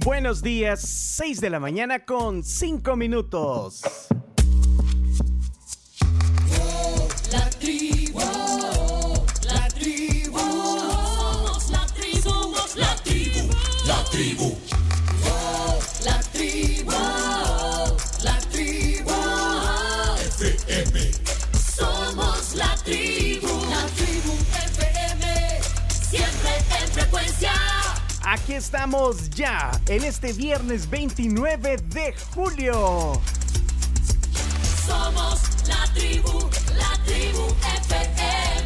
Buenos días, 6 de la mañana con 5 minutos. La tribu, la tribu, somos la tribu, somos la tribu, la tribu, la tribu, la tribu, FM, somos la tribu FM, siempre en frecuencia. Aquí estamos ya, en este viernes 29 de julio. Somos la tribu FM.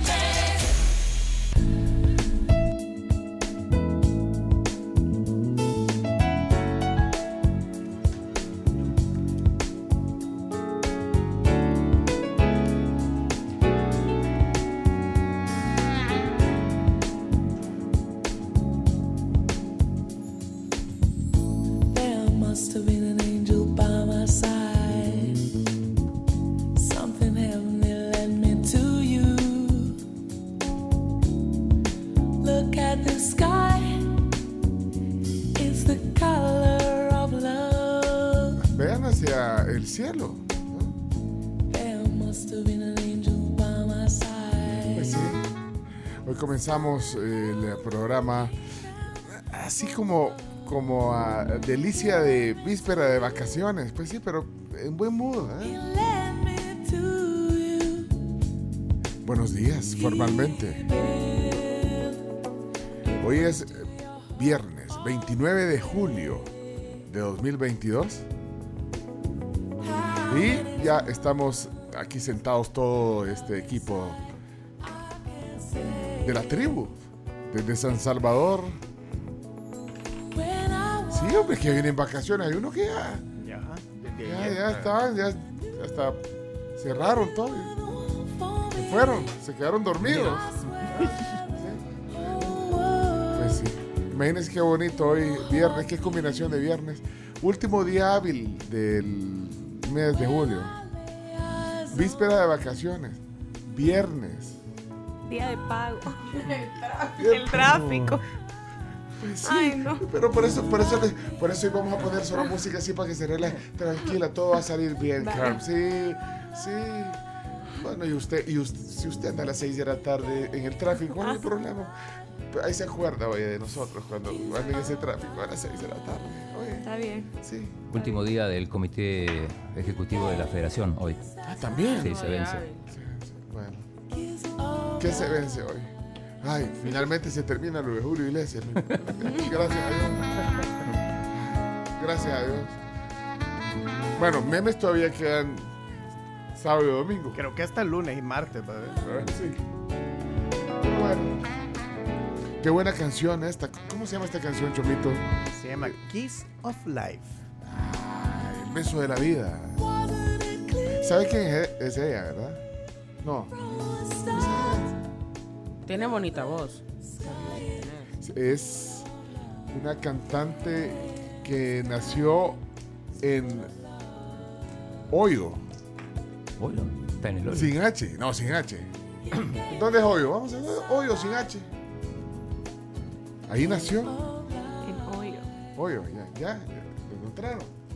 El cielo. Pues sí. Hoy comenzamos el programa así como a delicia de víspera de vacaciones. Pues sí, pero en buen mood, ¿eh? Buenos días, formalmente. Hoy es viernes 29 de julio de 2022. Y ya estamos aquí sentados todo este equipo de la tribu, desde San Salvador. Sí, hombre, que vienen vacaciones. Hay uno que ya estaban, ya hasta cerraron todo. Se fueron, se quedaron dormidos. Pues sí, imagínense qué bonito hoy, viernes, qué combinación de viernes. Último día hábil del mes de julio, víspera de vacaciones, viernes, día de pago, el tráfico. Pues sí, ay, no. Pero por eso hoy vamos a poner solo música así para que se relaje. Tranquila, todo va a salir bien, Carm. Sí. Bueno, si usted anda a las 6 de la tarde en el tráfico, no hay problema. Ahí se acuerda, oye, de nosotros cuando en ese tráfico a las 6 de la tarde. Oye, está bien. Sí. Último día del comité ejecutivo de la federación hoy. Ah, también. Sí, se vence. Sí. Bueno. ¿Qué se vence hoy? Ay, finalmente se termina lo de Julio Iglesias. Gracias a Dios. Gracias a Dios. Bueno, memes todavía quedan sábado y domingo. Creo que hasta lunes y martes, ¿verdad? Sí. Bueno. Qué buena canción esta. ¿Cómo se llama esta canción, Chomito? Se llama Kiss of Life. El beso de la vida. ¿Sabe quién es ella, verdad? No. Tiene bonita voz. Es una cantante que nació en Hoyo. ¿Hoyo? Está en el hoyo. Sin H. No, sin H. ¿Dónde es Hoyo? Vamos a ver. Hoyo sin H. Ahí nació. En Hoyo. Hoyo, ya. Lo encontraron.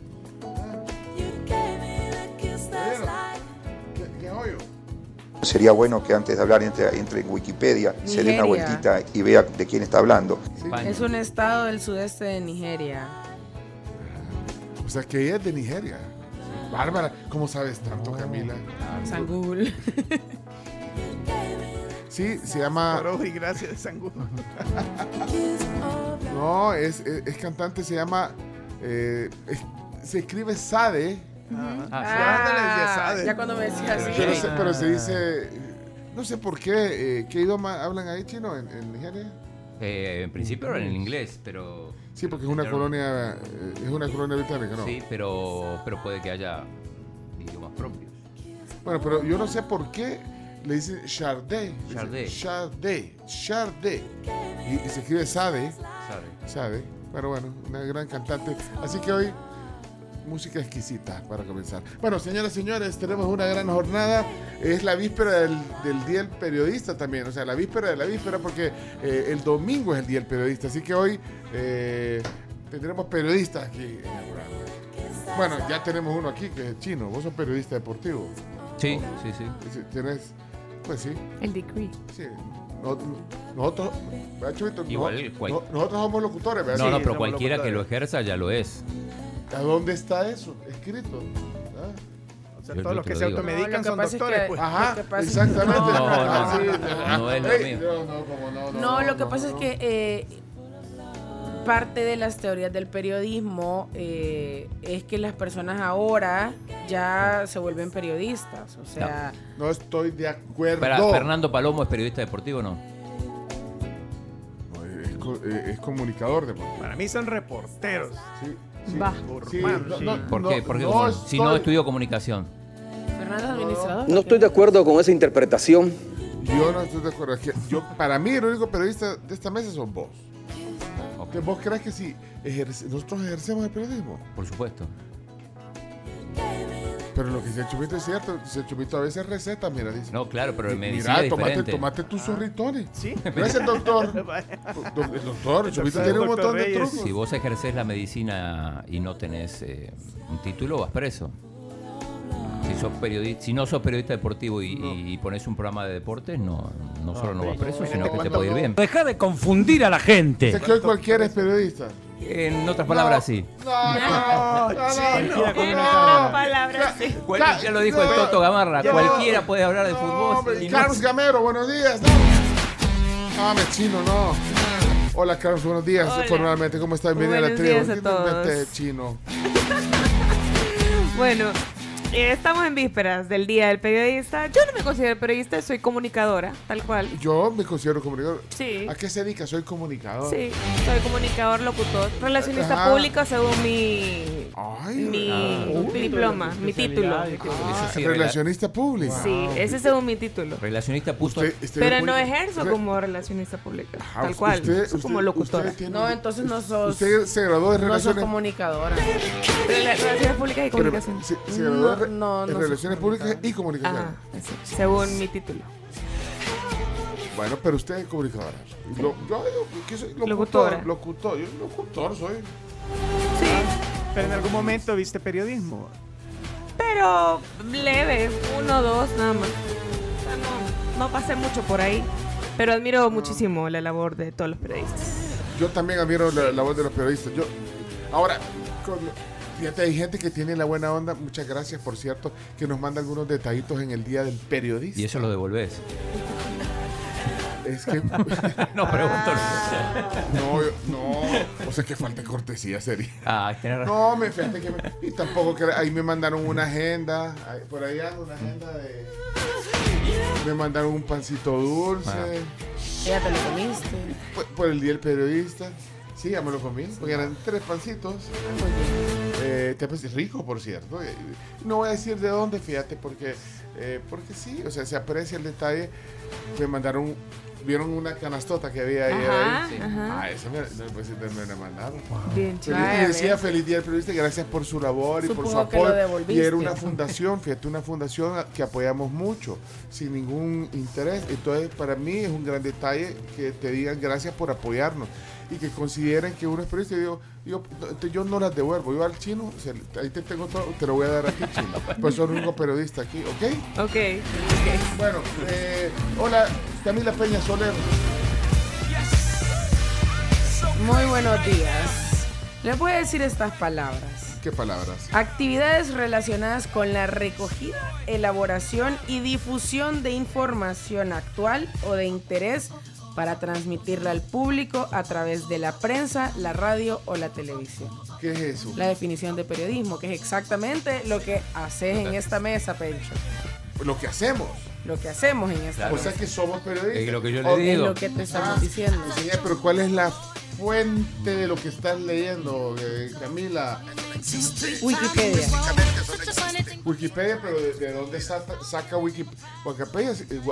¿Qué Hoyo? Sería bueno que antes de hablar entre en Wikipedia, se dé una vueltita y vea de quién está hablando. Sí. Es un estado del sudeste de Nigeria. O sea, que ella es de Nigeria. Sí. Bárbara, ¿cómo sabes tanto, Camila? San Google. Sí, se llama... Por y gracias de San Google. No, es cantante, se llama... se escribe Sade. Ya cuando me decía así. Pero se dice... No sé por qué. ¿Qué idioma hablan ahí, chino, en Nigeria? En principio era en el inglés, pero... Sí, porque es una colonia británica, ¿no? Sí, pero puede que haya idiomas propios. Bueno, pero yo no sé por qué le dicen Chardé. Chardé. Y se escribe Sade. Pero bueno, una gran cantante. Así que hoy, música exquisita para comenzar. Bueno, señoras y señores, tenemos una gran jornada. Es la víspera del Día del Periodista también. O sea, la víspera de la víspera, porque el domingo es el Día del Periodista. Así que hoy tendremos periodistas aquí en el programa. Bueno, ya tenemos uno aquí que es Chino. Vos sos periodista deportivo. Sí. Tienes, pues sí. El degree. Sí. Nosotros, Chubito, Igual, nosotros somos locutores, ¿verdad? No, Sí, pero cualquiera que lo ejerza ya lo es. ¿A dónde está eso? Escrito. ¿Ah? O sea, Yo todos los te que lo se digo. automedican No, lo que son pasa es doctores, que- pues. Ajá, Lo que pasa es- exactamente. No es lo Ey, mío. No, lo que pasa es que parte de las teorías del periodismo es que las personas ahora ya se vuelven periodistas. O sea, No estoy de acuerdo. ¿Fernando Palomo es periodista deportivo o no? Es comunicador deportivo. Para mí son reporteros. Sí, Va. sí, ¿Por qué? Porque no si no estudió comunicación. Fernando es administrador. No estoy de acuerdo con esa interpretación. Yo no estoy de acuerdo. Es que para mí, el único periodista de esta mesa son vos. Ok. ¿Vos crees que si nosotros ejercemos el periodismo? Por supuesto. Pero lo que dice el Chubito es cierto. Si el Chubito a veces receta, mira, dice. No, claro, pero en medicina Mira, es diferente. tomate tus zorritones. Sí. No es el doctor. El doctor, el Chubito tiene un montón de Reyes. trucos. Si vos ejercés la medicina y no tenés un título, vas preso. Si no sos periodista deportivo y pones un programa de deportes, no solo no vas preso, sino que te puede ir bien. Deja de confundir a la gente. Es que hoy cualquiera es periodista. En otras palabras, sí. No. Otra palabra, sí. Ya lo dijo el Toto Gamarra, cualquiera puede hablar de fútbol. hombre, y no- Carlos Gamero, buenos días. No, me chino, no. Hola, Carlos, buenos días. Hola. Formalmente, ¿cómo estás? Bienvenido a la Buenos tribu. días a todos. Vete, chino. Bueno, estamos en vísperas del Día del Periodista. Yo no me considero periodista, soy comunicadora, tal cual. Yo me considero comunicador. Sí. ¿A qué se dedica? Soy comunicador. Sí, soy comunicador, locutor, relacionista Ajá. público según mi diploma, mi título. Eso sí, Relacionista público. Sí, ese es según mi título. Relacionista puso. Pero no ejerzo como relacionista pública, Ajá, tal cual. Soy como locutora. No, entonces no sos, Usted se graduó de no sos Relaciones comunicadora. Relaciones públicas y comunicación. Se graduó de No, no soy Relaciones Públicas y Comunicación. Ajá, sí, según mi título. Bueno, pero usted es comunicadora. Yo digo que soy Locutora. Locutor. Yo locutor soy. Sí, Pero en algún momento viste periodismo. pero leve, 1 o 2 nada más. O sea, no pasé mucho por ahí. Pero admiro muchísimo la labor de todos los periodistas. Yo también admiro la voz de los periodistas. Ahora, fíjate, hay gente que tiene la buena onda. Muchas gracias, por cierto, que nos manda algunos detallitos en el Día del Periodista. Y eso lo devolvés. Es que... No pregunto. O sea, que falta de cortesía sería. Tenés razón. No, fíjate que... Y tampoco que... Ahí me mandaron una agenda. Por ahí ando una agenda de... Me mandaron un pancito dulce. Ya te lo comiste. Por el Día del Periodista. Sí, ya me lo comí. Porque eran 3 pancitos. Te parece rico, por cierto. No voy a decir de dónde, fíjate, porque sí, o sea, se aprecia el detalle. Me mandaron, vieron una canastota que había ahí. Ajá, Sí. ajá. Esa me la mandaron. Bien Feliz, chévere. y decía feliz Día del Periodista, gracias por su labor y por su Supongo que lo apoyo. devolviste. Y era una fundación, fíjate, una fundación que apoyamos mucho, sin ningún interés. Entonces, para mí es un gran detalle que te digan gracias por apoyarnos y que consideren que uno es periodista. Yo no las devuelvo. Yo al chino, ahí te tengo todo, te lo voy a dar a ti, chino. Pues soy el único periodista aquí, ¿ok? Ok. Bueno, hola, Camila Peña Soler. Muy buenos días. Les voy a decir estas palabras. ¿Qué palabras? Actividades relacionadas con la recogida, elaboración y difusión de información actual o de interés para transmitirla al público a través de la prensa, la radio o la televisión. ¿Qué es eso? La definición de periodismo, que es exactamente lo que haces en esta mesa, Pencho. Lo que hacemos. Lo que hacemos en esta Claro. O sea que somos periodistas. Es lo que yo le Ok, Es digo. lo que te estamos diciendo. Sí, pero ¿cuál es la fuente de lo que estás leyendo, Camila? Wikipedia. Wikipedia, pero ¿de dónde saca Wikipedia? Wikipedia.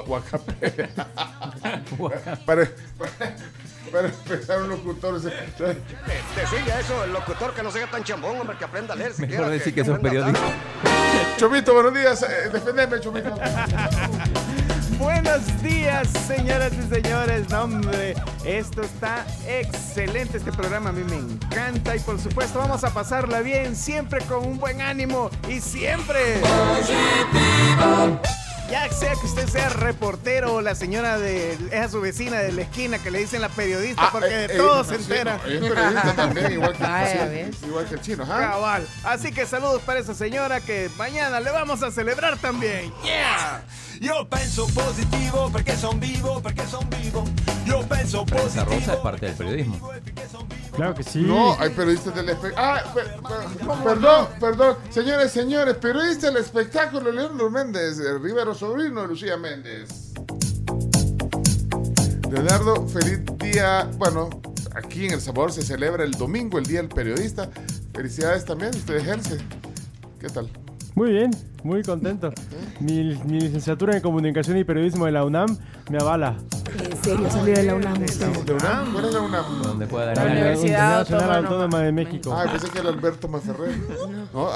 Para empezar un locutor. Decía eso, el locutor que no sea tan chambón, hombre, que aprenda a leer. Mejor decir que sos periodista. Chomito, buenos días. Defendeme, Chomito. Buenos días, señoras y señores. No, hombre, esto está excelente. Este programa a mí me encanta. Y por supuesto, vamos a pasarla bien, siempre con un buen ánimo y siempre positivo. Ya sea que usted sea reportero o la señora es a su vecina de la esquina que le dicen la periodista, porque de todo se entera. Es periodista también, igual que el chino. Cabal. Así que saludos para esa señora que mañana le vamos a celebrar también. ¡Yeah! Yo penso positivo porque son vivos, Yo penso positivo. Prensa rosa es parte del periodismo. Claro que sí. No, hay periodistas del espectáculo. Perdón. Señores, periodista del espectáculo, Leonardo Méndez, Rivero, sobrino de Lucía Méndez. Leonardo, feliz día. Bueno, aquí en El Salvador se celebra el domingo, el Día del Periodista. Felicidades también, usted ejerce. ¿Qué tal? Muy bien, muy contento. Mi licenciatura en Comunicación y Periodismo de la UNAM me avala. ¿En serio salió de la UNAM? ¿De UNAM? ¿Cuál es la UNAM? Donde pueda dar La el Universidad Nacional Autónoma de México. Ah, pensé que era Alberto Maferrer. No.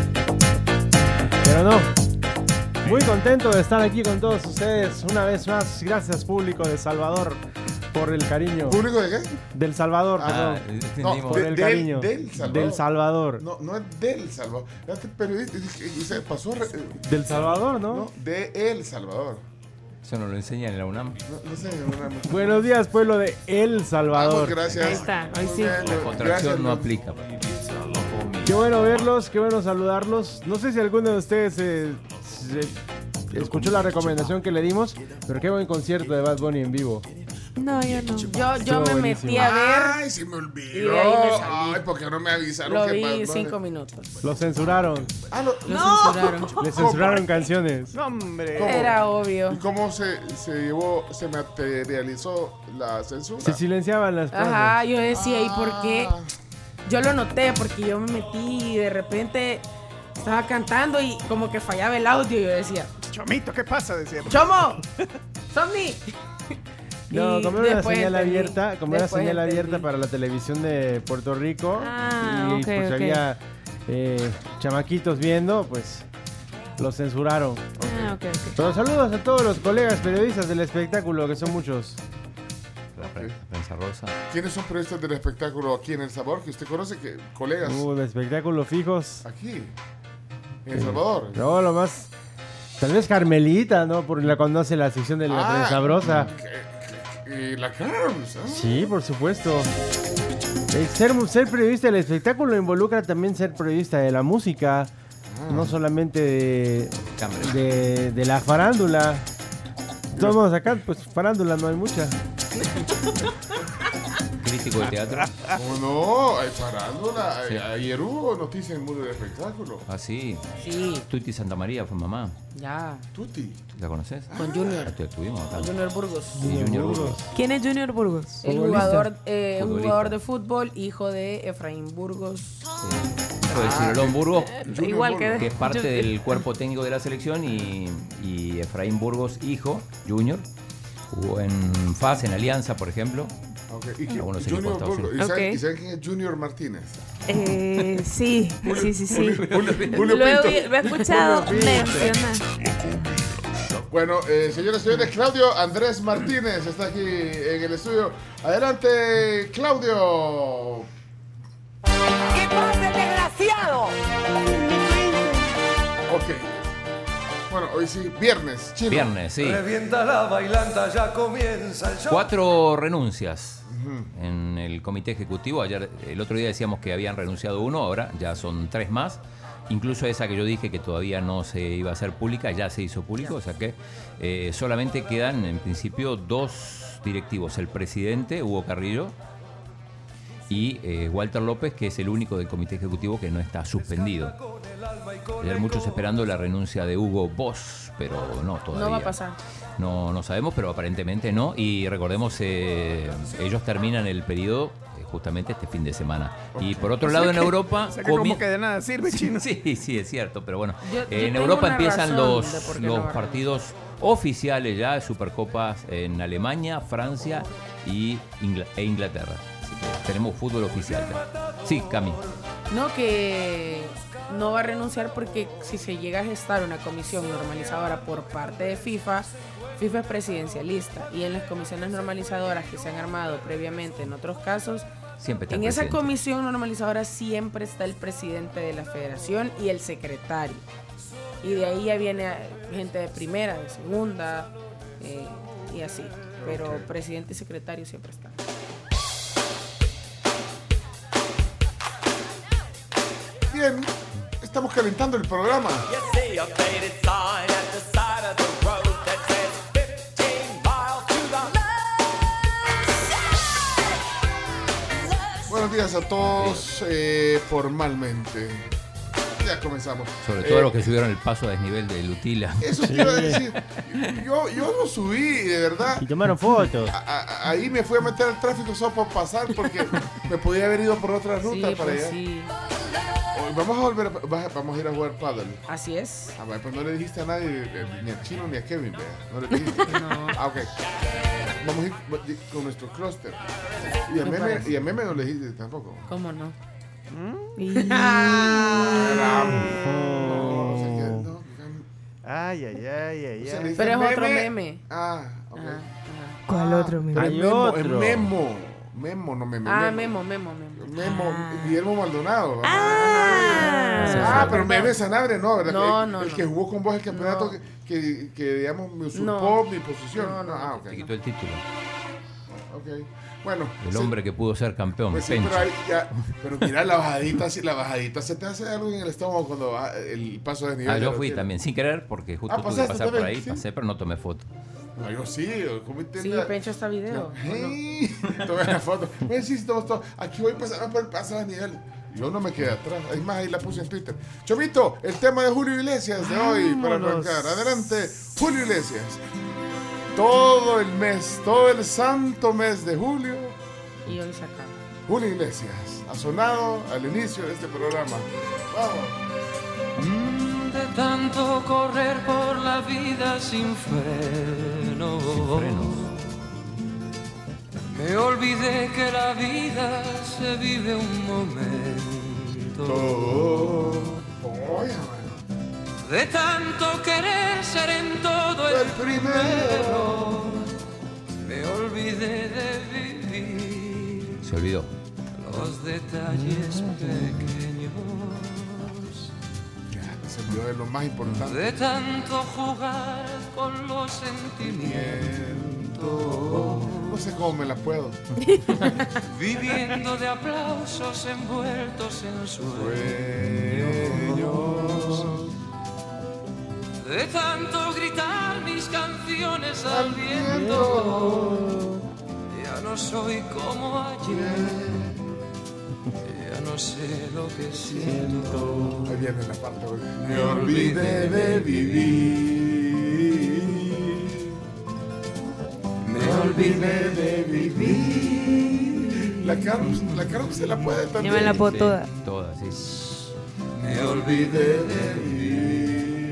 Pero no. Muy contento de estar aquí con todos ustedes una vez más. Gracias, público de Salvador, por el cariño. ¿Público de qué? Del Salvador, perdón. No, por el cariño. Del Salvador. Del Salvador. No es del Salvador. Este periodista se pasó. Del Salvador, ¿no? No, de El Salvador. Eso no lo enseñan en la UNAM. No sé, en la UNAM. Buenos días, pueblo de El Salvador. Vamos, gracias. Ahí está, hoy sí. La contracción no aplica. Qué bueno verlos, qué bueno saludarlos. No sé si alguno de ustedes escuchó la recomendación que le dimos, pero qué buen concierto de Bad Bunny en vivo. No, yo no. Yo me metí a ver. Ay, se me olvidó. Y de ahí me salí. Ay, ¿por qué no me avisaron? Lo que vi Bad Bunny- 5 minutos. Lo censuraron. Lo censuraron. Le censuraron canciones. No, hombre. ¿Cómo? Era obvio. ¿Y cómo se materializó la censura? Se silenciaban las cosas. Ajá, yo decía, ¿y por qué? Yo lo noté porque yo me metí y de repente estaba cantando y como que fallaba el audio. Yo decía, Chomito, ¿qué pasa? Decía. ¡Chomo! ¡Somni! No, Y como era una después señal entendí. abierta, como era Después señal abierta entendí. para la televisión de Puerto Rico Ah, y ok, pues ok. había chamaquitos viendo, pues lo censuraron. Ah, ok. Pero saludos a todos los colegas periodistas del espectáculo, que son muchos. La prensa rosa. ¿Quiénes son periodistas del espectáculo aquí en El Salvador? Que usted conoce, que colegas De espectáculo fijos. aquí en El Salvador. No, lo más. Tal vez Carmelita, ¿no? Porque la conoce la sección de la prensa sabrosa. Y la Carms, ¿ah? Sí, por supuesto. Ser periodista del espectáculo involucra también ser periodista de la música. No solamente de la farándula. Todos acá, pues farándula no hay mucha. Crítico de teatro. ¿Cómo no? Hay farándula. Sí. Ayer hubo noticias en el mundo del espectáculo. Ah, sí. Sí, Tuti Santa María fue mamá. ya. Tuti. ¿La conoces? Con Junior. La tuvimos acá. Con Junior Burgos. Sí, Junior Burgos. ¿Quién es Junior Burgos? El Futbolista. jugador, un Futbolista. jugador de fútbol, hijo de Efraín Burgos. Fue de Cirolón Burgos, Igual que que es parte del cuerpo técnico de la selección, y Efraín Burgos, hijo, Junior. Jugó en FAS, en Alianza, por ejemplo. Okay. ¿Y Algunos Junior equipos de Estados Burgos. Unidos. ¿Y saben quién es Junior Martínez? Sí. Julio Lo Pinto. he escuchado mencionar. Bueno, señoras y señores, Claudio Andrés Martínez está aquí en el estudio. Adelante, Claudio. ¿Qué pasa, desgraciado? Ok. Bueno, hoy sí, viernes, chino. Viernes, sí. Revienta la bailanta, ya comienza el show. 4 renuncias en el comité ejecutivo. Ayer, el otro día decíamos que habían renunciado 1, ahora ya son 3 más. Incluso esa que yo dije que todavía no se iba a hacer pública, ya se hizo público. O sea que solamente quedan en principio 2 directivos. El presidente, Hugo Carrillo, y Walter López, que es el único del comité ejecutivo que no está suspendido. Ayer muchos esperando la renuncia de Hugo Boss, pero no todavía. No va a pasar. No sabemos, pero aparentemente no. Y recordemos, ellos terminan el periodo justamente este fin de semana. Y por otro lado, en Europa... O sea que como que de nada sirve, chino. Sí, es cierto, pero bueno. Yo En tengo Europa una empiezan razón de por qué no los va a partidos oficiales ya de Supercopas en Alemania, Francia e Inglaterra. Así que tenemos fútbol oficial ya. Sí, Cami. No, que no va a renunciar porque si se llega a gestar una comisión normalizadora por parte de FIFA es presidencialista y en las comisiones normalizadoras que se han armado previamente en otros casos, siempre está en el esa presidente. comisión normalizadora siempre está el presidente de la federación y el secretario. Y de ahí ya viene gente de primera, de segunda y así. Pero presidente y secretario siempre están. Bien, estamos calentando el programa. Buenos días a todos, formalmente. Ya comenzamos. Sobre todo los que subieron el paso a desnivel de Lutila. Eso te iba a decir. Yo lo subí, de verdad. Y tomaron fotos. Ahí me fui a meter al tráfico solo por pasar porque me podía haber ido por otra ruta Sí, para pues allá. sí. Vamos a volver, vamos a ir a jugar pádel. Así es. Ah, pues no le dijiste a nadie, ni a Chino ni a Kevin, ¿verdad? No le dijiste. No. Ah, ok. Vamos a ir con nuestro clúster. Y a Meme no le dijiste tampoco. ¿Cómo no? Ay. Pero es otro meme. Ah, ok. ¿Cuál otro meme? Pero es Hay Memo, otro. es Memo. Memo, no Meme. Ah, Memo. Memo. Guillermo Maldonado. Ah, Pero Meme Sanabria no, ¿verdad? No, el que jugó con vos el campeonato que digamos, me usurpó mi posición. No. Ah, ok. Te quitó el título. Ok. Bueno. El hombre que pudo ser campeón, Pues sí, Pencho. pero mira, la bajadita se te hace algo en el estómago cuando va el paso de nivel. Yo fui también, sin querer, porque justo tuve que pasaste pasar por también, ahí, ¿sí? pasé, pero no tomé foto. No, yo sí, Sí, Pencho está video. Hey, tomé la foto. Pues sí, tomamos todo. Aquí voy pasando por el paso de nivel. Yo no me quedé atrás. Es más, ahí la puse en Twitter. Chomito, el tema de Julio Iglesias de hoy para arrancar. Adelante, Julio Iglesias. Todo el mes, todo el santo mes de julio. Y hoy se acaba. Julio Iglesias ha sonado al inicio de este programa. Vamos. De tanto correr por la vida sin freno, me olvidé que la vida se vive un momento. De tanto querer ser en todo el primero, me olvidé de vivir. Se olvidó. Los detalles pequeños. Se olvidó de lo más importante. De tanto jugar con los sentimientos. No sé cómo me la puedo. Viviendo de aplausos envueltos en sueños. De tanto gritar mis canciones al viento. Ya no soy como ayer. Ya no sé lo que siento. Ahí viene la parte. Me olvidé de vivir. Me olvidé de vivir. La Carol se la puede también. Yo me la puedo toda. Toda, sí. Me olvidé de vivir.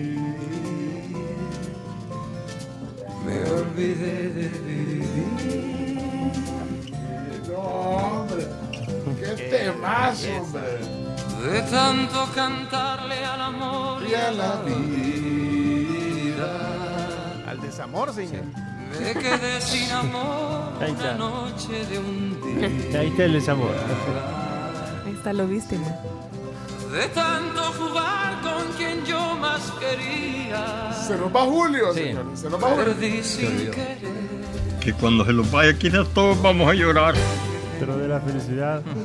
Me olvidé de vivir. No, hombre. ¡Qué temazo, hombre! De tanto cantarle al amor Y a la vida. Al desamor, señor. me quedé sin amor Ahí está. una noche de un día. Ahí está el desamor. Ahí está lo viste, ¿no? De tanto jugar con quien yo más quería. Se nos va Julio, Sí. señor. Se nos va Julio. Perdí sin olvidó. querer. Que cuando se los vaya quizás todos vamos a llorar. Pero de la felicidad. Y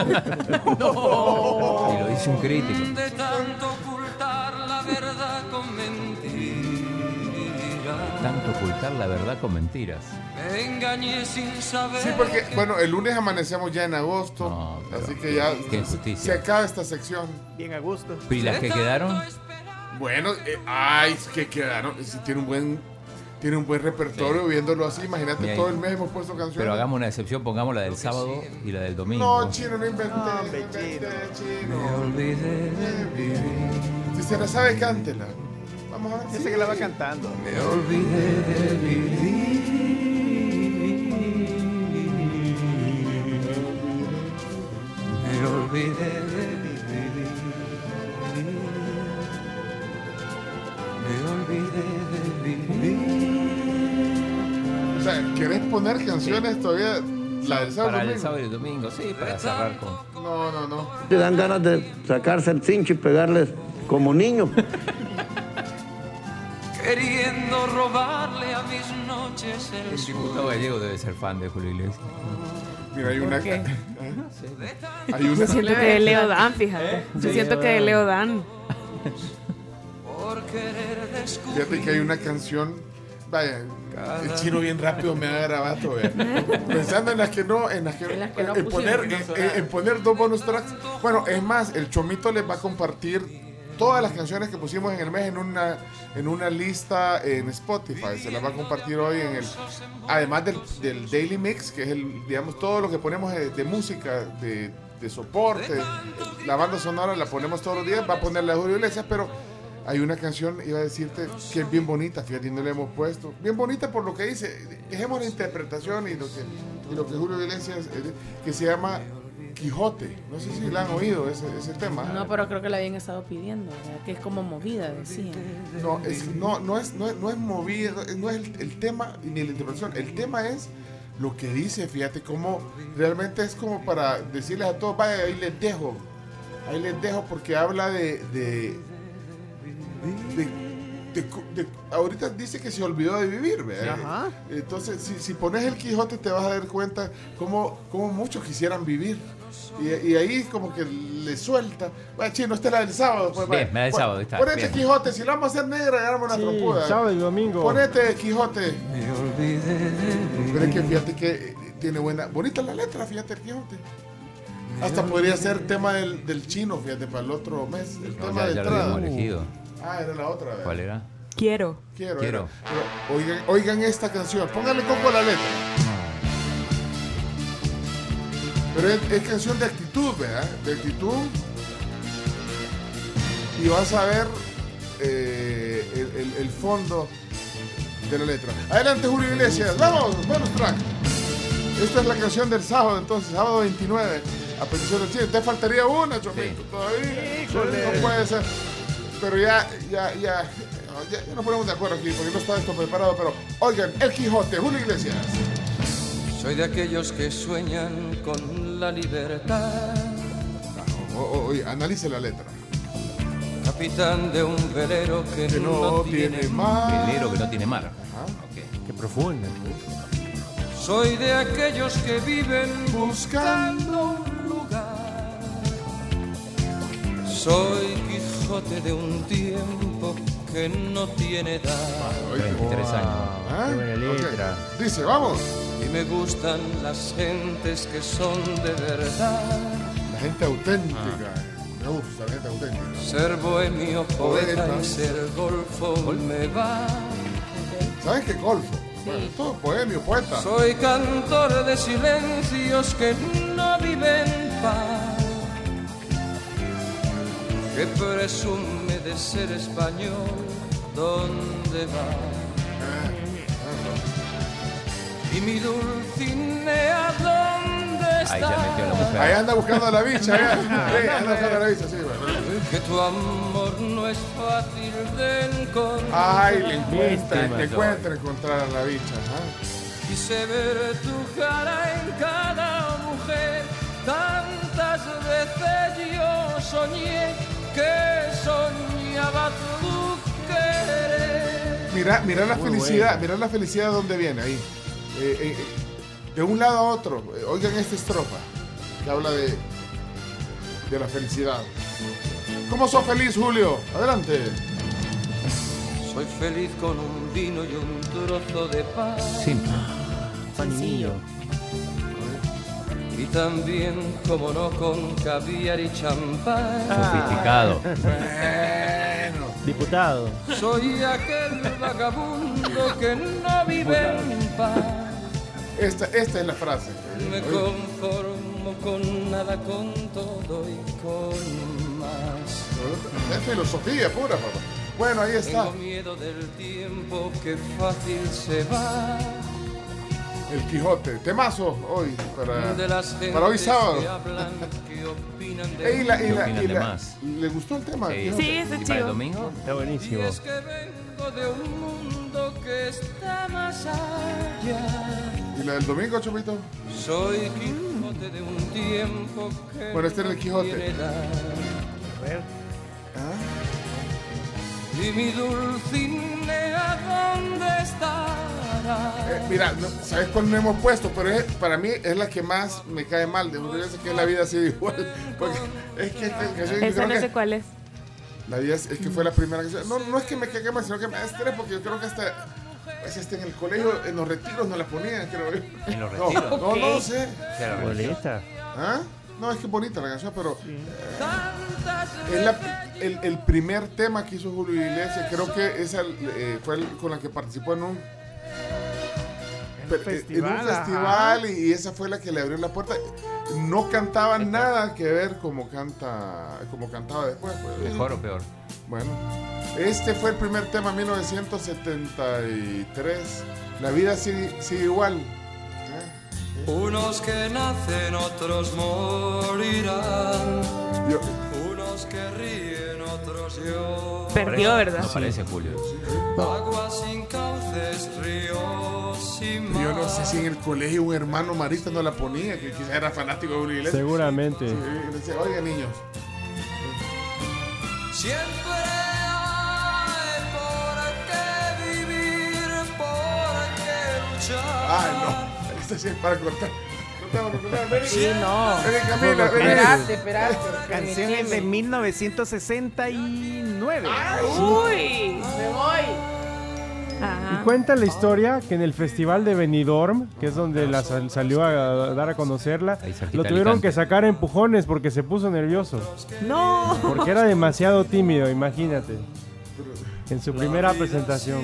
lo dice un crítico. De tanto ocultar la verdad con mentiras. Tanto ocultar la verdad con mentiras. Me engañé sin saber. Sí, porque, bueno, el lunes amanecemos ya en agosto. No, pero así que ya qué injusticia. se acaba esta sección. Bien a gusto. ¿Y las que quedaron? Bueno, que quedaron. Si tiene un buen repertorio, Sí. viéndolo así. Imagínate, Mira, todo el mes hemos puesto canciones. Pero hagamos una excepción, pongamos la del sábado y la del domingo. No, Chino, no inventé. Chino. Me olvidé de vivir. Si se la sabe, cántela. Vamos a ver. Yo sé que la va cantando. Me olvidé de vivir. Me olvidé de vivir. sea, ¿querés poner canciones todavía? La del sábado Para domingo. el sábado y el domingo, sí, para cerrar con... No. Te dan ganas de sacarse el cincho y pegarles como niño. Queriendo robarle a mis noches el El diputado gallego debe ser fan de Julio Iglesias. Mira, hay una... qué? Hay una... Yo siento que es Leo Dan, fíjate. Yo siento que es Leo Dan. Fíjate que hay una canción... Vaya, el chino bien rápido me ha grabado, pensando en las que no, en poner 2 bonus tracks. Bueno, es más, el Chomito les va a compartir todas las canciones que pusimos en el mes en una lista en Spotify. Se las va a compartir hoy además del Daily Mix, que es digamos, todo lo que ponemos de música, de soporte. La banda sonora la ponemos todos los días, va a poner la de Julio Iglesias, pero hay una canción, iba a decirte, que es bien bonita, fíjate, no le hemos puesto. Bien bonita por lo que dice, dejemos la interpretación y lo que Julio Iglesias, que se llama Quijote. No sé si la han oído ese tema. No, pero creo que la habían estado pidiendo, ¿verdad? Que es como movida, decían. No es movida, no es el tema ni la interpretación. El tema es lo que dice, fíjate, cómo realmente es como para decirles a todos, vaya, ahí les dejo porque habla de ahorita dice que se olvidó de vivir, ¿verdad? Ajá. Entonces, si pones el Quijote te vas a dar cuenta cómo muchos quisieran vivir. Y ahí como que le suelta. Bueno, chino, esta es la del sábado. Pues, bien, la del sábado está. Ponete bien. Quijote, si la vamos a hacer negra, agarramos una trompuda. Sábado y domingo. Ponete Quijote. Pero es que fíjate que tiene bonita la letra, fíjate el Quijote. Hasta podría ser tema del chino, fíjate, para el otro mes. El tema de ya entrada. lo habíamos elegido. Era la otra, ¿verdad? ¿Cuál era? Quiero. Pero, oigan esta canción. Pónganle coco a la letra. Pero es canción de actitud, ¿verdad? De actitud. Y vas a ver el fondo de la letra. Adelante, Julio Iglesias. Vamos, bonus track. Esta es la canción del sábado, entonces, sábado 29. A petición del chino. Te faltaría una, Chomito, todavía. No puede ser. Pero ya nos ponemos de acuerdo aquí, porque no está esto preparado. Pero, oigan, el Quijote, Julio Iglesias. Soy de aquellos que sueñan con la libertad. Oye, analice la letra. Capitán de un velero que no tiene mar. Velero que no tiene mar. Okay. Qué profunda. Soy de aquellos que viven buscando un lugar. Soy Quijote de un tiempo que no tiene edad. 23 años. Qué buena letra. Okay. Dice, vamos. Y me gustan las gentes que son de verdad. La gente auténtica. Me gusta la gente auténtica. Ser bohemio, poeta y ser golfo me va. ¿Sabes qué golfo? Sí. Bueno, todo bohemio, poeta. Soy cantor de silencios que no viven paz. Que presume de ser español, ¿dónde va? Y mi Dulcinea, ¿dónde está? Ahí ya metió la mujer. Ahí anda buscando a la bicha, anda buscando a la bicha, sí, bueno. Que tu amor no es fácil de encontrar. Ay, le encontrar a la bicha. Quise ver tu cara en cada mujer. Tantas veces yo soñé que soñaba tu querer. Mira la felicidad, mira la felicidad donde viene ahí. De un lado a otro, oigan esta estrofa que habla de la felicidad. ¿Cómo sos feliz, Julio? Adelante. Soy feliz con un vino y un trozo de pan. Simple. Sencillo. Y también, como no, con caviar y champán. Sofisticado. Bueno. Diputado. Soy aquel vagabundo que no vive en paz. Esta es la frase. Me conformo con nada, con todo y con más. Es filosofía pura, papá. Bueno, ahí está. Tengo miedo del tiempo que fácil se va. El Quijote. Temazo hoy para hoy sábado. ¿Le gustó el tema? Sí, sí, ese ¿y chido. para el domingo? Está buenísimo. Y es que vengo de un mundo que está más allá. ¿Y la del domingo, Chomito? Soy Quijote de un tiempo que Bueno, este era el Quijote. no tiene edad. A ver. Y mi Dulcinea, ¿dónde estará? Mira, ¿sabes cuál no hemos puesto? Pero para mí es la que más me cae mal. De Julio Iglesias, que es La vida sigue igual. Porque es que esta canción, yo Esa creo no que sé cuál es. La vida es que fue la primera canción. No es que me caiga mal, sino que me da estrés, porque yo creo que hasta en el colegio, en los retiros no la ponían, creo yo. ¿En los retiros? No sé. Bonita. ¿Ah? No, es que es bonita la canción, pero es el primer tema que hizo Julio Iglesias. Creo que esa fue con la que participó en un festival y esa fue la que le abrió la puerta. No cantaba nada que ver como cantaba después. Pues. ¿Mejor o peor? Bueno, este fue el primer tema, 1973. La vida sigue igual. Unos que nacen, otros morirán. Unos que ríen, otros lloran. Perdió, ¿verdad? No parece Julio. Aguas sin cauces, ríos sin mar. Yo no sé si en el colegio un hermano marista no la ponía, que quizás era fanático de una iglesia. Seguramente. Sí, y le decía, oiga, niños. Siempre hay por qué vivir, por qué luchar. Ay, no. Esto sí es para cortar. Sí, no. Camila, Espérate. Canción es de 1969. Uy, me voy. Y cuenta la historia que en el festival de Benidorm, que es donde la salió a dar a conocerla, lo tuvieron que sacar a empujones porque se puso nervioso. No. Porque era demasiado tímido, imagínate. En su primera presentación.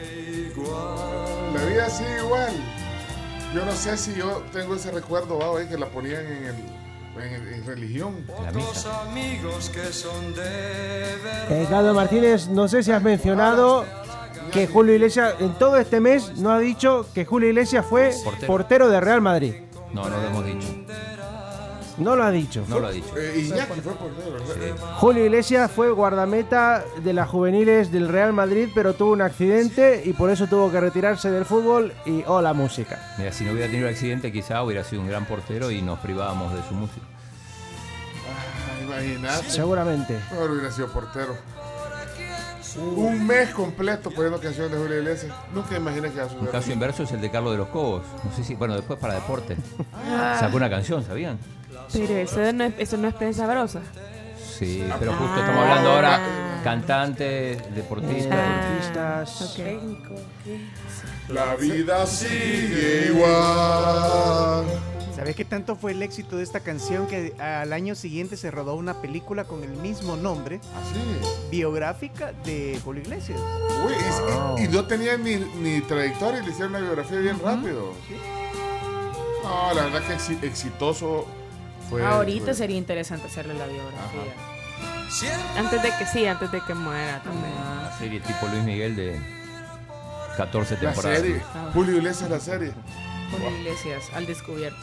La vida sigue igual. Yo no sé si yo tengo ese recuerdo, que la ponían en religión. Otros amigos que son de verdad. Gado Martínez, no sé si has mencionado que Julio Iglesias en todo este mes no ha dicho que Julio Iglesias fue portero de Real Madrid. No lo hemos dicho. No lo ha dicho. No lo ha dicho. Iñaki fue portero. Sí. Julio Iglesias fue guardameta de las juveniles del Real Madrid, pero tuvo un accidente y por eso tuvo que retirarse del fútbol y la música. Mira, si no hubiera tenido el accidente, quizá hubiera sido un gran portero y nos privábamos de su música. Imagínate. Seguramente. Mejor hubiera sido portero. Un mes completo poniendo canciones de Julio Iglesias. Nunca imaginé que iba a suceder. Un caso inverso es el de Carlos de los Cobos. No sé si, después para deporte. Sacó una canción, ¿sabían? Pero eso no es prensa sabrosa. Sí, pero justo estamos hablando ahora cantantes, deportistas. Okay. La vida sigue igual. ¿Sabes qué tanto fue el éxito de esta canción que al año siguiente se rodó una película con el mismo nombre, biográfica de Julio Iglesias? Uy, y no tenía ni trayectoria y le hicieron una biografía bien rápido. ¿Sí? No, la verdad que exitoso fue. Ahorita sería interesante hacerle la biografía. Antes de que muera también. Una serie tipo Luis Miguel de 14 temporadas. La serie. Julio Iglesias, la serie. Julio Iglesias, al descubierto.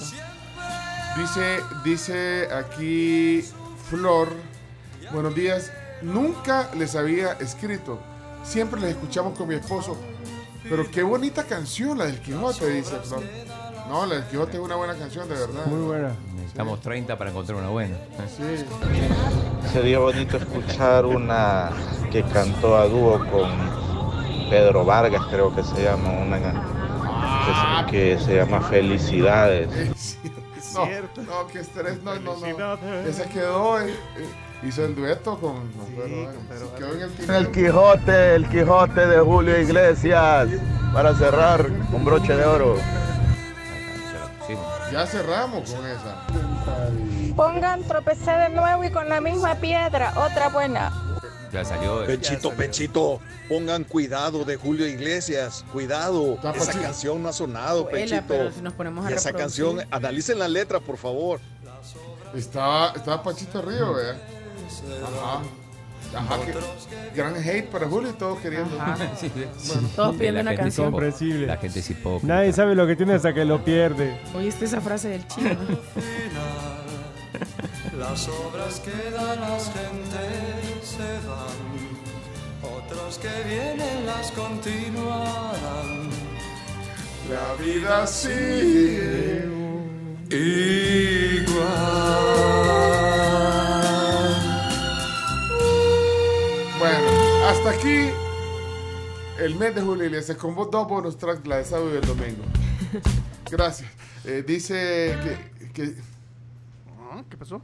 Dice aquí Flor, buenos días, nunca les había escrito, siempre les escuchamos con mi esposo, pero qué bonita canción la del Quijote, dice Flor. No, la del Quijote es una buena canción, de verdad. Muy buena. Necesitamos 30 para encontrar una buena. Sí. Sería bonito escuchar una que cantó a dúo con Pedro Vargas, creo que se llama, que se llama Felicidades. No, qué estrés, no. Esa quedó, hizo el dueto con Pedro Vargas. Quedó en El Quijote de Julio Iglesias, para cerrar con broche de oro. Ya cerramos con esa. Pongan Tropecé de nuevo y con la misma piedra, otra buena. Ya salió. Pechito, pongan Cuidado de Julio Iglesias, cuidado. Esa canción no ha sonado, Pechito. Pero si nos ponemos a esa canción, analicen la letra, por favor. Estaba Pachito Río, ¿verdad? Ajá, que gran hate para Julio y todos queriendo. Sí, bueno, todos pidiendo una canción. Incomprensible. La gente es hipócrita. Nadie sabe lo que tiene hasta que lo pierde. ¿Oíste esa frase del chino? Las obras quedan, las gentes se van. los que vienen las continuarán. La vida sigue igual. Bueno, hasta aquí el mes de julio. Se convocó 2 bonus tracks, la de sábado y el domingo. Gracias. Dice que ¿qué pasó?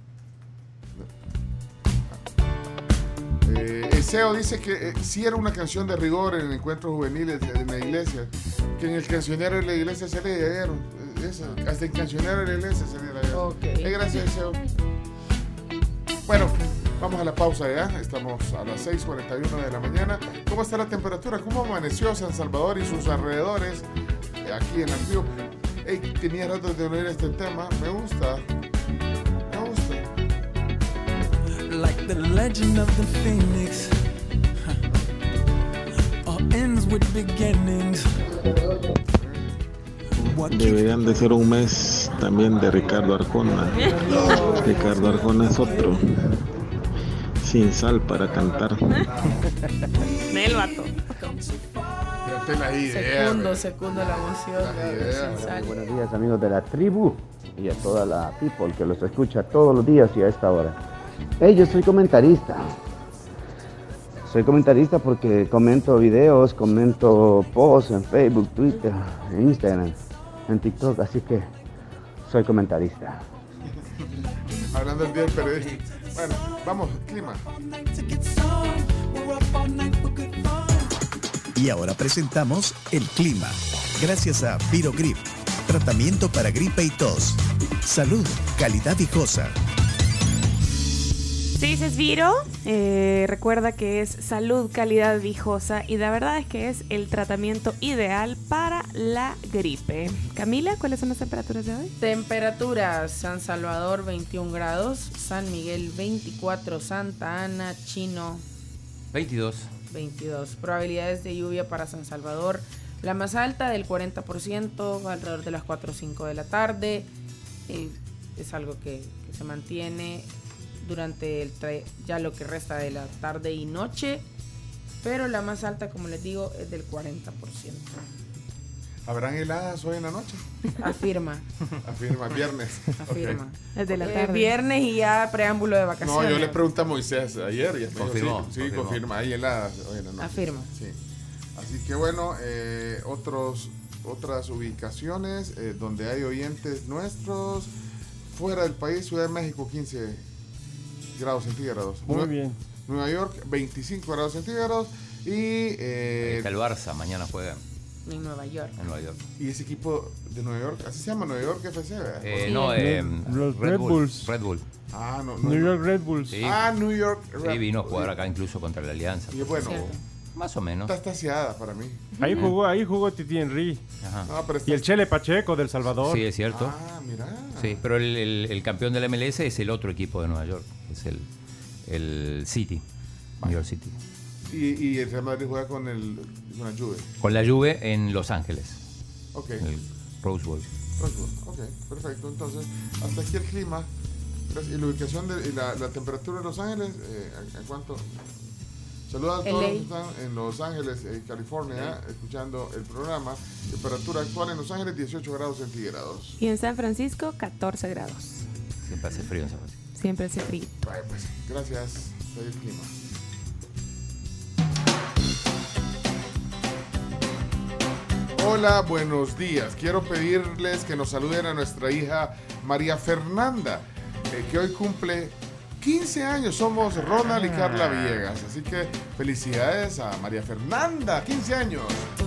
Eseo dice que sí era una canción de rigor en encuentros juveniles en la iglesia, que en el cancionero de la iglesia se le dieron. Hasta en cancionero de la iglesia se le dieron. Okay. Gracias, Eseo. Bueno, vamos a la pausa ya. Estamos a las 6:41 de la mañana. ¿Cómo está la temperatura? ¿Cómo amaneció San Salvador y sus alrededores aquí en la tribu? Hey, tenía rato de oír este tema. Me gusta. Like the legend of the phoenix, all ends with beginnings. Deberían de ser un mes también de Ricardo Arjona. Ricardo Arjona es otro. Sin sal para cantar. Nel vato. Secundo la emoción. Buenos días, amigos de la tribu y a toda la people que los escucha todos los días y a esta hora. Hey, yo soy comentarista. Soy comentarista porque comento videos, comento posts en Facebook, Twitter, en Instagram, en TikTok, así que soy comentarista. Hablando del día del periodista. Bueno, vamos, clima. Y ahora presentamos el clima. Gracias a Virogrip, tratamiento para gripe y tos. Salud, calidad viejosa. Si dices Viro, recuerda que es salud, calidad viejosa y la verdad es que es el tratamiento ideal para la gripe. Camila, ¿cuáles son las temperaturas de hoy? Temperaturas: San Salvador 21 grados, San Miguel 24, Santa Ana, Chino 22. Probabilidades de lluvia para San Salvador, la más alta del 40%, alrededor de las 4 o 5 de la tarde. Es algo que se mantiene durante ya lo que resta de la tarde y noche, pero la más alta, como les digo, es del 40%. ¿Habrán heladas hoy en la noche? Afirma, viernes. Afirma. Okay. Es de la tarde. Viernes y ya preámbulo de vacaciones. No, yo le pregunté a Moisés ayer y ya confirmó. Sí, confirma. Hay heladas hoy en la noche. Afirma. Sí. Así que bueno, otras ubicaciones donde hay oyentes nuestros fuera del país: Ciudad de México 15 grados centígrados. Muy bien. Nueva York 25 grados centígrados y Ahí está el Barça, mañana juega en Nueva York. Y ese equipo de Nueva York, así se llama, Nueva York FC, ¿verdad? No, los Red Bulls. Red Bull. Ah, no, New York Red Bulls. Sí. New York Red Bulls. Sí, vino a jugar acá incluso contra la Alianza. Y bueno, más o menos. Está estaciada para mí. Ahí jugó Titi Henry. Ajá. No, pero Y el Chele Pacheco del Salvador. Sí, es cierto. Ah, mira. Sí, pero el campeón del MLS es el otro equipo de Nueva York. Es el City. New York City. Y el Real Madrid juega con la Juve. Con la Juve en Los Ángeles. Ok. El Rose Bowl. Ok, perfecto. Entonces, hasta aquí el clima. Y la ubicación y la temperatura de Los Ángeles, ¿en cuánto? Saludos a todos los que están en Los Ángeles, California, escuchando el programa. Temperatura actual en Los Ángeles, 18 grados centígrados. Y en San Francisco, 14 grados. Siempre hace frío en San Francisco. Siempre hace frío. Vale, pues, gracias. Hasta ahí el clima. Hola, buenos días. Quiero pedirles que nos saluden a nuestra hija María Fernanda, que hoy cumple 15 años. Somos Ronald y Carla Villegas. Así que felicidades a María Fernanda, 15 años.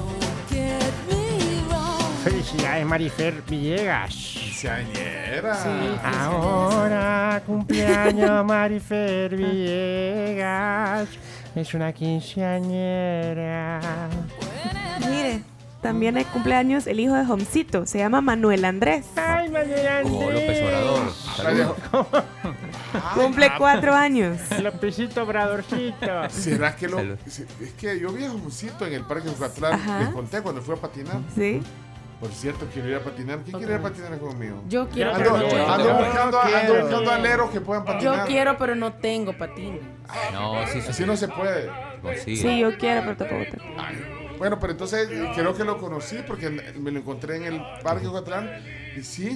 Felicidades, Marifer Villegas. Quinceañera. Sí, ahora cumpleaños Marifer Villegas. Es una quinceañera. Mire, también hay cumpleaños el hijo de Homcito. Se llama Manuel Andrés. Ay, Manuel Andrés. Como López Obrador. Saludos. Cumple 4 años. Lópezito Obradorcito. ¿Será que es que yo vi a Homcito en el Parque de Ucatlán? Les conté cuando fui a patinar. Sí. Por cierto, quiero ir a patinar. ¿Quién quiere ir a patinar conmigo? Yo quiero, ando buscando aleros que puedan patinar. Yo quiero, pero no tengo patín. No, sí, así no se puede. Sí, yo quiero, pero tampoco tengo. Bueno, pero entonces creo que lo conocí porque me lo encontré en el Parque Ocotlán. Y sí,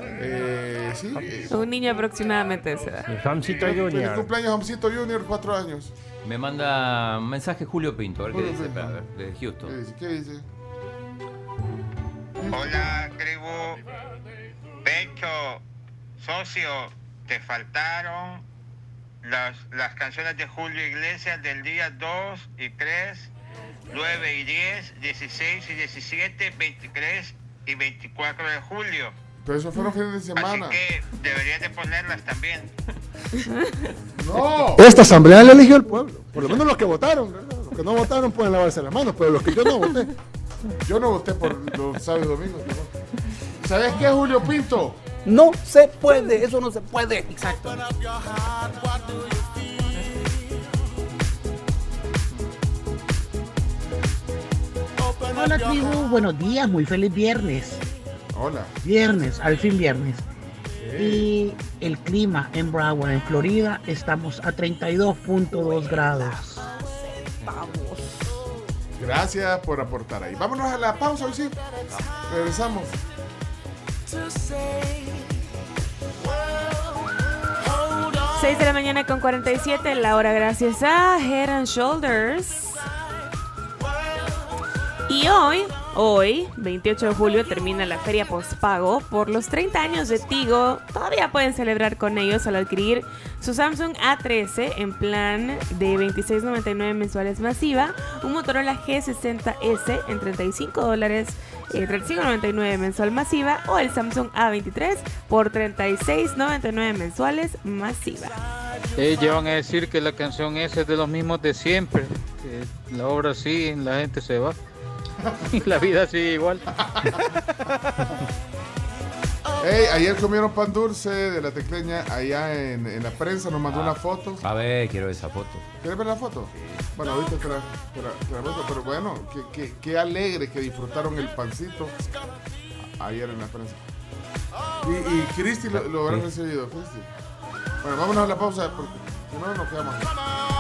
un niño aproximadamente de esa edad. El Hamcito Junior. El cumpleaños Hamcito Junior, 4 años. Me manda un mensaje Julio Pinto, a ver qué dice, espera, a ver, de Houston. ¿Qué dice? Hola, tribu. Pecho, socio, te faltaron las canciones de Julio Iglesias del día 2 y 3, 9 y 10, 16 y 17, 23 y 24 de julio. Pero eso fueron fines de semana. Así que deberías de ponerlas también. ¡No! Esta asamblea la eligió el pueblo. Por lo menos los que votaron. Los que no votaron pueden lavarse las manos, pero los que yo no voté. Yo no voté por los sábados y domingos. ¿Sabes qué, Julio Pinto? No se puede, eso no se puede. Exacto. Hola tribu, buenos días, muy feliz viernes. Hola. Viernes, al fin viernes. Y el clima en Broward, en Florida, estamos a 32.2 grados. Vamos. Gracias por aportar ahí. Vámonos a la pausa hoy sí. Regresamos. 6 de la mañana con 47, la hora gracias a Head and Shoulders. Y hoy, 28 de julio, termina la feria postpago por los 30 años de Tigo. Todavía pueden celebrar con ellos al adquirir su Samsung A13 en plan de $26.99 mensuales masiva, un Motorola G60S en $35, $35.99 mensual masiva, o el Samsung A23 por $36.99 mensuales masiva. Llevan a decir que la canción esa es de los mismos de siempre, que la obra sigue, la gente se va. Y la vida sigue igual. Hey, ayer comieron pan dulce de la Tecleña allá en la prensa, nos mandó una foto. A ver, quiero ver esa foto. ¿Quieres ver la foto? Bueno, ahorita te la meto, pero bueno, qué alegre que disfrutaron el pancito ayer en la prensa. Y Cristi lo habrán recibido, Cristi. Bueno, vámonos a la pausa, porque si no nos quedamos aquí.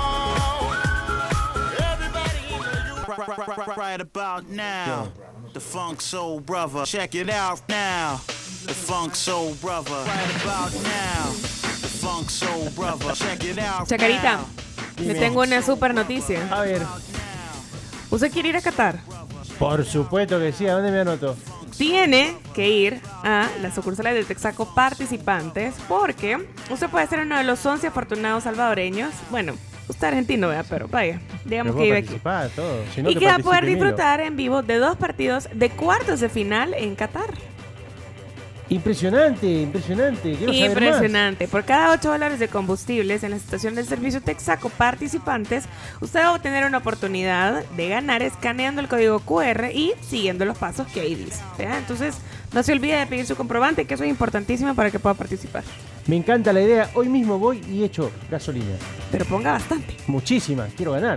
Right about now, the Funk Soul Brother. Check it out now, the Funk Soul Brother. Right about now, the Funk Soul Brother. Check it out. Chacarita, le tengo una super noticia. A ver. ¿Usted quiere ir a Qatar? Por supuesto que sí. ¿A dónde me anoto? Tiene que ir a las sucursales de Texaco participantes, porque usted puede ser uno de los 11 afortunados salvadoreños. Bueno, usted argentino, ¿verdad? Pero vaya, digamos que vive aquí. Todo. Si no, y que va a poder disfrutar en vivo de 2 partidos de cuartos de final en Qatar. Impresionante. Quiero saber Impresionante. Por cada $8 de combustibles en la estación del servicio Texaco participantes, usted va a obtener una oportunidad de ganar escaneando el código QR y siguiendo los pasos que ahí dice. ¿Verdad? Entonces, no se olvide de pedir su comprobante, que eso es importantísimo para que pueda participar. Me encanta la idea. Hoy mismo voy y echo gasolina. Pero ponga bastante. Muchísima. Quiero ganar.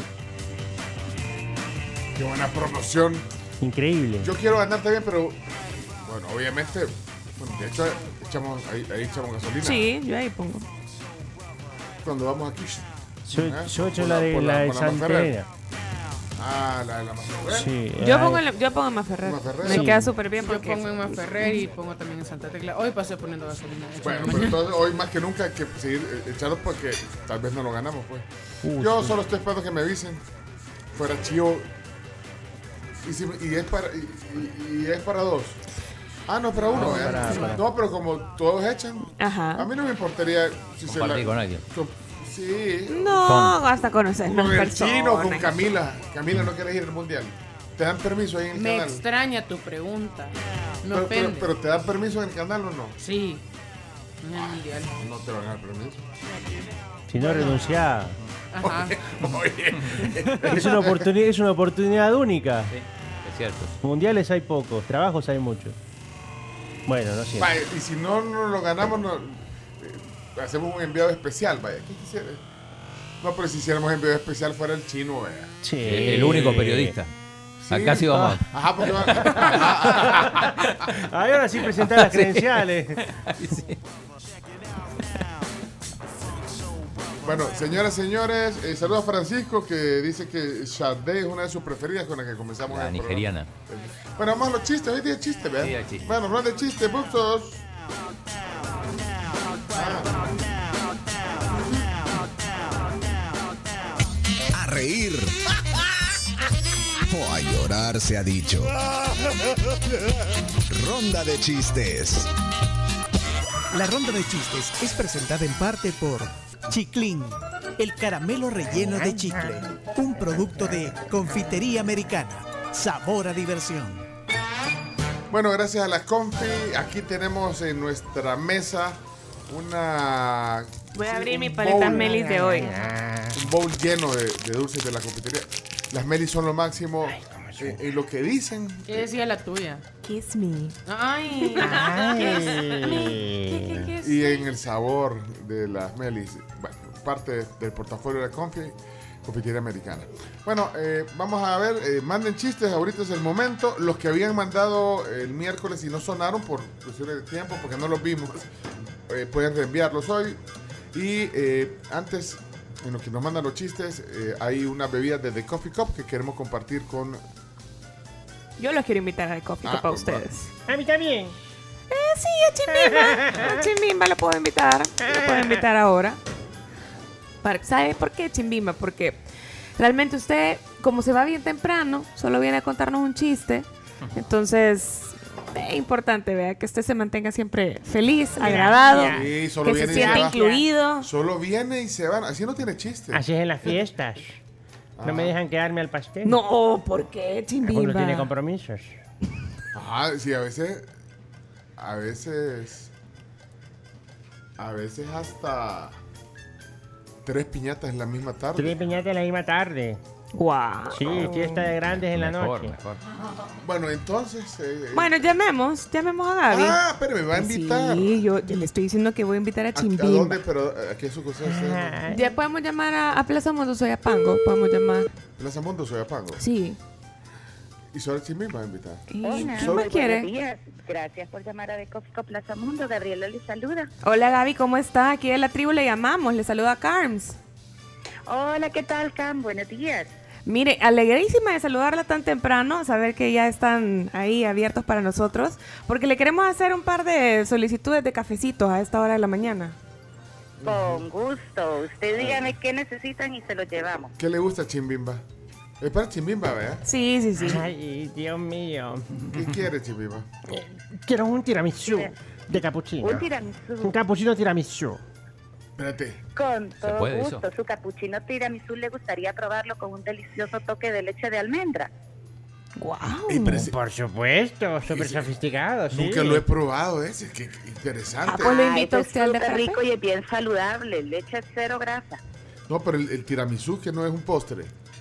Qué buena promoción. Increíble. Yo quiero ganar también, pero bueno, obviamente, bueno, de hecho ahí echamos gasolina. Sí, yo ahí pongo. Cuando vamos aquí. Yo echo la de Santa Elena. La de la Maferrer. Sí, yo pongo en Maferrer. Me queda súper bien porque yo pongo en Maferrer y pongo también en Santa Tecla. Hoy pasé poniendo gasolina. Bueno, pero entonces hoy más que nunca hay que seguir echando porque tal vez no lo ganamos, pues. Yo solo estoy esperando que me avisen. Fuera chivo. Y es para 2. Ah, no, para 1. No, pero como todos echan. Ajá. A mí no me importaría si se la... con alguien. Sí. No, hasta conocer con el chino, con Camila. Camila, ¿no quieres ir al mundial? ¿Te dan permiso ahí en el canal? Me extraña tu pregunta. Pero ¿te dan permiso en el canal o no? Sí. En el mundial. No te van a dar permiso. Si no, renunciá. Ajá. Oye. Es una oportunidad única. Sí, es cierto. Mundiales hay pocos, trabajos hay muchos. Bueno, no sé. Y si no lo ganamos, hacemos un enviado especial, vaya. ¿Qué quisiera? No, pero si hiciéramos enviado especial fuera el chino, vaya. Sí. El único periodista. Sí. Acá sí vamos. Ajá, porque ahora sí presentar las credenciales. Sí. Bueno, señoras, señores, saludos a Francisco, que dice que Sade es una de sus preferidas con la que comenzamos. La nigeriana. Bueno, vamos a los chistes. Hoy día chistes, ¿verdad? Sí, hay chistes. Bueno, ronda de chistes, Bustos. A reír o a llorar se ha dicho. Ronda de chistes. La ronda de chistes es presentada en parte por Chiclín, el caramelo relleno de chicle, un producto de Confitería Americana. Sabor a diversión. Bueno, gracias a la Confi, aquí tenemos en nuestra mesa una... Voy a abrir mi paleta Melis de hoy. Un bowl lleno de dulces de la confitería. Las Melis son lo máximo. Y lo que dicen... ¿Qué decía la tuya? Kiss me. Ay. ¿Qué Y en el sabor de las Melis, bueno, parte del portafolio de la Confitería Americana. Bueno, vamos a ver, manden chistes, ahorita es el momento. Los que habían mandado el miércoles y no sonaron por cuestiones de tiempo, porque no los vimos, pueden reenviarlos hoy. Y antes, en lo que nos mandan los chistes, hay una bebida de The Coffee Cup que queremos compartir con... Yo los quiero invitar a The Coffee Cup a ustedes. A mí también. Sí, a Chimbimba. A Chimbimba lo puedo invitar. Lo puedo invitar ahora. ¿Sabe por qué Chimbimba? Porque realmente usted, como se va bien temprano, solo viene a contarnos un chiste. Entonces, es importante, vea, que usted se mantenga siempre feliz, agradado, Sí, solo que viene se y sienta va. incluido. Solo viene y se van. Así no tiene chiste. Así es en las fiestas. No me dejan quedarme al pastel. No, ¿por qué, Chimbimba? Uno tiene compromisos. Sí, a veces hasta 3 piñatas en la misma tarde. 3 piñatas en la misma tarde. Wow. Sí, fiesta de grandes en la noche. Mejor. Bueno, entonces... Bueno, llamemos a Gaby. Pero me va a invitar. Sí, yo le estoy diciendo que voy a invitar a Chimbimba. ¿A dónde? Pero aquí es su cosa. Ya podemos llamar a Plaza Mundo Soyapango. Podemos llamar. Plaza Mundo Soyapango. Sí. Y solo Chimbimba va a invitar. Hola, ¿quién más quiere? Buenos días. Gracias por llamar a Decófico Plaza Mundo. Gabriela le saluda. Hola Gaby, ¿cómo está? Aquí de la tribu le llamamos. Le saluda Carms. Hola, ¿qué tal, Cam? Buenos días. Mire, alegrísima de saludarla tan temprano, saber que ya están ahí abiertos para nosotros, porque le queremos hacer un par de solicitudes de cafecitos a esta hora de la mañana. Con gusto. Usted dígame qué necesitan y se los llevamos. ¿Qué le gusta a Chimbimba? Es para Chimbimba, ¿verdad? Sí. Ay, Dios mío. ¿Qué quiere Chimbimba? Quiero un tiramisú de capuchino. Un tiramisú. Un capuchino tiramisú. Espérate. Con todo puede gusto. eso? Su capuchino tiramisú le gustaría probarlo con un delicioso toque de leche de almendra. Wow. Por supuesto, súper sofisticado. Sí. Nunca lo he probado, ese. Qué interesante. Pues lo invito a Eso usted al de es súper frappé. rico y es bien saludable. Leche cero grasa. No, pero el tiramisú, que no es un postre.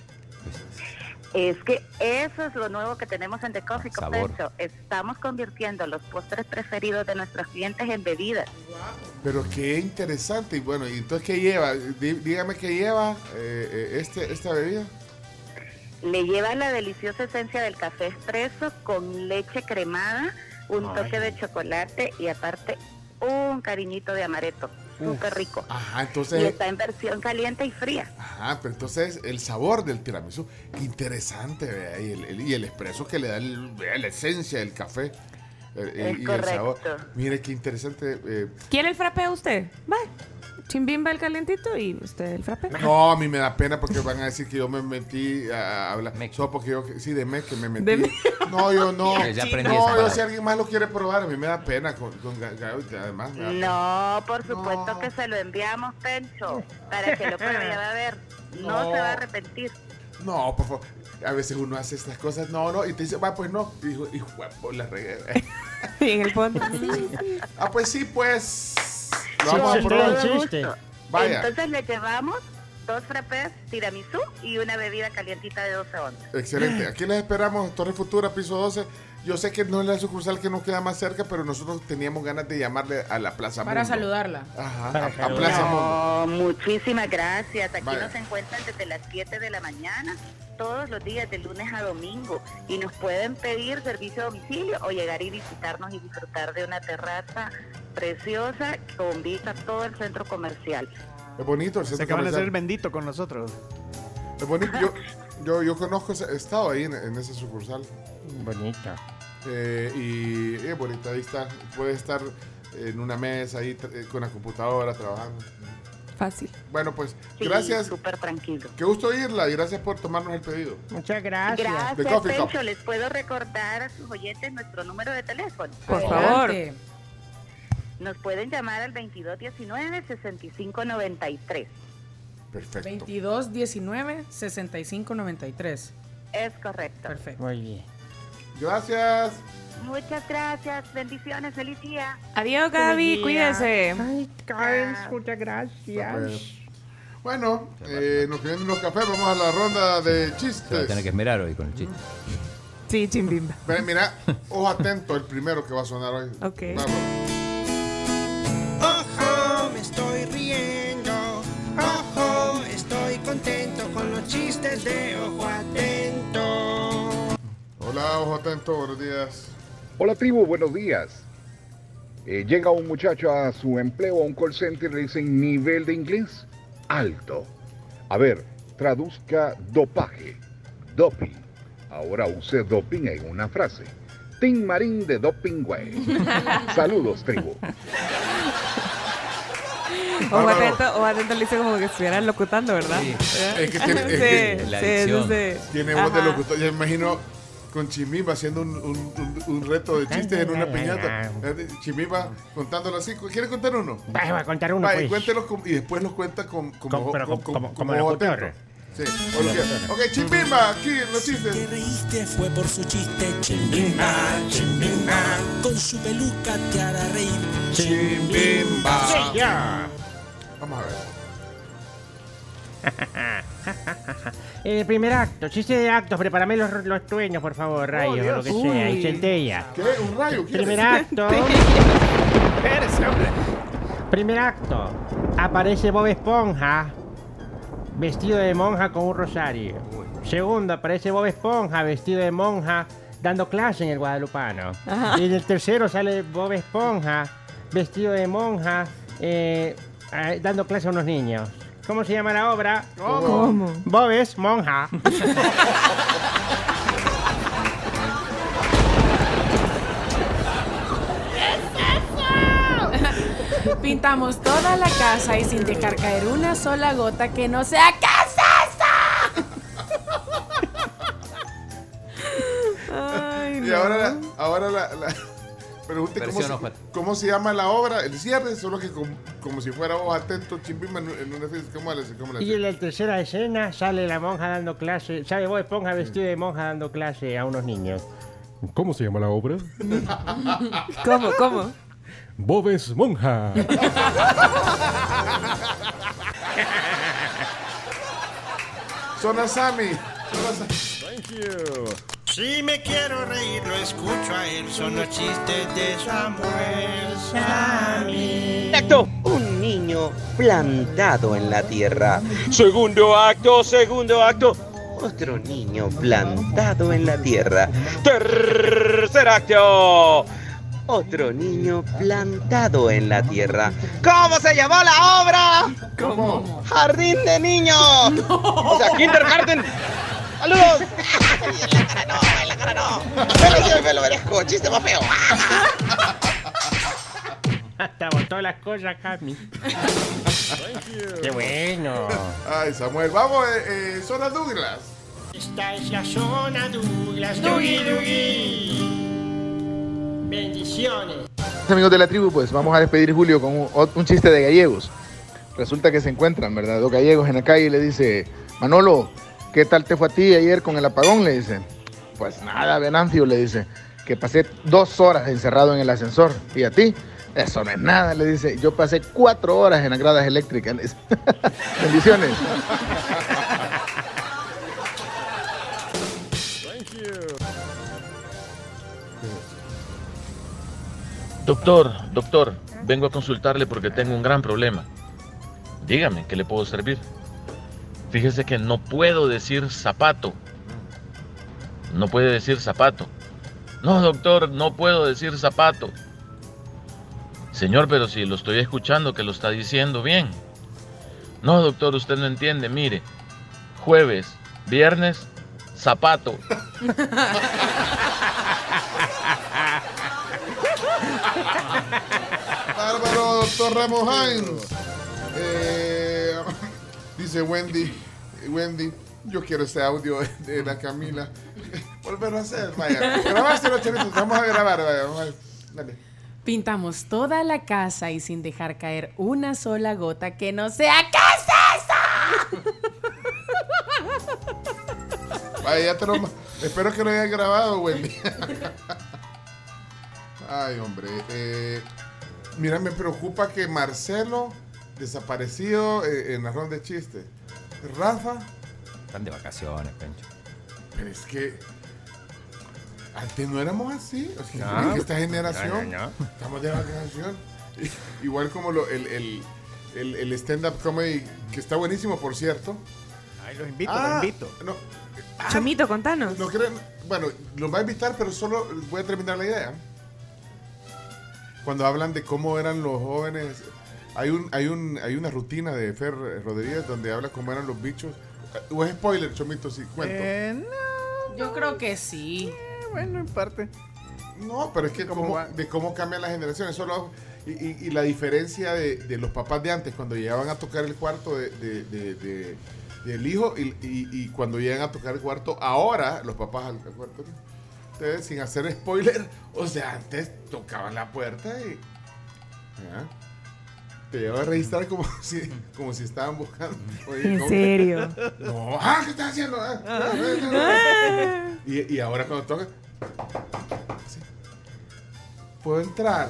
Es que eso es lo nuevo que tenemos en The Coffee Cup. Sabor. Pencho. Estamos convirtiendo los postres preferidos de nuestros clientes en bebidas. Pero qué interesante. Y bueno, ¿y entonces qué lleva? Dígame qué lleva esta bebida. Le lleva la deliciosa esencia del café expreso con leche cremada, un toque de chocolate y aparte un cariñito de amaretto. Súper rico. Ajá, Y entonces... está en versión caliente y fría. Ajá, pero entonces el sabor del tiramisú, qué interesante, vea, y el espresso que le da la esencia del café. Es y correcto. el sabor. Mire, qué interesante. ¿Quiere el frappé usted? Va. Chimbimba el calentito y usted el frappé. No, a mí me da pena porque van a decir que yo me metí a hablar. Solo porque yo, sí, de me que me metí. No, yo no. Ya aprendí No, esa yo palabra. si alguien más lo quiere probar, a mí me da pena con además. Me da pena. No, por supuesto que se lo enviamos, Pencho, para que lo pruebe, ya va a ver. No se va a arrepentir. No, por favor. A veces uno hace estas cosas, no, y te dice, va, pues no. Y dijo, pues la regué. Y en el fondo. Pues sí, pues. Lo Con vamos a probar. todo gusto. Vaya. Entonces le llevamos 2 frappés, tiramisú y una bebida calientita de 12 onzas. Excelente. Aquí les esperamos, Torre Futura, piso 12. Yo sé que no es la sucursal que nos queda más cerca, pero nosotros teníamos ganas de llamarle a la Plaza Mundo. Para saludarla. Ajá, a Plaza Mundo. No, muchísimas gracias. Aquí Vaya. nos encuentran desde las 7 de la mañana todos los días de lunes a domingo y nos pueden pedir servicio a domicilio o llegar y visitarnos y disfrutar de una terraza preciosa con vista a todo el centro comercial. Es bonito el centro comercial. Se acaban de hacer bendito con nosotros. Es bonito. Yo conozco, he estado ahí en esa sucursal. Bonita. Y es bonita, ahí está. Puede estar en una mesa ahí con la computadora trabajando. Fácil. Bueno, pues, sí, gracias. Súper tranquilo. Qué gusto oírla y gracias por tomarnos el pedido. Muchas gracias. Gracias, Pencho. ¿Les puedo recordar a sus oyentes nuestro número de teléfono? Por favor. Nos pueden llamar al 2219-6593. Perfecto. 2219-6593. Es correcto. Perfecto. Muy bien. Gracias. Muchas gracias. Bendiciones. Feliz día. Adiós, Gaby. Cuídese. Ay, Karen, muchas gracias. Bueno, nos quedan unos cafés. Vamos a la ronda de chistes. Se va a tener que esmerar hoy con el chiste. Sí, chimbimba. Mira, ojo atento, el primero que va a sonar hoy. Ok. Vamos. Ojo, me estoy riendo. Ojo, estoy contento con los chistes de Ojo Atento. Hola, ojo atento, buenos días. Hola tribu, buenos días. Llega un muchacho a su empleo a un call center y le dicen nivel de inglés alto. A ver, traduzca dopaje, doping. Ahora use doping en una frase. Tim Marín de Doping Way. Saludos, tribu. O atento le dice como que estuvieran locutando, ¿verdad? Sí. Es que tiene, tiene voz de locutor. Ya me imagino con Chimimba haciendo un reto de chistes en una piñata. Chimimba contándolo así. ¿Quiere contar uno? Voy a contar uno, pues. Cuéntelos y después los cuenta como locutor. Sí. Ok, Chimimba, aquí en los chistes. Que reíste fue por su chiste. Chimbimba, chimbimba. Con su peluca te hará reír. Chimbimba. Sí, ya. Vamos a ver. Primer acto, chiste de actos, prepárame los trueños, por favor, rayos, o lo que sea, y centella. ¿Qué? ¿Un rayo? Primer acto. Espérese, hombre. Primer acto. Aparece Bob Esponja, vestido de monja con un rosario. Segundo, aparece Bob Esponja, vestido de monja, dando clase en el Guadalupano. Ajá. Y en el tercero sale Bob Esponja, vestido de monja, dando clase a unos niños. ¿Cómo se llama la obra? ¿Cómo? Bob es monja. Pintamos toda la casa y sin dejar caer una sola gota que no sea. ¿Qué es eso? Ay, y no. ahora la pregunte cómo se llama la obra, el cierre, solo que como si fuera vos atento, Chimbimba en una fiesta. ¿Cómo le y en la tercera escena sale la monja dando clase, sale Bob Esponja vestido de monja dando clase a unos niños. ¿Cómo se llama la obra? ¿Cómo? Bob es monja. Sonasami. Thank you. Si me quiero reír, lo escucho a él. Son los chistes de Samuel Sammy. Acto. Un niño plantado en la tierra. Segundo acto. Otro niño plantado en la tierra. Tercer acto. Otro niño plantado en la tierra. ¿Cómo se llamó la obra? ¿Cómo? Jardín de niños. No. O sea, kindergarten. ¡Saludos! En la cara no. Pero yo me lo merezco, chiste más feo. Hasta botó las cosas, Cami. ¡Qué bueno! Ay, Samuel, vamos, zona Douglas. Esta es la zona Douglas. Dougie. Bendiciones. Amigos de la tribu, pues vamos a despedir a Julio con un chiste de gallegos. Resulta que se encuentran, ¿verdad? Dos gallegos en la calle y le dice: Manolo, ¿qué tal te fue a ti ayer con el apagón? Le dice. Pues nada, Venancio, le dice, que pasé 2 horas encerrado en el ascensor. ¿Y a ti? Eso no es nada, le dice. Yo pasé 4 horas en las gradas eléctricas. Bendiciones. Doctor, vengo a consultarle porque tengo un gran problema. Dígame, ¿qué le puedo servir? Fíjese que no puedo decir zapato, No puede decir zapato. No, doctor, no puedo decir zapato. Señor, pero si lo estoy escuchando que lo está diciendo bien. No, doctor, usted no entiende. Mire, jueves, viernes, zapato. Bárbaro, doctor Ramos Hines. Dice Wendy, yo quiero ese audio de la Camila. Volverlo a hacer, vaya. Grabárselo, chavitos, vamos a grabar, vaya. Dale. Pintamos toda la casa y sin dejar caer una sola gota que no sea. ¿Qué es eso? Vaya, ya te lo... Espero que lo hayan grabado, Wendy. Ay, hombre. Mira, me preocupa que Marcelo, desaparecido en la ronda de chistes. Rafa. Están de vacaciones, Pencho. Pero es que antes no éramos así. O sea, no. Esta generación estamos de vacación. Igual como el stand-up comedy, que está buenísimo, por cierto. Ay, los invito. No. Chomito, contanos. No creen, bueno, los va a invitar, pero solo voy a terminar la idea. Cuando hablan de cómo eran los jóvenes, hay una rutina de Fer Rodríguez donde habla cómo eran los bichos. ¿O es spoiler, Chomito, si cuento? No, yo creo que sí. Bueno, en parte. No, pero es que de cómo cambian las generaciones. Solo, y la diferencia de los papás de antes, cuando llegaban a tocar el cuarto del hijo, y cuando llegan a tocar el cuarto ahora, los papás al cuarto. Ustedes, sin hacer spoiler, o sea, antes tocaban la puerta y te llevaba a registrar como si estaban buscando. Oye, ¿en serio? No, ¿qué estás haciendo? Y ahora cuando toca, ¿sí? ¿Puedo entrar?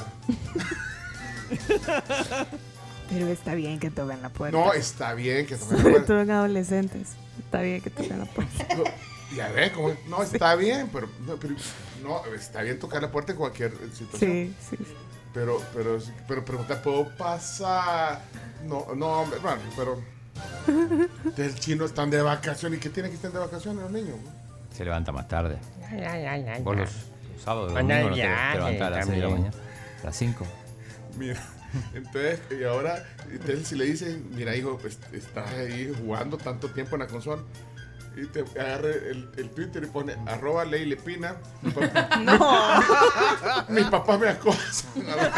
Pero está bien que toquen la puerta. No, está bien que toquen la Sobre puerta. todo en adolescentes. Está bien que toquen la puerta. Ya ves, no, está bien, pero no, está bien tocar la puerta en cualquier situación. Sí. Pero preguntar, ¿puedo pasar? No, hombre, bueno, pero del chino están de vacaciones. ¿Y qué tienen que estar de vacaciones los niños? Se levanta más tarde. Vos los sábados, domingos no te levantas a las 6 de la mañana. A las 5. Mira, entonces, y ahora, si le dicen, mira, hijo, pues, estás ahí jugando tanto tiempo en la consola, y te agarra el Twitter y pone @Leilepina. Mis papás me acosan.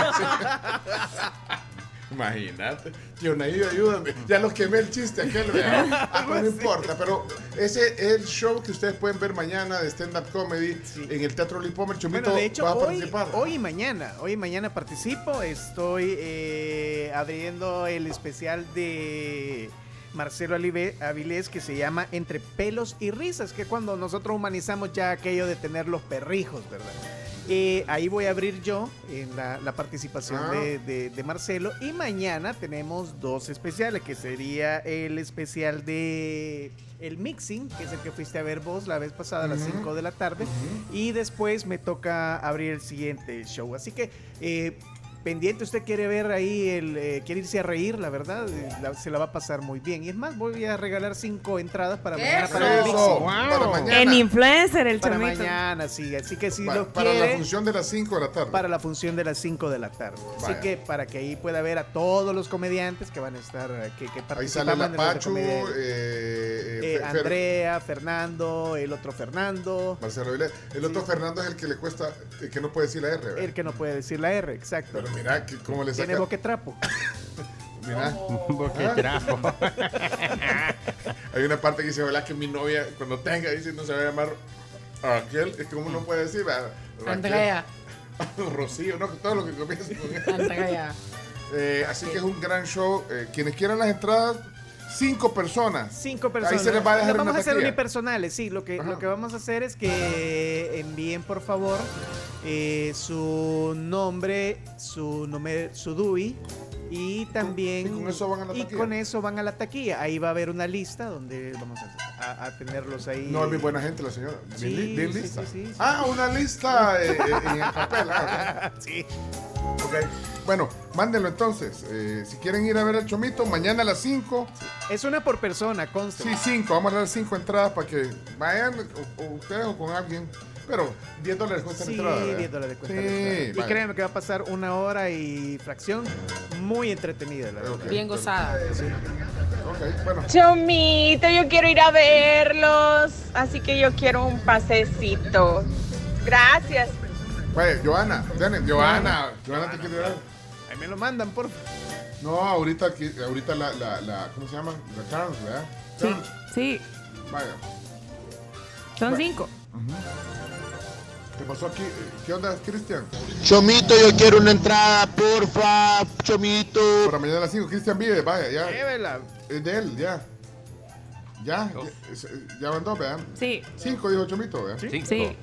Imagínate. Yonaí, ayúdame. Ya los quemé el chiste aquel. No importa, pero ese es el show que ustedes pueden ver mañana de stand-up comedy en el Teatro Lipomer. Chomito, bueno, de hecho, ¿vas a participar? Hoy y mañana participo. Estoy abriendo el especial de Marcelo Avilés, que se llama Entre Pelos y Risas, que cuando nosotros humanizamos ya aquello de tener los perrijos, ¿verdad? Ahí voy a abrir yo en la participación de Marcelo, y mañana tenemos dos especiales, que sería el especial de el mixing, que es el que fuiste a ver vos la vez pasada a las 5 de la tarde, y después me toca abrir el siguiente show, así que pendiente, usted quiere ver ahí, quiere irse a reír, la verdad, se la va a pasar muy bien. Y es más, voy a regalar 5 entradas para mañana para el mixing. Para mañana. En Influencer, el para Chomito. Mañana, sí, así que si lo para quiere, la función de las 5 de la tarde. Para la función de las 5 de la tarde. Vaya. Así que para que ahí pueda ver a todos los comediantes que van a estar, que participan. Ahí sale la Pachu, Andrea, Fernando, el otro Fernando. Marcelo Avilés. El otro Fernando es el que le cuesta, el que no puede decir la R, ¿verdad? El que no puede decir la R, exacto. Pero mira, ¿cómo le saca? Tiene boquetrapo. Mira. Boquetrapo. Hay una parte que dice, ¿verdad? Que mi novia, cuando tenga, dice, no se va a llamar aquel. Es como uno puede decir, ¿verdad? Andrea. Rocío, no, todo lo que comienza con Andrea. Así que es un gran show. Quienes quieran las entradas, 5 personas. 5 personas. Ahí se les va a dejar vamos una a hacer taquilla. unipersonales, sí. Lo que vamos a hacer es que envíen, por favor, su nombre, su DUI, y también... Y con eso van a la taquilla. Y con eso van a la taquilla. Ahí va a haber una lista donde vamos a tenerlos ahí. No, es bien buena gente la señora. Sí, bien lista. Sí. Una lista en el papel. Sí. Ok. Bueno, mándenlo entonces. Si quieren ir a ver el Chomito, mañana a las 5. Es una por persona, conste. Sí, 5. Vamos a dar 5 entradas para que vayan o ustedes o con alguien. Pero $10 cuesta la entrada. Sí, ¿verdad? $10 cuesta la entrada. Y créanme que va a pasar 1 hora y fracción muy entretenida, la verdad. Bien gozada. Sí. Okay, bueno. Chomito, yo quiero ir a verlos, así que yo quiero un pasecito. Gracias. Vaya, Joana te quiere dar. Ahí me lo mandan, por favor. No, ahorita la ¿cómo se llama? La Carms, ¿verdad? Carms. Sí. Vaya. Son 5. ¿Qué pasó aquí? ¿Qué onda, Cristian? Chomito, yo quiero una entrada, porfa, Chomito. Para mañana a las 5, Cristian vive, vaya, ya. Llévela. Es de él, ya. Ya van 2, ¿verdad? Sí. 5, dijo Chomito, ¿verdad? Sí.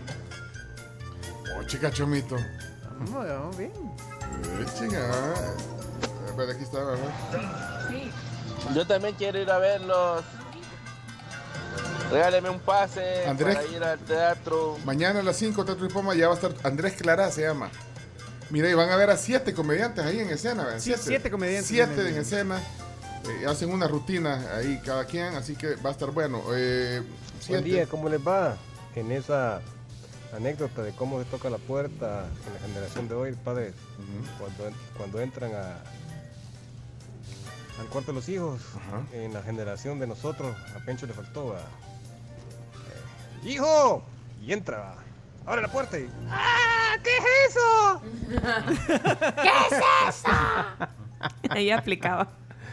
Oh, chica, Chomito. Vamos bien. Chica. Espera, aquí está, ¿verdad? Sí. Yo también quiero ir a verlos. Regáleme un pase Andrés, para ir al teatro. Mañana a las 5, Teatro Hipoma, ya va a estar Andrés Clará, se llama. Mira, y van a ver a 7 comediantes ahí en escena, ¿verdad? 7 comediantes. 7 en escena. Hacen una rutina ahí cada quien, así que va a estar bueno. Buen día, ¿cómo les va? En esa anécdota de cómo se toca la puerta en la generación de hoy, padres, cuando entran al cuarto de los hijos, en la generación de nosotros, a Pencho le faltó ¡hijo! Y entra, abre la puerta y ¡ah! ¿Qué es eso? ¿Qué es eso? Ella aplicaba.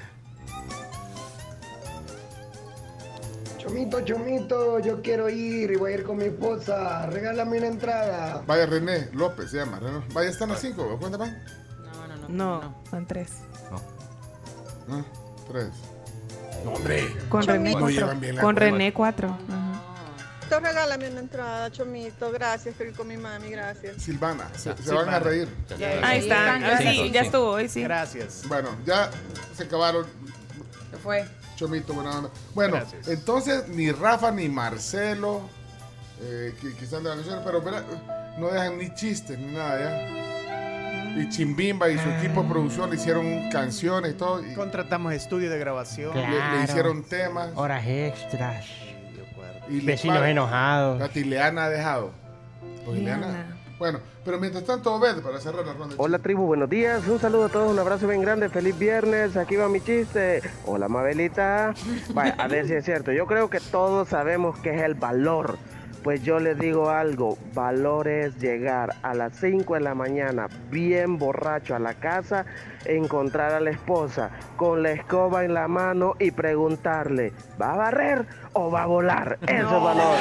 Chomito, yo quiero ir y voy a ir con mi esposa. Regálame una entrada. Vaya, René López se llama. Vaya, están las 5, ¿cuántas van? No, son 3. No. 3. No, hombre. Con René 4. Con René 4. Tú regálame una entrada, Chomito. Gracias, estoy con mi mami, gracias. Silvana, se van a reír. Ahí está. Sí, ya estuvo hoy, sí. Gracias. Bueno, ya se acabaron. Se fue. Chomito, buena onda. Bueno, entonces ni Rafa ni Marcelo, que están de vacaciones, pero no dejan ni chistes ni nada ya. Y Chimbimba y su equipo de producción le hicieron canciones y todo. Y contratamos estudio de grabación. Le hicieron temas. Horas extras. Y vecinos enojados. La Tileana ha dejado. Bueno, pero mientras tanto, Obed, para cerrar la ronda. Hola tribu, buenos días, un saludo a todos, un abrazo bien grande, feliz viernes, aquí va mi chiste. Hola Mabelita. Vaya, a ver si es cierto, yo creo que todos sabemos qué es el valor. Pues yo les digo algo, valor es llegar a las 5 de la mañana bien borracho a la casa, encontrar a la esposa con la escoba en la mano y preguntarle, ¿va a barrer o va a volar? Eso es valor.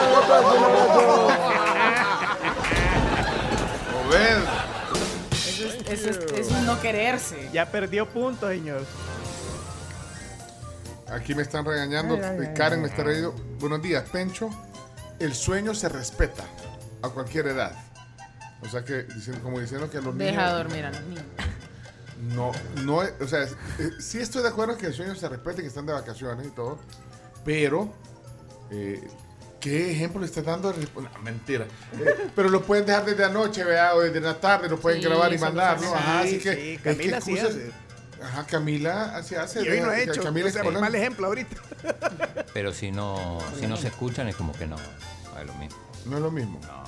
Eso es no quererse. Ya perdió puntos, señor. Aquí me están regañando. Karen me está regañando. Buenos días, Pencho. El sueño se respeta a cualquier edad. O sea que, como diciendo que a los niños... Deja dormir a los niños. No, o sea, sí estoy de acuerdo que el sueño se respete, que están de vacaciones y todo, pero... ¿qué ejemplo le estás dando? No, mentira. Pero lo pueden dejar desde anoche, ¿verdad? O desde la tarde, lo pueden grabar y mandar, ¿no? Ajá, así que... Camila así hace. Ajá, Camila así hace. Y hoy no he hecho. Camila es un mal ejemplo ahorita. Pero si no se escuchan es como que no es lo mismo. No es lo mismo. No.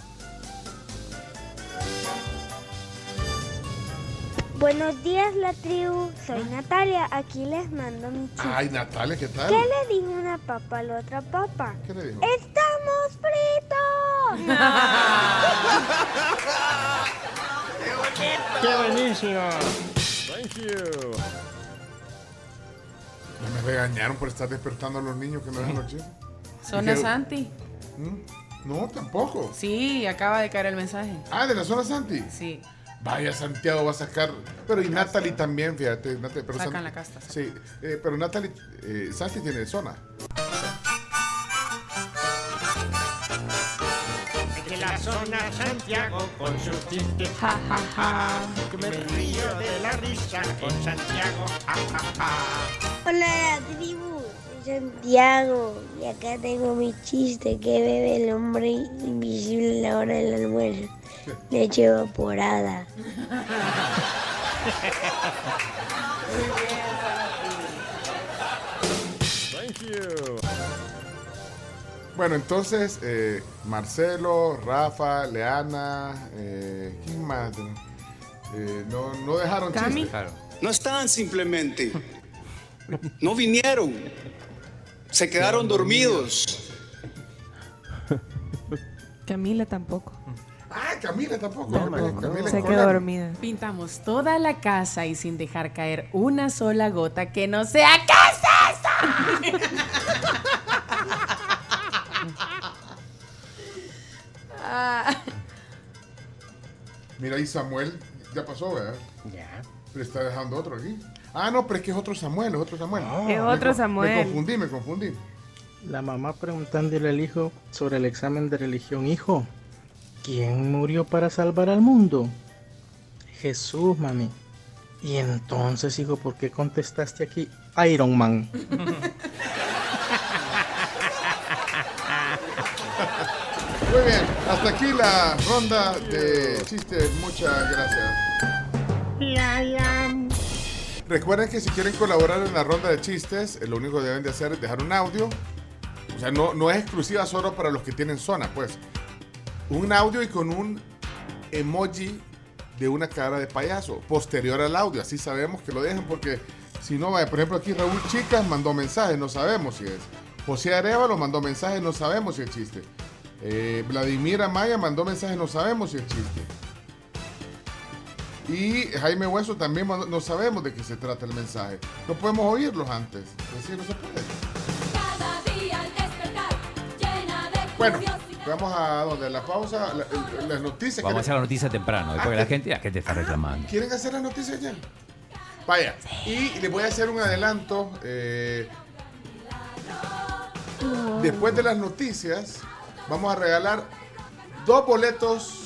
Buenos días, la tribu. Soy Natalia. Aquí les mando mi chiste. Ay, Natalia, ¿qué tal? ¿Qué le dijo una papa a la otra papa? ¿Qué le dijo? ¡Estamos fritos! ¡Qué bonito! ¡Qué buenísimo! Thank you. Me regañaron por estar despertando a los niños que no dejan los chistes. ¿Zona Santi? No, tampoco. Sí, acaba de caer el mensaje. Ah, ¿de la zona Santi? Sí. Vaya, Santiago va a sacar. Pero y Natalie también, fíjate. Pero sacan la casta. Sí, pero Natalie, Santi tiene zona. De la zona Santiago con sus chistes, ja, ja, ja. Que me río de la risa con Santiago, ja, ja, ja. Hola, tribu. Soy Santiago. Y acá tengo mi chiste. ¿Qué bebe el hombre invisible a la hora del almuerzo? Leche evaporada. Thank you. Bueno, entonces, Marcelo, Rafa, Leana, ¿quién más? No dejaron ¿Cami? chistes. No estaban simplemente. No vinieron. Se quedaron dormidos. Camila tampoco. Ah, Camila tampoco. Camila Se quedó dormida. Pintamos toda la casa y sin dejar caer una sola gota que no sea. ¿Qué es eso? Mira, ahí Samuel ya pasó, ¿verdad? Ya. Pero está dejando otro aquí. Ah, no, pero es que es otro Samuel, es otro Samuel. Es otro Samuel. Me confundí. La mamá preguntándole al hijo sobre el examen de religión. Hijo, ¿quién murió para salvar al mundo? Jesús, mami. Y entonces, hijo, ¿por qué contestaste aquí Iron Man? Muy bien, hasta aquí la ronda de chistes. Muchas gracias. Recuerden que si quieren colaborar en la ronda de chistes, lo único que deben de hacer es dejar un audio. O sea, no es exclusiva solo para los que tienen zona, pues. Un audio y con un emoji de una cara de payaso posterior al audio. Así sabemos que lo dejan, porque si no, por ejemplo, aquí Raúl Chicas mandó mensajes, no sabemos si es. José Arevalo mandó mensajes, no sabemos si es chiste. Vladimir Amaya mandó mensajes, no sabemos si es chiste. Y Jaime Hueso también no sabemos de qué se trata el mensaje. No podemos oírlos antes. Así no se puede. Bueno, vamos a donde la pausa, las noticias. Vamos a hacer la noticia temprano, porque la gente está reclamando. ¿Quieren hacer las noticias ya? Vaya, y les voy a hacer un adelanto. Después de las noticias, vamos a regalar dos boletos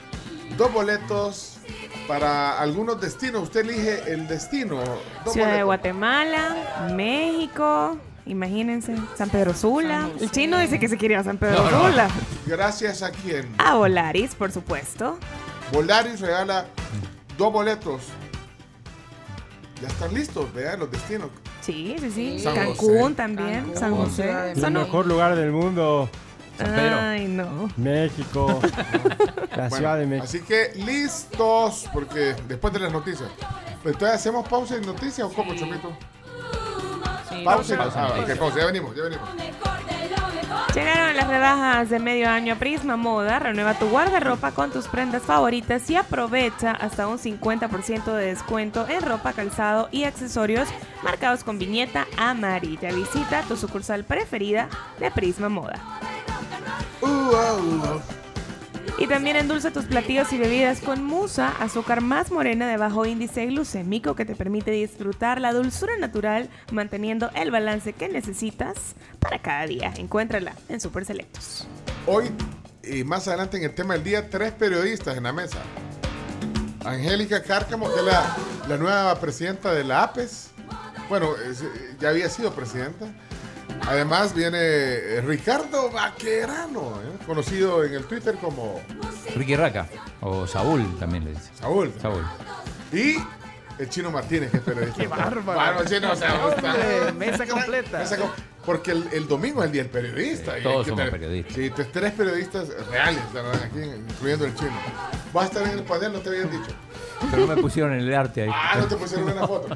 para algunos destinos. Usted elige el destino. Ciudad de Guatemala, México, imagínense, San Pedro Sula. El chino dice que se quiere ir a San Pedro Sula. Gracias a quién. A Volaris, por supuesto. Volaris regala dos boletos. Ya están listos, vean los destinos. Sí. San Cancún José. también, San José. El mejor lugar del mundo. San Pedro. Ay, no. México. La ciudad de México. Así que listos, porque después de las noticias. Entonces, ¿hacemos pausa en noticias o cómo, Chomito? Sí, pausa. pausa. Ya venimos. Llegaron las rebajas de medio año a Prisma Moda. Renueva tu guardarropa con tus prendas favoritas y aprovecha hasta un 50% de descuento en ropa, calzado y accesorios marcados con viñeta amarilla. Visita tu sucursal preferida de Prisma Moda. Y también endulza tus platillos y bebidas con Musa, azúcar más morena de bajo índice glucémico que te permite disfrutar la dulzura natural, manteniendo el balance que necesitas para cada día. Encuéntrala en Super Selectos. Hoy y más adelante en el tema del día, 3 periodistas en la mesa. Angélica Cárcamo, que es la nueva presidenta de la APES. Bueno, ya había sido presidenta. Además viene Ricardo Vaquerano, conocido en el Twitter como Ricky Raca, o Saúl también le dice. Saúl. Y el Chino Martínez, que es periodista. ¡Qué bárbaro! Bueno, Chino, o sea, mesa completa. Porque el domingo es el día del periodista. Sí, todos somos periodistas. Sí, 3 periodistas reales, aquí, incluyendo el Chino. ¿Vas a estar en el panel? No te habían dicho. Pero no me pusieron en el arte ahí. No te pusieron en la foto.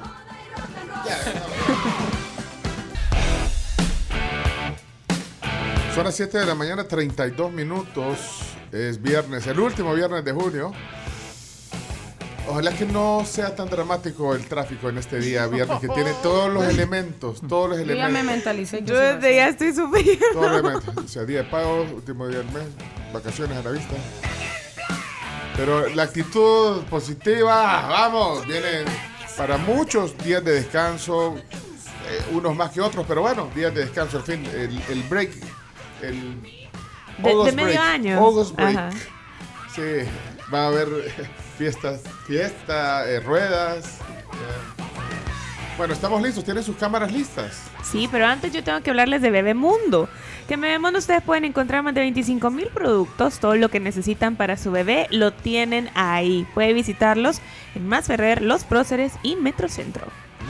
Son las 7 de la mañana, 32 minutos. Es viernes, el último viernes de junio. Ojalá que no sea tan dramático el tráfico en este día viernes, que tiene todos los elementos. Yo ya me mentalicé. Yo desde ya estoy sufriendo. Todos los elementos. O sea, día de pago, último día del mes, vacaciones a la vista. Pero la actitud positiva, vamos, vienen para muchos días de descanso, unos más que otros, pero bueno, días de descanso, al fin, el break. De medio año. August break. Ajá. Sí, va a haber fiesta, ruedas. Bueno, estamos listos. ¿Tienen sus cámaras listas? Sí, pero antes yo tengo que hablarles de Bebemundo. Que en Bebemundo ustedes pueden encontrar más de 25,000 productos. Todo lo que necesitan para su bebé lo tienen ahí. Puede visitarlos en Masferrer, Los Próceres y Metrocentro.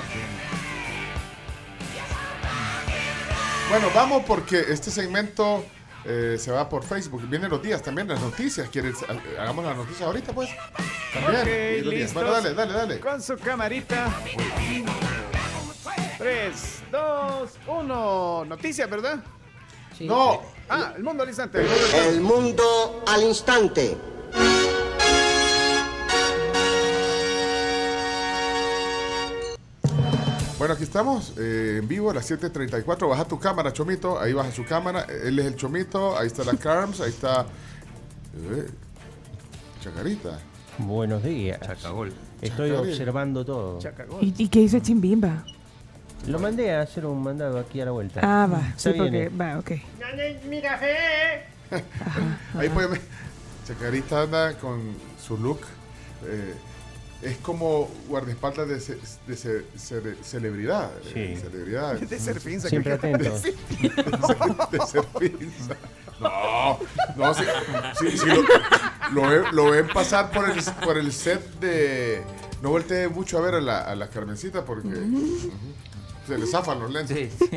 Bueno, vamos porque este segmento se va por Facebook. Vienen los días también, las noticias. ¿Quieres? Hagamos las noticias ahorita, pues. También. Ok, listos. Bueno, dale. Con su camarita. 3, 2, 1. Noticias, ¿verdad? Sí. No. El mundo al instante. El mundo al instante. Bueno, aquí estamos en vivo a las 7:34. Baja tu cámara, Chomito. Ahí baja su cámara. Él es el Chomito. Ahí está la Carms. Ahí está Chacarita. Buenos días. Chacagol. Estoy observando todo. ¿Y qué hizo Chimbimba? Lo mandé a hacer un mandado aquí a la vuelta. Ah, va. Ya Sí, porque... viene. Va, ok. ¡Mi café! Ahí pueden ver. Chacarita anda con su look. Es como guardaespaldas de celebridad. Sí. Celebridad. De ser finza. Siempre atento. De ser finza. No, si lo ven pasar por el set de... No voltee mucho a ver a la Carmencita porque se le zafan los lentes. Sí.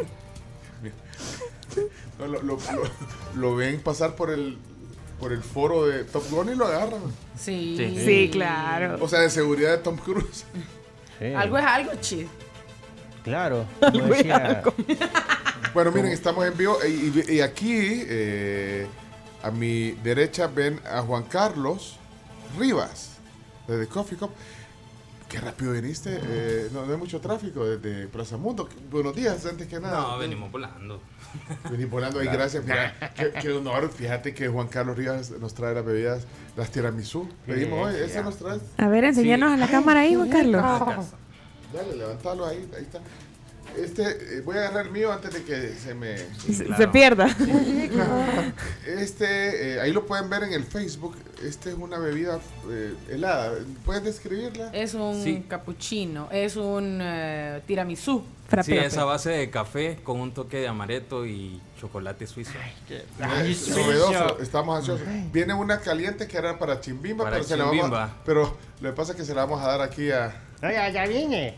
No, lo ven pasar por el foro de Top Gun y lo agarran. Sí, claro. O sea, de seguridad de Tom Cruise. Sí. Algo es algo, chido. Claro. Como decía, Bueno, miren, estamos en vivo y aquí a mi derecha ven a Juan Carlos Rivas desde Coffee Cup. Qué rápido viniste. No hay mucho tráfico desde Plaza Mundo. Buenos días, antes que nada. No, venimos volando. Venimos volando ahí, gracias. Mira, qué honor. Fíjate que Juan Carlos Rivas nos trae las bebidas, las tiramisú. Pedimos hoy, ese nos trae. A ver, enséñanos a la cámara ahí, Juan Carlos. Dale, levántalo ahí está. Voy a agarrar el mío antes de que Se pierda. Ahí lo pueden ver en el Facebook. Es una bebida helada. ¿Puedes describirla? Es un cappuccino, es un tiramisú. Sí, es a base de café con un toque de amaretto y chocolate suizo. Novedoso, estamos ansiosos. Viene una caliente que era para Chimbimba, pero lo que pasa es que se la vamos a dar aquí a... Ya vine.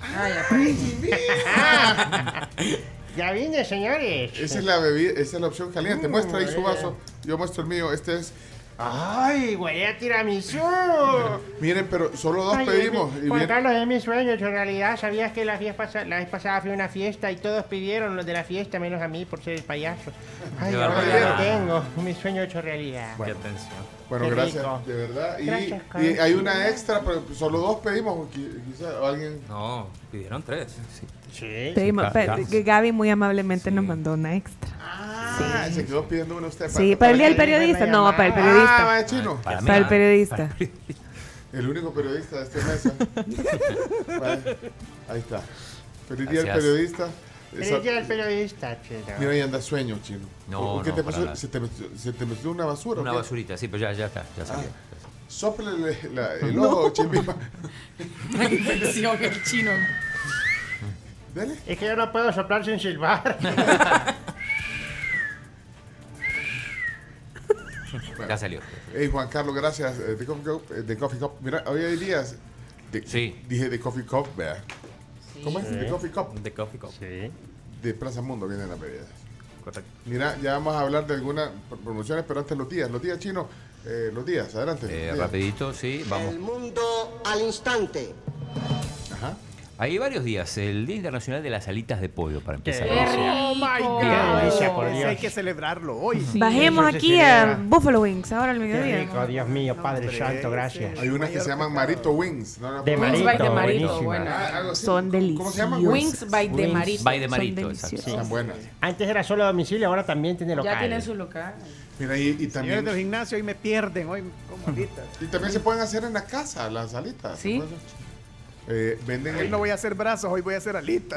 Ya vine, señores. Esa es la bebida, esa es la opción caliente. Muestra ahí su vaso. Yo muestro el mío. Este es... ¡Ay, güey, a tiramisú! Miren, pero solo dos pedimos. Juan Carlos, es mi sueño. En realidad, ¿sabías que la vez pasada fui a una fiesta y todos pidieron los de la fiesta, menos a mí, por ser el payaso? Ay, ahora ya lo tengo. Mi sueño hecho realidad. Bueno, Qué atención. Bueno, gracias, de verdad. Gracias, y hay una extra, pero solo dos pedimos. Quizá alguien... No, pidieron 3. Sí. Gaby muy amablemente nos mandó una extra. Se quedó pidiendo una usted. Sí, para el día del periodista. No, para el periodista. Va, chino. Para el periodista. El único periodista de esta mesa. Vale, ahí está. Feliz día del periodista. Feliz día del periodista, chino. Mira, ahí anda sueño, chino. No, ¿Qué no, te para pasó? nada. ¿Se te metió una basura? Una ¿o qué? basurita, sí, pero ya está, ya salió. Sóplele el ojo, Chimbimba. La infección, el chino. Dale. Es que yo no puedo soplar sin silbar. Bueno. Ya salió. Hey, Juan Carlos, gracias. De Coffee Cup. Mira, hoy hay días. Dije de Coffee Cup, vea. Sí. ¿Cómo es? De Coffee Cup. De Coffee Cup. Sí. De Plaza Mundo vienen las bebidas. Correcto. Mira, ya vamos a hablar de algunas promociones, pero antes los días chinos. Los días, adelante. Rapidito, sí, vamos. El mundo al instante. Ajá. Hay varios días. El Día Internacional de las Alitas de Pollo, para empezar. Oh my God. Dios. Hay que celebrarlo hoy. Bajemos aquí a Buffalo Wings ahora al Qué mediodía. rico, Dios mío, Padre Santo, gracias. Hay unas que se llaman Marito Wings. De Marito, by de Marito, buenísima. buena. Son deliciosos. ¿Cómo se llama? Wings by de Marito. By de Marito, Son exacto. deliciosos. Están buenas. Antes era solo domicilio, ahora también tiene local. Ya tienen su local. Mira, y Señores también... del gimnasio, hoy me pierden. Hoy como alitas. Y también se pueden hacer en la casa, las alitas. Sí. Venden Hoy no voy a hacer brazos, hoy voy a hacer alitas.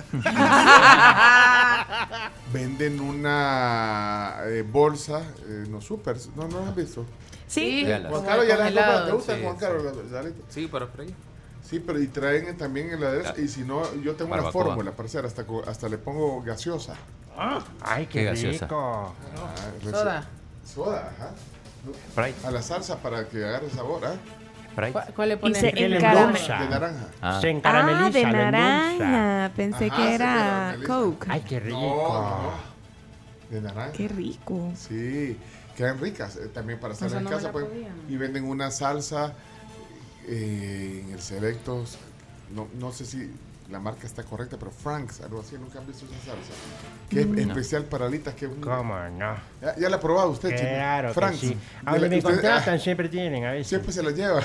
Venden una bolsa, no super, no has visto. Sí. Juan Carlos ya las congelado, ¿Te gusta sí, Juan Carlos las alitas? Sí, para freír. Sí, pero y traen también el aderezo. Y si no, yo tengo una fórmula para hacer, hasta le pongo gaseosa. ¡Ay, qué gaseosa? rico! Soda. Soda, ajá. A la salsa para que agarre sabor, ¿ah? ¿Cuál le pones? Se encarameliza. De naranja. Se encarameliza. De lo naranja. Pensé que era Coke. ¡Ay, qué rico! No. De naranja. Qué rico. Sí, quedan ricas también para hacer en casa. Pues, y venden una salsa en el Selectos. No sé si la marca está correcta, pero Frank's, algo así. Nunca han visto esa salsa. Que es especial para alitas. ¿Cómo no? ¿Ya la ha probado usted, chico? Claro, Frank's. que sí. A donde me contratan siempre tienen, a veces. Siempre se la lleva.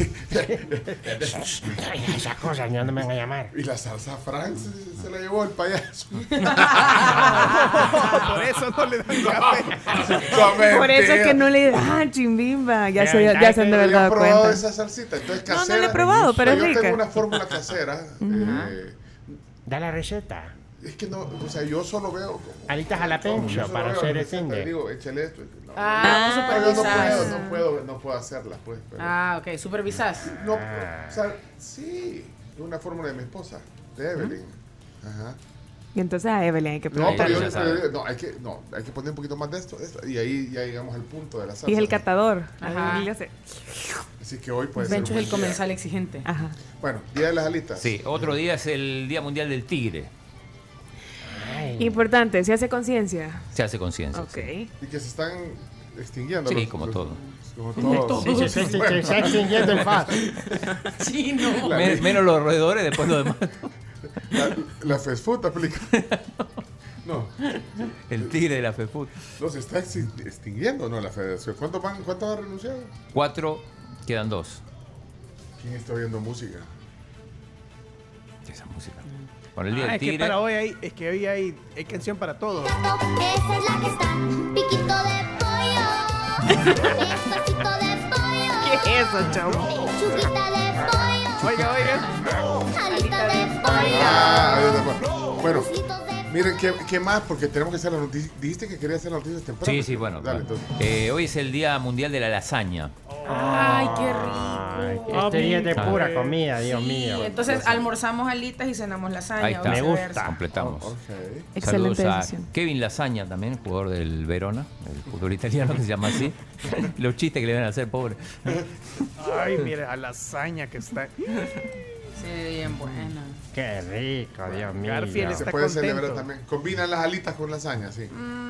Esas cosas no me van a llamar. Y la salsa Frank's se la llevó el payaso. Por eso no le dan café. Por eso es que no le dan chimbimba. Ya se han de haber dado probado cuenta. esa salsita, entonces casera. No la he probado, pero es yo rica. tengo una fórmula casera. Da la receta. Es que no, o sea, yo solo veo alitas jalapeño para hacer el fin de. Digo, échale esto. No, supervisás. No puedo hacerla, pues. Pero, ok, supervisás. No, o sea, sí, es una fórmula de mi esposa, de Evelyn. Ajá. Y entonces a Evelyn hay que No, preguntarle. pero hay que poner un poquito más de esto, y ahí ya llegamos al punto de la salsa. Y es el catador. Ajá. Así que hoy puede Bencho ser. es el comensal exigente. Ajá. Bueno, Día de las Alitas. Sí, otro día es el Día Mundial del Tigre. Importante, se hace conciencia. Se hace conciencia. Ok. Sí. Y que se están extinguiendo. Sí, como todo. Como todo. Sí, se está extinguiendo en paz. Sí, no. Menos los roedores, después lo demás. La fast food aplica. No. El tigre de la fast food. No, se está extinguiendo, ¿no? La federación. ¿Cuántos han renunciado? 4, quedan 2. ¿Quién está oyendo música? Esa música. Con el Día del Es que Tigre. para hoy hay canción para todos. Esa es la que está, piquito de pollo, despacito de pollo. ¿Qué es eso, chavo? Chuquita de pollo. Oiga. Alita de pollo. Bueno, miren, ¿qué más? Porque tenemos que hacer las noticias. Dijiste que querías hacer las noticias temprano. Sí, bueno. Dale, hoy es el Día Mundial de la Lasaña. Ay, qué rico. Este día es de pura comida, Dios mío. Entonces almorzamos alitas y cenamos lasaña. Ahí está. Me gusta. Completamos. Excelente Saludos a decisión. Kevin Lasaña también, jugador del Verona, el jugador italiano que se llama así. Los chistes que le van a hacer, pobre. Ay, mira, a lasaña que está. Sí, bien buena. Qué rico, Dios mío. Garfield Se está puede contento. celebrar también. Combinan las alitas con lasaña, sí.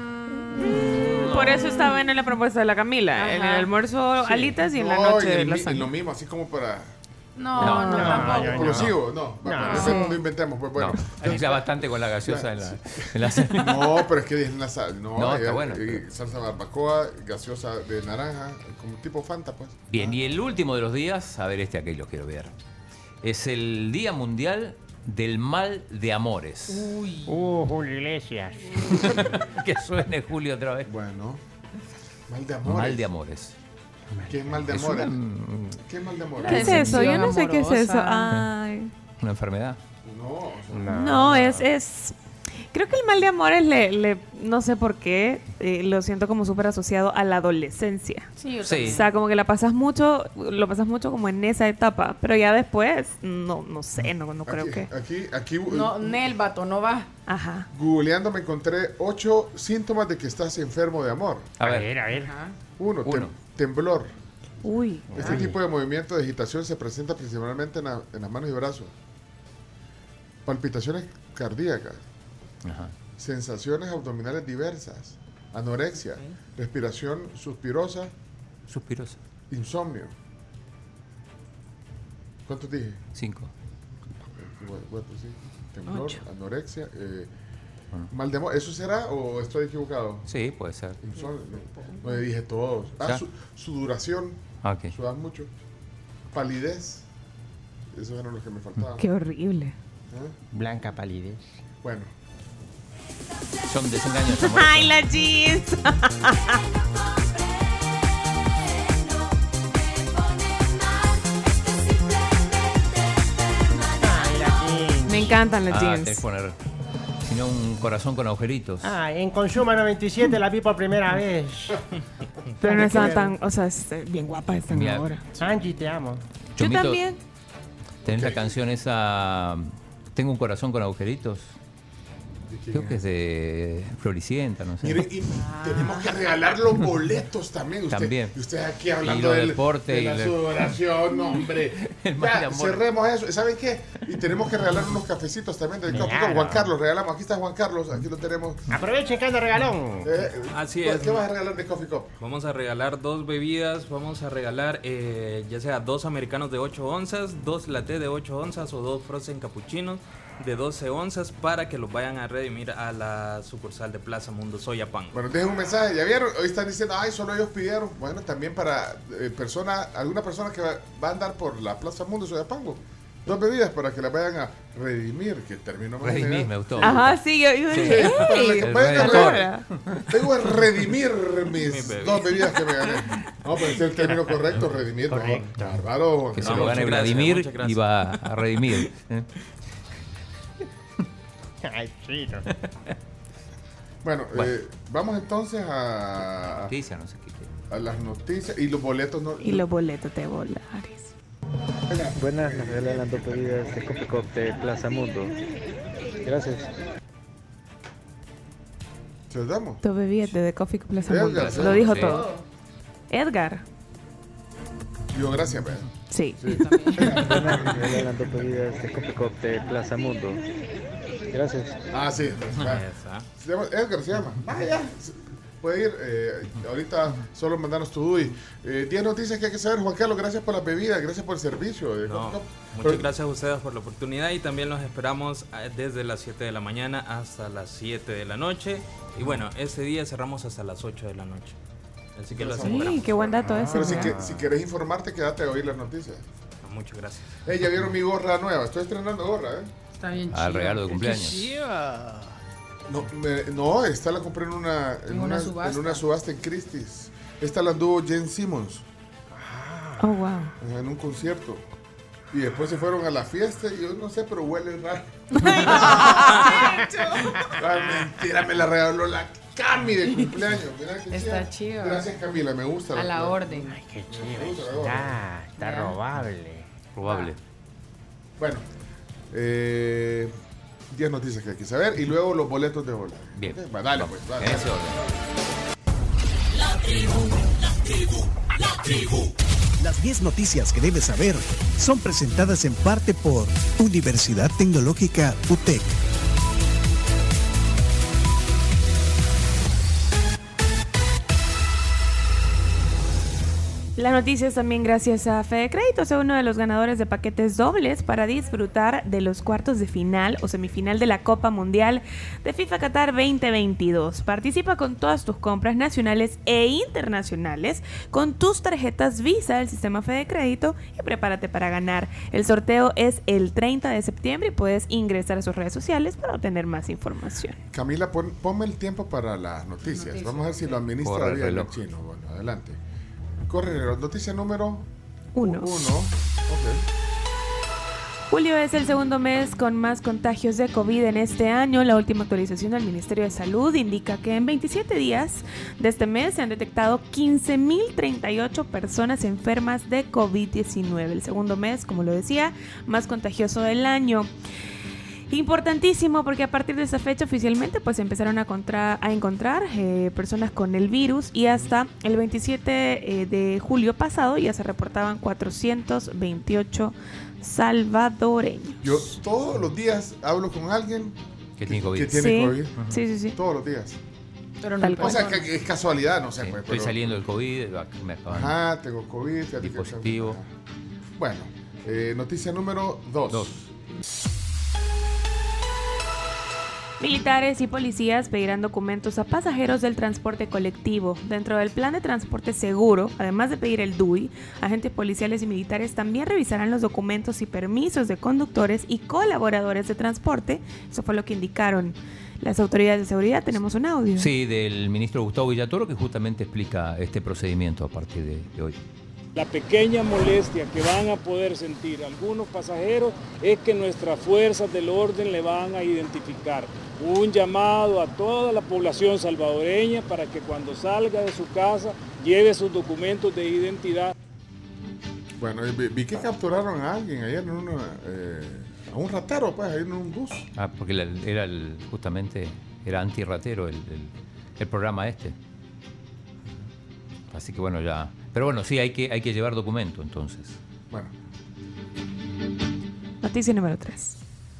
Por eso estaba en la propuesta de la Camila. Ajá. En el almuerzo Sí. alitas y en la No, noche en lasaña. lo mismo, así como para. No, tampoco. tampoco. Inclusivo, no. No inventemos, pues bueno. Mezcla bastante con la gaseosa en la No, pero es que es la salsa. No, está bueno. Salsa barbacoa, gaseosa de naranja, como tipo Fanta, pues. Bien, y el último de los días, a ver, aquí lo quiero ver. Es el Día Mundial del Mal de Amores. Uy. Julio Iglesias. Que suene Julio otra vez. Bueno. Mal de amores. Mal de amores. ¿Qué es mal de Es amores? una- ¿Qué es mal de amores? ¿Qué es eso? Yo no sé qué es eso. Ay. Una enfermedad. No, es... Creo que el mal de amores no sé por qué, lo siento como súper asociado a la adolescencia. Sí, O sea, como que lo pasas mucho como en esa etapa, pero ya después, no sé, no creo que... Aquí No, Nel, vato, no va. Ajá. Googleando me encontré 8 síntomas de que estás enfermo de amor. A ver. Ajá. Uno. Temblor. Uy. Este tipo de movimiento de agitación se presenta principalmente en las manos y brazos. Palpitaciones cardíacas. Ajá. Sensaciones abdominales diversas. Anorexia. Respiración suspirosa. Suspirosa. Insomnio. ¿Cuántos dije? 5. 4, 5. Temblor, 8. anorexia. Mal de amor. ¿Eso será o estoy equivocado? Sí, puede ser. Insomnio. No le dije todos. ¿Ya? Sudoración. Ok. Sudan mucho. Palidez. Esos eran los que me faltaban. Qué horrible. ¿Eh? Blanca palidez. Bueno. Son desengaños amorosos. ¡Ay, la Gis! Me encantan las Tenés jeans. que poner, si no, un corazón con agujeritos. En Consuma 97 la vi por primera vez. Pero no están tan, o sea, es bien guapa están Mira, ahora. Angie, te amo. Yo Chomito, también. ¿Tenés la canción esa, Tengo un corazón con agujeritos? Creo que es de Floricienta, no sé. Mire, y tenemos que regalar los boletos también. Usted aquí hablando del deporte de la sudoración, hombre. Ya, cerremos eso. ¿Saben qué? Y tenemos que regalar unos cafecitos también del Coffee Cup. Juan Carlos, regalamos. Aquí está Juan Carlos, aquí lo tenemos. Aprovechen que anda regalón. Así es. ¿Qué vas a regalar de Coffee Cup? Vamos a regalar 2 bebidas. Vamos a regalar ya sea 2 americanos de 8 onzas, 2 latte de 8 onzas o 2 frozen cappuccinos de 12 onzas para que los vayan a redimir a la sucursal de Plaza Mundo Soyapango. Bueno, dejen un mensaje, ya vieron, hoy están diciendo, ay, solo ellos pidieron. Bueno, también para alguna persona que va a andar por la Plaza Mundo Soyapango. 2 bebidas para que las vayan a redimir, que terminó más. Redimir, me gustó. Ajá, sí, yo tengo que redimir mis 2 bebidas que me gané. No, pero es el término correcto, redimir. Correcto. Bárbaro. Que se lo gane Vladimir y va a redimir. Ay, chido. Bueno, vamos entonces a noticias, no sé qué. A las noticias y los boletos. Y los boletos de Volaris. Buenas, nos regalan las 2 bebidas de Coffee Cup de Plaza Mundo. Gracias. ¿Se los damos? 2 bebidas de Coffee Cup Plaza Mundo. Edgar, Lo dijo todo. Edgar. Yo, gracias, ¿verdad? Sí. Buenas, nos regalan las 2 bebidas de Coffee Cup de Plaza Mundo. Gracias. Ah, sí. Se llama Edgar, se llama. Ya. Puede ir. Ahorita solo mandanos tu DUI. 10 noticias que hay que saber, Juan Carlos. Gracias por la bebida, gracias por el servicio. Muchas gracias a ustedes por la oportunidad y también los esperamos desde las 7 de la mañana hasta las 7 de la noche. Y bueno, ese día cerramos hasta las 8 de la noche. Así que los esperamos. Sí, qué buen dato ese. Pero si querés informarte, quédate a oír las noticias. Muchas gracias. Ya vieron mi gorra nueva. Estoy estrenando gorra, Está bien chido. Al regalo de cumpleaños. No, esta la compré en una subasta en Christie's. Esta la anduvo Jen Simmons. Oh, wow. En un concierto. Y después se fueron a la fiesta y yo no sé, pero huele raro. Mentira, me la regaló la Cami de cumpleaños. Mira qué está chido. Gracias, Camila, me gusta. A la orden. Ay, qué chido. Está robable. Bueno, 10 noticias que hay que saber y luego los boletos de bola. Bien. Okay, dale, pues. En ese orden. La tribu. Las 10 noticias que debes saber son presentadas en parte por Universidad Tecnológica UTEC. Las noticias también gracias a Fede Créditos, uno de los ganadores de paquetes dobles para disfrutar de los cuartos de final o semifinal de la Copa Mundial de FIFA Qatar 2022. Participa con todas tus compras nacionales e internacionales con tus tarjetas Visa del sistema Fede Crédito y prepárate para ganar. El sorteo es el 30 de septiembre y puedes ingresar a sus redes sociales para obtener más información. Camila, ponme el tiempo para las noticias. Vamos a ver si lo administra bien el chino. Bueno, adelante. Corre, noticia número 1. Okay. Julio es el segundo mes con más contagios de COVID en este año. La última actualización del Ministerio de Salud indica que en 27 días de este mes se han detectado 15.038 personas enfermas de COVID-19. El segundo mes, como lo decía, más contagioso del año. Importantísimo porque a partir de esa fecha oficialmente pues empezaron a encontrar personas con el virus y hasta el 27 de julio pasado ya se reportaban 428 salvadoreños. Yo todos los días hablo con alguien que tiene COVID. Sí. Todos los días. Pero no, o sea, que es casualidad, no sé. Sí, pues, estoy saliendo del COVID, me acaban. Ajá, tengo COVID. Y positivo. Bueno, noticia número 2. Militares y policías pedirán documentos a pasajeros del transporte colectivo. Dentro del plan de transporte seguro, además de pedir el DUI, agentes policiales y militares también revisarán los documentos y permisos de conductores y colaboradores de transporte. Eso fue lo que indicaron las autoridades de seguridad. Tenemos un audio. Sí, del ministro Gustavo Villatoro, que justamente explica este procedimiento a partir de hoy. La pequeña molestia que van a poder sentir algunos pasajeros es que nuestras fuerzas del orden le van a identificar. Un llamado a toda la población salvadoreña para que cuando salga de su casa lleve sus documentos de identidad. Bueno, vi que capturaron a alguien ayer en a un ratero, pues, ahí en un bus. Porque justamente era antirratero el programa este. Así que bueno, ya. Pero bueno, sí, hay que llevar documento entonces. Bueno. Noticia número 3.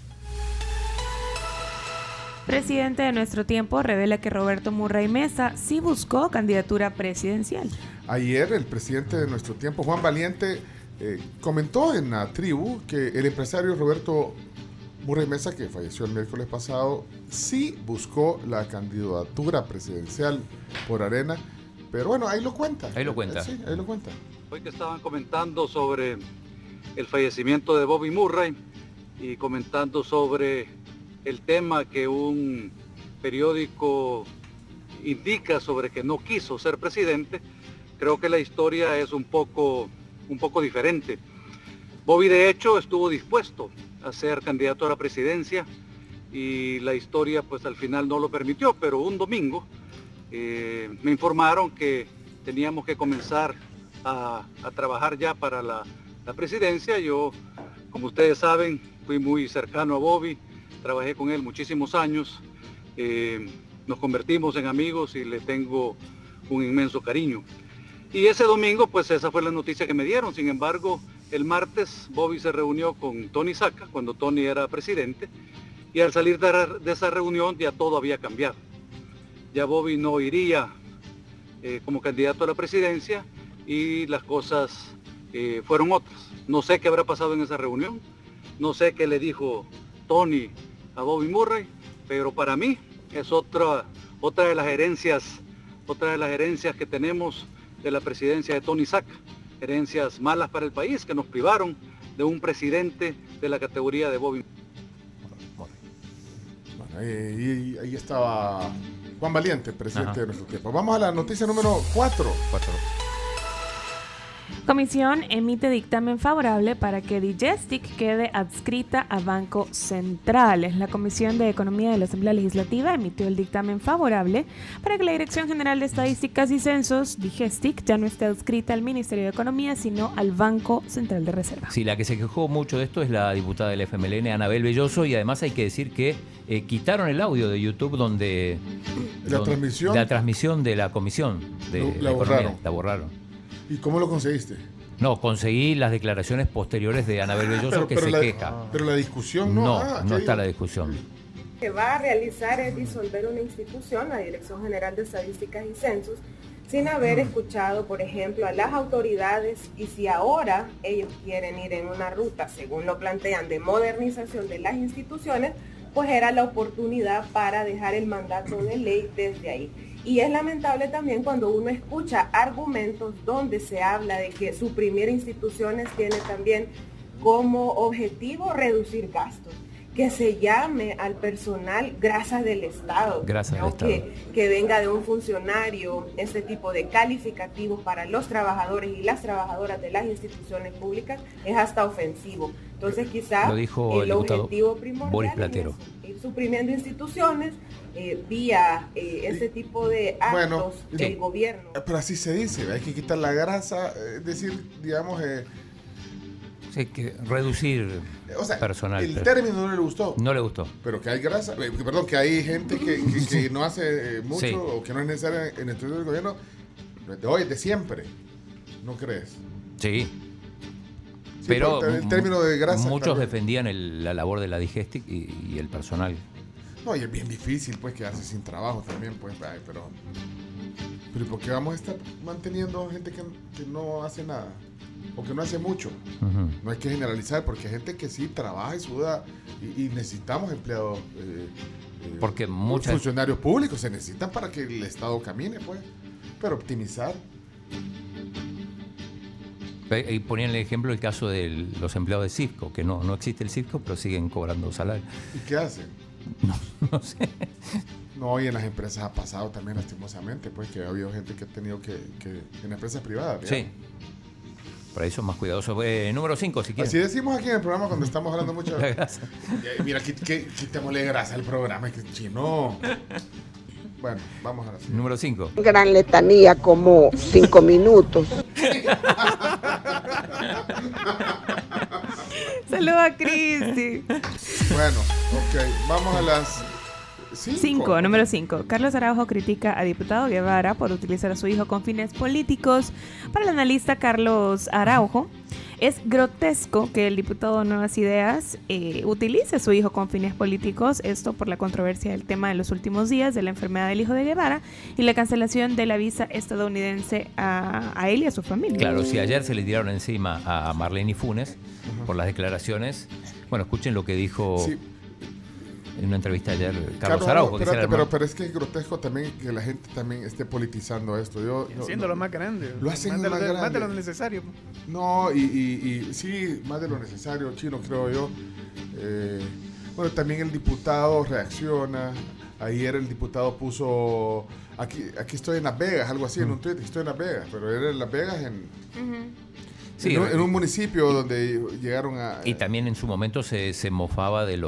Presidente de Nuestro Tiempo revela que Roberto Murray Mesa sí buscó candidatura presidencial. Ayer el presidente de Nuestro Tiempo, Juan Valiente, comentó en la tribu que el empresario Roberto Murray Mesa, que falleció el miércoles pasado, sí buscó la candidatura presidencial por Arena. Pero bueno, ahí lo cuenta. Ahí lo cuenta. Sí, ahí lo cuenta. Hoy que estaban comentando sobre el fallecimiento de Bobby Murray y comentando sobre el tema que un periódico indica sobre que no quiso ser presidente, creo que la historia es un poco diferente. Bobby de hecho estuvo dispuesto a ser candidato a la presidencia y la historia pues al final no lo permitió, pero un domingo me informaron que teníamos que comenzar a trabajar ya para la presidencia. Yo, como ustedes saben, fui muy cercano a Bobby, trabajé con él muchísimos años, nos convertimos en amigos y le tengo un inmenso cariño. Y ese domingo, pues esa fue la noticia que me dieron. Sin embargo, el martes Bobby se reunió con Tony Saca, cuando Tony era presidente, y al salir de esa reunión ya todo había cambiado. Ya Bobby no iría como candidato a la presidencia y las cosas fueron otras. No sé qué habrá pasado en esa reunión, no sé qué le dijo Tony a Bobby Murray, pero para mí es otra de las herencias que tenemos de la presidencia de Tony Saca, herencias malas para el país que nos privaron de un presidente de la categoría de Bobby. Bueno, ahí estaba Juan Valiente, presidente de Nuestro Tiempo. Vamos a la noticia número 4. Comisión emite dictamen favorable para que Digestic quede adscrita a Banco Central. La Comisión de Economía de la Asamblea Legislativa emitió el dictamen favorable para que la Dirección General de Estadísticas y Censos, Digestic, ya no esté adscrita al Ministerio de Economía, sino al Banco Central de Reserva. Sí, la que se quejó mucho de esto es la diputada del FMLN, Anabel Belloso, y además hay que decir que quitaron el audio de YouTube donde... La transmisión de la Comisión de Economía. La borraron. ¿Y cómo lo conseguiste? No, conseguí las declaraciones posteriores de Anabel Belloso que se queja. Pero la discusión no. No está la discusión. Lo que va a realizar es disolver una institución, la Dirección General de Estadísticas y Censos, sin haber escuchado, por ejemplo, a las autoridades, y si ahora ellos quieren ir en una ruta, según lo plantean, de modernización de las instituciones, pues era la oportunidad para dejar el mandato de ley desde ahí. Y es lamentable también cuando uno escucha argumentos donde se habla de que suprimir instituciones tiene también como objetivo reducir gastos. Que se llame al personal grasas del Estado. Gracias al Estado. Que venga de un funcionario este tipo de calificativos para los trabajadores y las trabajadoras de las instituciones públicas es hasta ofensivo. Entonces quizás el objetivo primordial es ir suprimiendo instituciones vía ese tipo de actos del gobierno. Pero así se dice, hay que quitar la grasa, es decir, digamos... hay que reducir personal. El término no le gustó. No le gustó. Pero que hay grasa, perdón, que hay gente que no hace mucho o que no es necesaria en el estudio del gobierno de hoy, de siempre. ¿No crees? Sí. Pero el término de grasa. Muchos defendían la labor de la Digestic y el personal. No, y es bien difícil pues quedarse sin trabajo también, pues, pero ¿por qué vamos a estar manteniendo gente que no hace nada? O que no hace mucho. No hay que generalizar, porque hay gente que sí trabaja y suda y necesitamos empleados, porque funcionarios públicos se necesitan para que el Estado camine, pues. Pero optimizar. Y ponían el ejemplo el caso de los empleados de Cisco, que no existe el Cisco, pero siguen cobrando salario. ¿Y qué hacen? No sé. No, y en las empresas ha pasado también lastimosamente, pues que ha habido gente que ha tenido que en empresas privadas, digamos. Sí. Por ahí son más cuidadosos. Número 5, si quieres. Así decimos aquí en el programa cuando estamos hablando mucho de grasa. Mira, quitémosle grasa al programa, que chino. Bueno, vamos a la siguiente. Número 5. Gran letanía, como 5 minutos. Saludos a Cristi. Bueno, ok, vamos a las 5. Número 5. Carlos Araujo critica a diputado Guevara por utilizar a su hijo con fines políticos. Para el analista Carlos Araujo, es grotesco que el diputado Nuevas Ideas utilice a su hijo con fines políticos, esto por la controversia del tema de los últimos días de la enfermedad del hijo de Guevara y la cancelación de la visa estadounidense a él y a su familia. Claro, si ayer se le tiraron encima a Marlene Funes por las declaraciones, bueno, escuchen lo que dijo... Sí. En una entrevista ayer, Carlos Araujo. Pero es que es grotesco también que la gente también esté politizando esto. Haciéndolo más grande. Lo hacen más de lo necesario. No, y sí, más de lo necesario, Chino, creo yo. Bueno, también el diputado reacciona. Ayer el diputado puso, aquí estoy en Las Vegas, algo así, en un tweet, estoy en Las Vegas, pero era en Las Vegas Sí, en un municipio donde llegaron a... Y también en su momento se mofaba de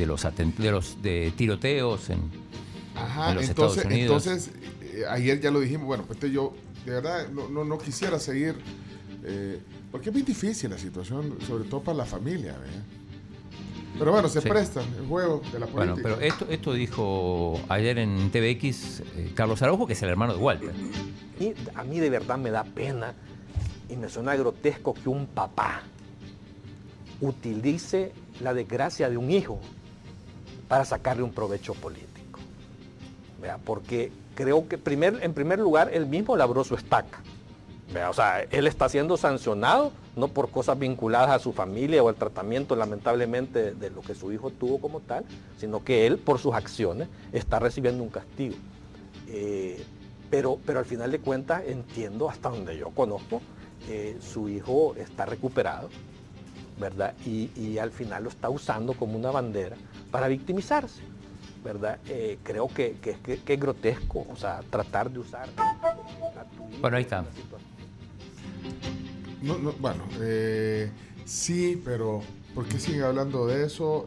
tiroteos en los Estados Unidos. Entonces, ayer ya lo dijimos, bueno, pues yo de verdad no quisiera seguir, porque es muy difícil la situación, sobre todo para la familia, ¿verdad? Pero bueno, se prestan el juego de la política. Bueno, pero esto dijo ayer en TVX Carlos Araujo, que es el hermano de Walter. Y a mí de verdad me da pena y me suena grotesco que un papá utilice la desgracia de un hijo para sacarle un provecho político. ¿Vea? Porque creo que en primer lugar él mismo labró su estaca. ¿Vea? O sea, él está siendo sancionado no por cosas vinculadas a su familia o el tratamiento lamentablemente de lo que su hijo tuvo como tal, sino que él por sus acciones está recibiendo un castigo. Pero al final de cuentas entiendo, hasta donde yo conozco, su hijo está recuperado, ¿verdad? Y al final lo está usando como una bandera para victimizarse, ¿verdad? Creo que es grotesco, o sea, tratar de usar... Bueno, ahí está. Bueno, sí, pero ¿por qué siguen hablando de eso?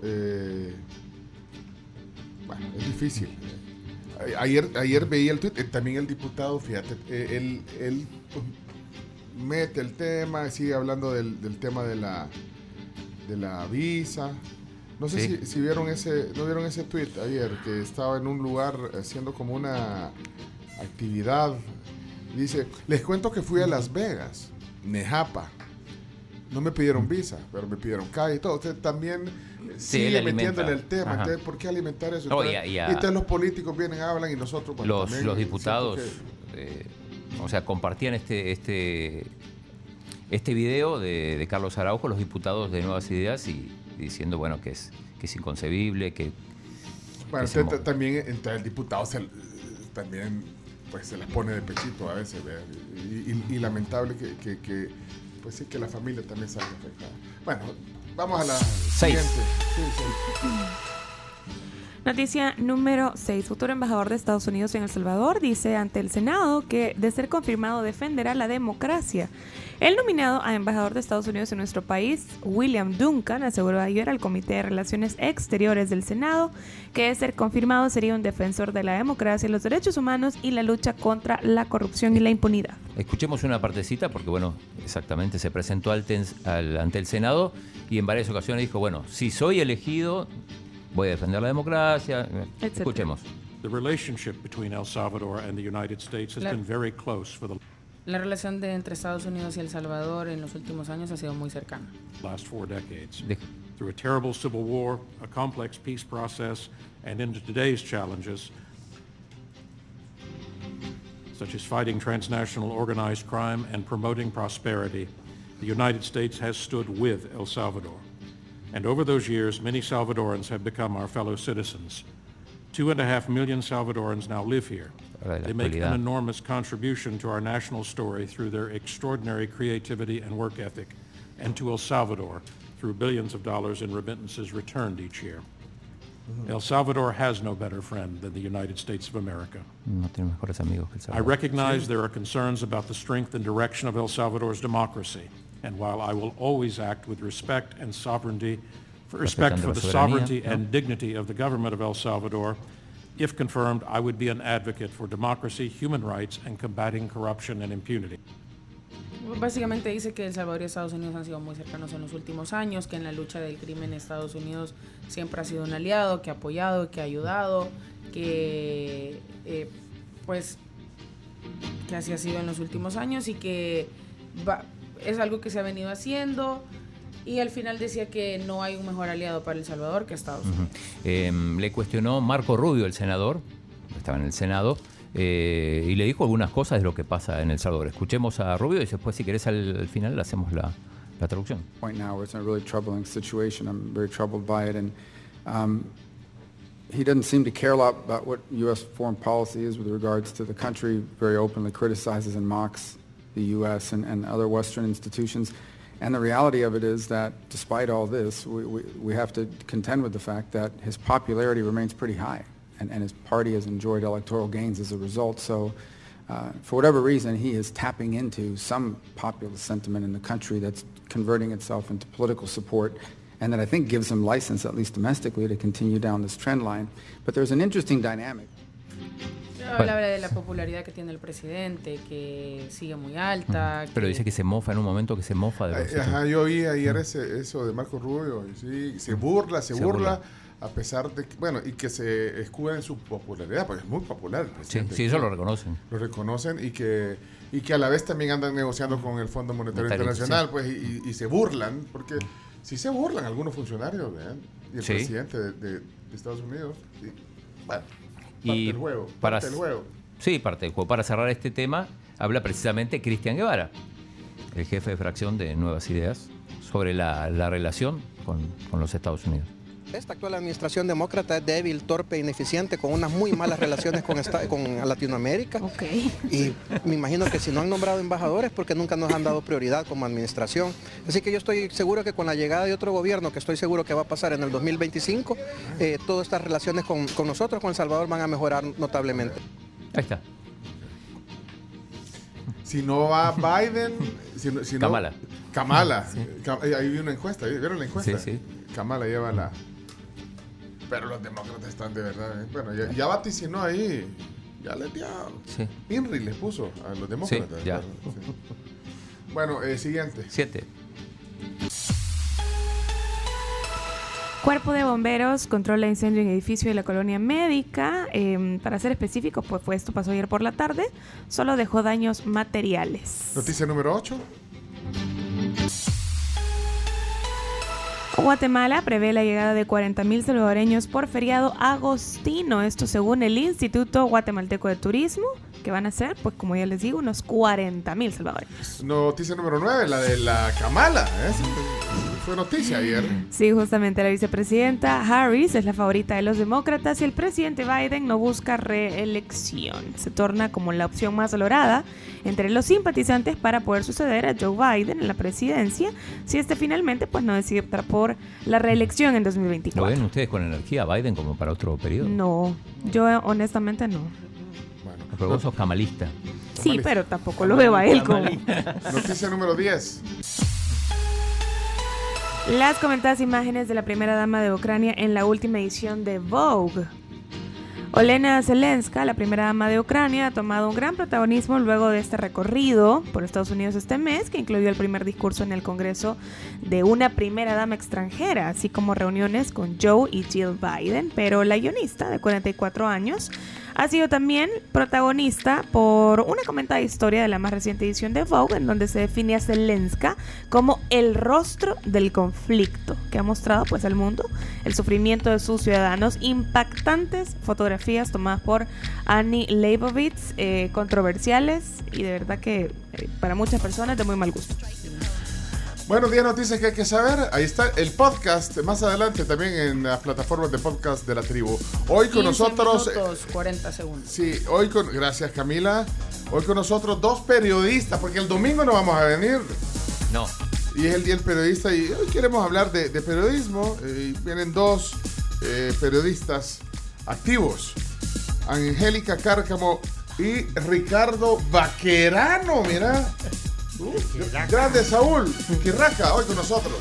Bueno, es difícil. Ayer veía el tweet, también el diputado, fíjate, él pues, mete el tema, sigue hablando del tema de la visa. No sé si vieron ¿no vieron ese tweet ayer? Que estaba en un lugar haciendo como una actividad. Dice, les cuento que fui a Las Vegas, Nejapa. No me pidieron visa, pero me pidieron calle y todo. Usted también sigue metiéndole el tema. Entonces, ¿por qué alimentar eso? No, y entonces los políticos vienen, hablan y nosotros... Bueno, los diputados, o sea, compartían este video de Carlos Araujo, los diputados de Nuevas Ideas, y diciendo, bueno, que es inconcebible, que... Bueno, también entre el diputado también pues se les pone de pechito a veces, ¿verdad? Y lamentable que pues sí, que la familia también salga afectada. Bueno, vamos a la siguiente. Sí. Noticia número 6. Futuro embajador de Estados Unidos en El Salvador dice ante el Senado que, de ser confirmado, defenderá la democracia. El nominado a embajador de Estados Unidos en nuestro país, William Duncan, aseguró ayer al Comité de Relaciones Exteriores del Senado que, de ser confirmado, sería un defensor de la democracia, los derechos humanos y la lucha contra la corrupción y la impunidad. Escuchemos una partecita porque, bueno, exactamente, se presentó ante el Senado y en varias ocasiones dijo, bueno, si soy elegido, voy a defender la democracia. Escuchemos. The relationship between El Salvador and the United States has been very close for the La relación entre Estados Unidos y El Salvador en los últimos años ha sido muy cercana. last 4 decades. Through a terrible civil war, a complex peace process, and into today's challenges, such as fighting transnational organized crime and promoting prosperity, the United States has stood with El Salvador. And over those years, many Salvadorans have become our fellow citizens. 2.5 million Salvadorans now live here. They make an enormous contribution to our national story through their extraordinary creativity and work ethic, and to El Salvador through billions of dollars in remittances returned each year. El Salvador has no better friend than the United States of America. No tiene mejores amigos que El I Salvador. recognize there are concerns about the strength and direction of El Salvador's democracy, and while I will always act with respect and sovereignty, respect for the sovereignty and dignity of the government of El Salvador, if confirmed, I would be an advocate for democracy, human rights, and combating corruption and impunity. Básicamente dice que El Salvador y Estados Unidos han sido muy cercanos en los últimos años, que en la lucha del crimen Estados Unidos siempre ha sido un aliado, que ha apoyado, que ha ayudado, que pues que así ha sido en los últimos años y que es algo que se ha venido haciendo. Y al final decía que no hay un mejor aliado para El Salvador que Estados Unidos. Le cuestionó Marco Rubio, el senador, estaba en el Senado, y le dijo algunas cosas de lo que pasa en El Salvador. Escuchemos a Rubio y después, si querés, al final le hacemos la traducción. Right now, it's a really troubling situation. I'm very troubled by it, and he doesn't seem to care a lot about what U.S. foreign policy is with regards to the country. Very openly criticizes and mocks the U.S. and other Western institutions. And the reality of it is that despite all this, we have to contend with the fact that his popularity remains pretty high, and his party has enjoyed electoral gains as a result. So for whatever reason, he is tapping into some populist sentiment in the country that's converting itself into political support, and that I think gives him license, at least domestically, to continue down this trend line. But there's an interesting dynamic. Habla de la popularidad que tiene el presidente, que sigue muy alta. Pero dice que se mofa en un momento, que se mofa de los... Ajá, yo oí ayer eso de Marco Rubio, y sí, se burla, a pesar de que, bueno, y que se escuda en su popularidad, porque es muy popular el presidente. Sí, eso lo reconocen. Lo reconocen y que a la vez también andan negociando con el Fondo Monetario Internacional, sí. Pues, y se burlan, porque sí se burlan algunos funcionarios, ¿verdad? Y el presidente de Estados Unidos, y, bueno... Parte del juego. Sí, parte del juego. Para cerrar este tema, habla precisamente Cristian Guevara, el jefe de fracción de Nuevas Ideas, sobre la relación con los Estados Unidos. Esta actual administración demócrata es débil, torpe, ineficiente, con unas muy malas relaciones con Latinoamérica. Okay. Y me imagino que si no han nombrado embajadores porque nunca nos han dado prioridad como administración. Así que yo estoy seguro que con la llegada de otro gobierno, que estoy seguro que va a pasar en el 2025, todas estas relaciones con nosotros, con El Salvador, van a mejorar notablemente. Ahí está. Si no va Biden... si no, Kamala. Sí. Ahí vi una encuesta, ¿vieron la encuesta? Sí. Kamala lleva la... Pero los demócratas están de verdad... Bueno, ya vaticinó ahí. Ya le dio... Sí. INRI les puso a los demócratas. Sí, ya. Sí. Bueno, siguiente. 7. Cuerpo de Bomberos controla incendio en edificio de la colonia médica. Para ser específicos, pues esto pasó ayer por la tarde. Solo dejó daños materiales. Noticia número 8. Guatemala prevé la llegada de 40,000 salvadoreños por feriado agostino. Esto según el Instituto Guatemalteco de Turismo, que van a ser, pues como ya les digo, unos 40,000 salvadoreños. Noticia número 9, la de la Kamala. Fue noticia ayer. Sí, justamente la vicepresidenta Harris es la favorita de los demócratas y el presidente Biden no busca reelección. Se torna como la opción más valorada entre los simpatizantes para poder suceder a Joe Biden en la presidencia si este finalmente pues no decide optar por la reelección en 2024. ¿Lo ven ustedes con energía a Biden como para otro periodo? No, yo honestamente no. Bueno, pero vos sos camalista. Sí, pero tampoco lo veo a él como... Noticia número 10. Las comentadas imágenes de la primera dama de Ucrania en la última edición de Vogue. Olena Zelenska, la primera dama de Ucrania, ha tomado un gran protagonismo luego de este recorrido por Estados Unidos este mes, que incluyó el primer discurso en el Congreso de una primera dama extranjera, así como reuniones con Joe y Jill Biden. Pero la guionista, de 44 años, ha sido también protagonista por una comentada historia de la más reciente edición de Vogue, en donde se define a Zelenska como el rostro del conflicto, que ha mostrado pues al mundo el sufrimiento de sus ciudadanos. Impactantes fotografías tomadas por Annie Leibovitz, controversiales y de verdad que para muchas personas de muy mal gusto. Bueno, 10 noticias que hay que saber. Ahí está el podcast. Más adelante también en las plataformas de podcast de la tribu. Hoy con nosotros... 40 segundos. Sí, gracias Camila. Hoy con nosotros 2 periodistas, porque el domingo no vamos a venir. No. Y es el día del periodista y hoy queremos hablar de periodismo. Y vienen 2 periodistas activos. Angélica Cárcamo y Ricardo Baquerano, mira. Grande Saúl Quirraca, hoy con nosotros.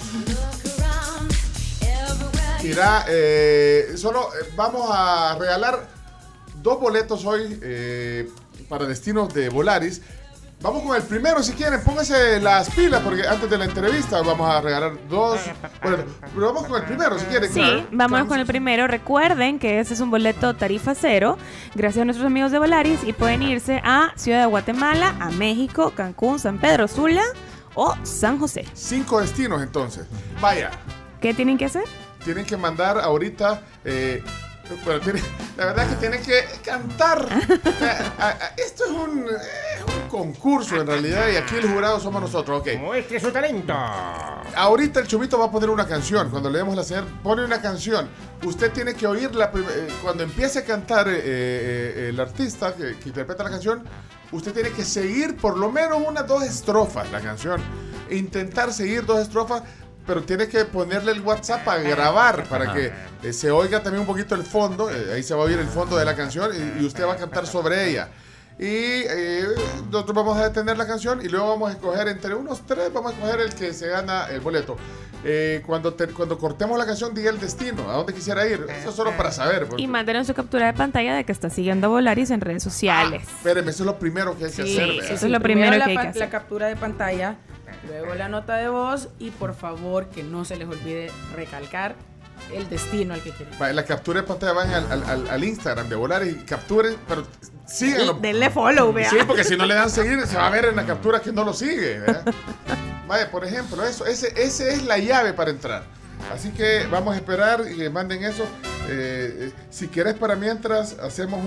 Mira, solo vamos a regalar 2 boletos hoy para destinos de Volaris. Vamos con el primero, si quieren, pónganse las pilas, porque antes de la entrevista vamos a regalar 2. Bueno, pero vamos con el primero, si quieren. Sí, vamos con el primero. Recuerden que este es un boleto tarifa cero, gracias a nuestros amigos de Volaris, y pueden irse a Ciudad de Guatemala, a México, Cancún, San Pedro Sula o San José. 5 destinos, entonces. Vaya. ¿Qué tienen que hacer? Tienen que mandar ahorita... Bueno, la verdad es que tienen que cantar. Esto es un concurso en realidad, y aquí el jurado somos nosotros. Okay. Muestre su talento. Ahorita el Chomito va a poner una canción. Cuando le demos la señal, pone una canción. Usted tiene que oírla cuando empiece a cantar el artista que interpreta la canción. Usted tiene que seguir por lo menos unas 2 estrofas la canción. Intentar seguir 2 estrofas. Pero tiene que ponerle el WhatsApp a grabar para que se oiga también un poquito el fondo. Ahí se va a oír el fondo de la canción y usted va a cantar sobre ella. Y nosotros vamos a detener la canción y luego vamos a escoger entre unos 3, vamos a escoger el que se gana el boleto. Cuando cortemos la canción, diga el destino, a dónde quisiera ir. Eso es solo para saber. Y manden su captura de pantalla de que está siguiendo a Volaris en redes sociales. Espérenme, eso es lo primero que hay que hacer. Eso es lo primero que hay que hacer. La captura de pantalla, luego la nota de voz y por favor que no se les olvide recalcar el destino al que quieren. La captura de pantalla van al Instagram de Volaris y capturen, pero síganlo. Denle follow, vea. Sí, porque si no le dan seguir, se va a ver en la captura que no lo sigue, ¿verdad? Vaya, por ejemplo, ese es la llave para entrar. Así que vamos a esperar y que manden eso. Si quieres, para mientras hacemos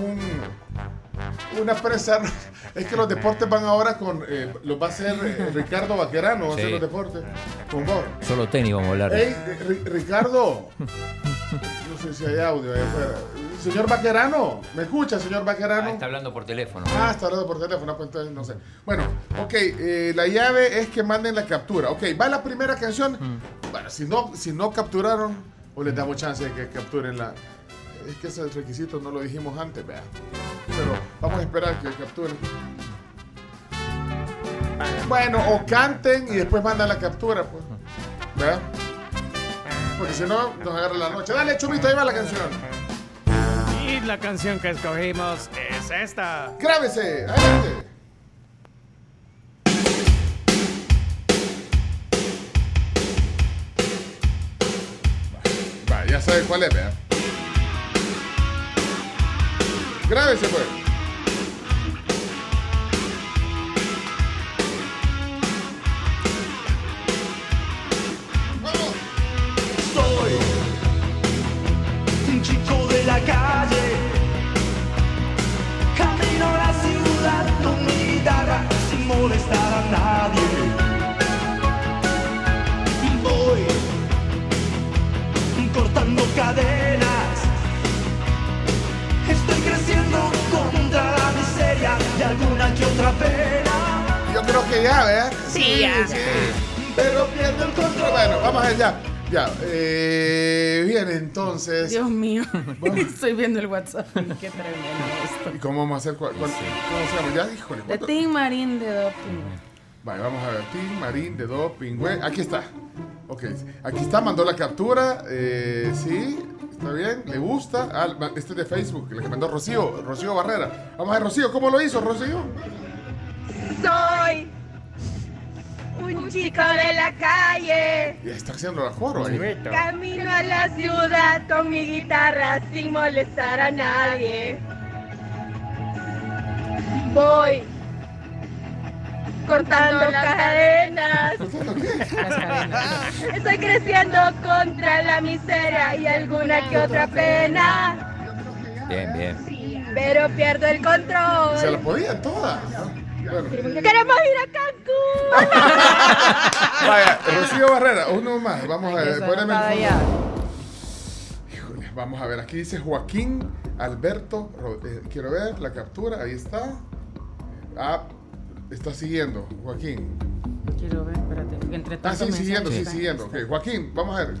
una presa. Es que los deportes van ahora con... los va a hacer Ricardo Vaquerano, va a hacer los deportes con vos. Solo tenis vamos a hablar. Hey, Ricardo. No sé si hay audio ahí afuera. Señor Vaquerano, ¿me escucha, señor Vaquerano? Está hablando por teléfono. Está hablando por teléfono, pues entonces no sé. Bueno, ok, la llave es que manden la captura. Ok, va la primera canción. Bueno, si no capturaron, o les damos chance de que capturen la... Es que ese requisito no lo dijimos antes, vea. Pero vamos a esperar que capturen. Bueno, o canten y después mandan la captura, pues. ¿Vea? Porque si no, nos agarra la noche. Dale, Chumito, ahí va la canción. Y la canción que escogimos es esta. ¡Grábese! ¡Adelante! Va, ya sabe cuál es, vea. Grábese, pues. ¡Vamos! Soy un chico de la calle, camino a la ciudad con mi guitarra sin molestar a nadie. Voy cortando cadenas, estoy creciendo contra la miseria y alguna que otra pena. Yo creo que ya, ¿verdad? Sí, ya. Pero pierdo el control. Bueno, vamos allá. Ya, bien, entonces. Dios mío, estoy viendo el WhatsApp. Qué tremendo esto. ¿Y cómo vamos a hacer? ¿Cómo se llama? Ya, híjole. De Tim Marín de Doping. Vale, vamos a ver. Tim Marín de Doping. Aquí está. Ok, aquí está, mandó la captura. Sí, está bien, le gusta. Este es de Facebook, el que mandó Rocío Barrera. Vamos a ver, Rocío, ¿cómo lo hizo, Rocío? Soy un chico de la calle. Ya está haciendo la coro ahí. Camino a la ciudad con mi guitarra sin molestar a nadie. Voy cortando cadenas. Estoy creciendo contra la miseria y alguna que otra pena. Bien, bien. Pero pierdo el control. Se la podían todas, ¿no? Bueno. ¡Queremos ir a Cancún! Vaya, Rocío Barrera, uno más. Vamos a ver, poneme el fondo. Híjole, vamos a ver, aquí dice Joaquín Alberto. Quiero ver la captura, ahí está. Está siguiendo, Joaquín. Quiero ver, espérate. Entre tanto siguiendo. Okay, Joaquín, vamos a ver.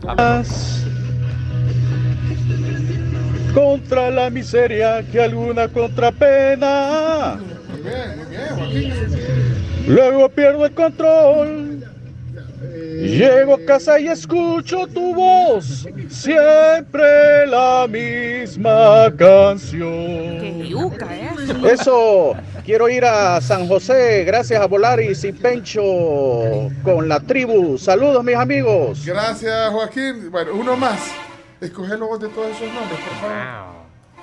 Contra la miseria que alguna contrapena. Muy bien, Joaquín. Luego pierdo el control. Llego a casa y escucho tu voz, siempre la misma canción. Qué yuca, Eso, quiero ir a San José, gracias a Volaris y Pencho con la tribu. Saludos, mis amigos. Gracias, Joaquín. Bueno, uno más. Escogelo vos de todos esos nombres, por favor.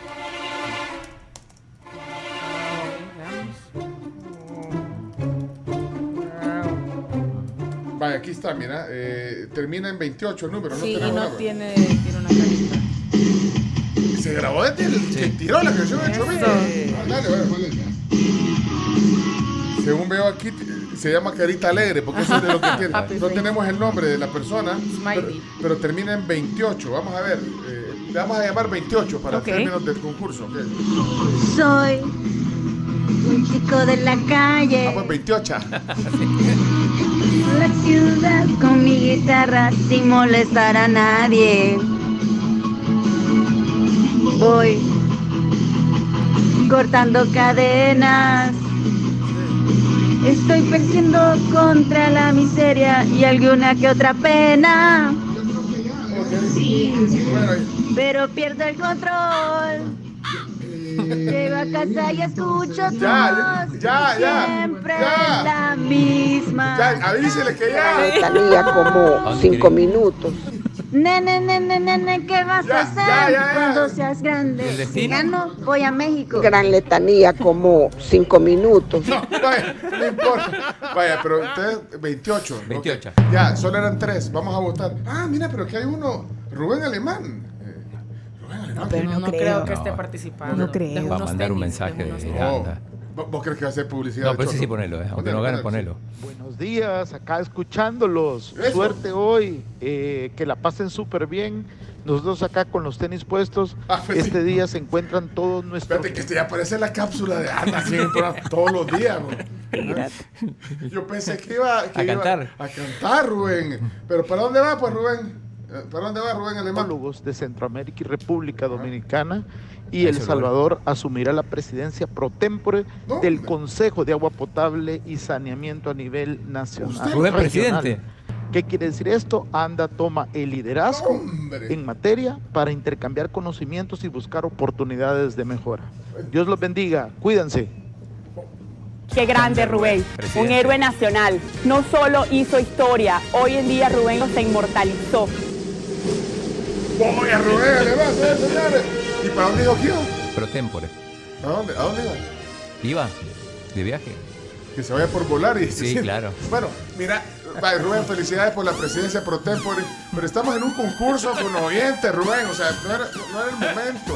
Vaya, aquí está, mira. Termina en 28 el número. Sí, no tenemos no nada. tiene una carita. Se grabó desde el que tiró la canción de Chomito. Dale, vale. Según veo aquí, se llama Carita Alegre, porque eso es de lo que tiene. No tenemos el nombre de la persona, pero termina en 28. Vamos a ver. Le vamos a llamar 28 para términos del concurso. Okay. Soy un chico de la calle. Vamos, 28. La ciudad con mi guitarra sin molestar a nadie. Voy cortando cadenas. Estoy venciendo contra la miseria y alguna que otra pena. Pero pierdo el control. Llego a casa y escucho tu voz. Siempre la misma. Avísele que ya. Letanía como 5 minutos. Nene, ¿qué vas a hacer cuando seas grande? Si gano, voy a México. Gran letanía como 5 minutos. No, vaya, no importa. Vaya, pero ustedes 28. 28. Okay. Ya, solo eran 3. Vamos a votar. Ah, mira, pero aquí hay uno. Rubén Alemán. Pero no creo que esté participando. No creo. Va a mandar un mensaje de Iranda. ¿Vos crees que va a hacer publicidad? No, pero sí ponelo, aunque no gane, ponelo. Buenos días, acá escuchándolos. Eso. Suerte hoy, que la pasen súper bien. Nosotros acá con los tenis puestos, este día se encuentran todos nuestros... Espérate, que ya aparece la cápsula de Ana siempre, todos los días. Yo pensé que iba a cantar, Rubén. Pero ¿para dónde va, pues, Rubén? ¿Para dónde va Rubén Alemán? De Centroamérica y República Dominicana y El Salvador asumirá la presidencia pro tempore del Consejo de Agua Potable y Saneamiento a nivel nacional. Rubén, presidente. ¿Qué quiere decir esto? ANDA toma el liderazgo en materia para intercambiar conocimientos y buscar oportunidades de mejora. Dios los bendiga, cuídense. Qué grande Rubén, un héroe nacional. No solo hizo historia, hoy en día Rubén se inmortalizó. Voy a Rubén Alemán, señores. ¿Y para dónde dijo que iba? Pro tempore. ¿A dónde iba? Iba, de viaje. Que se vaya por volar y... Sí, claro. Bueno, mira, Rubén, felicidades por la presidencia pro tempore, pero estamos en un concurso con oyentes, Rubén, o sea, no era el momento.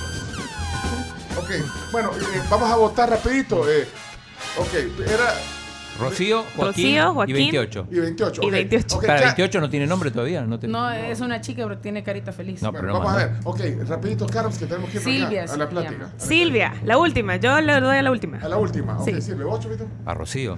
Ok, bueno, vamos a votar rapidito. Ok, era... Rocío, Joaquín y 28. Y 28. Y 28. Okay, para 28 no tiene nombre todavía. No, es una chica, pero tiene carita feliz. No, bueno, pero no vamos a ver. Ok, rapidito, Carlos, que tenemos que ir Silvia, a la plática. Silvia, la última. Yo le doy a la última. A la última. Ok, Sí. Silvia, ¿vos, Chomito? A Rocío.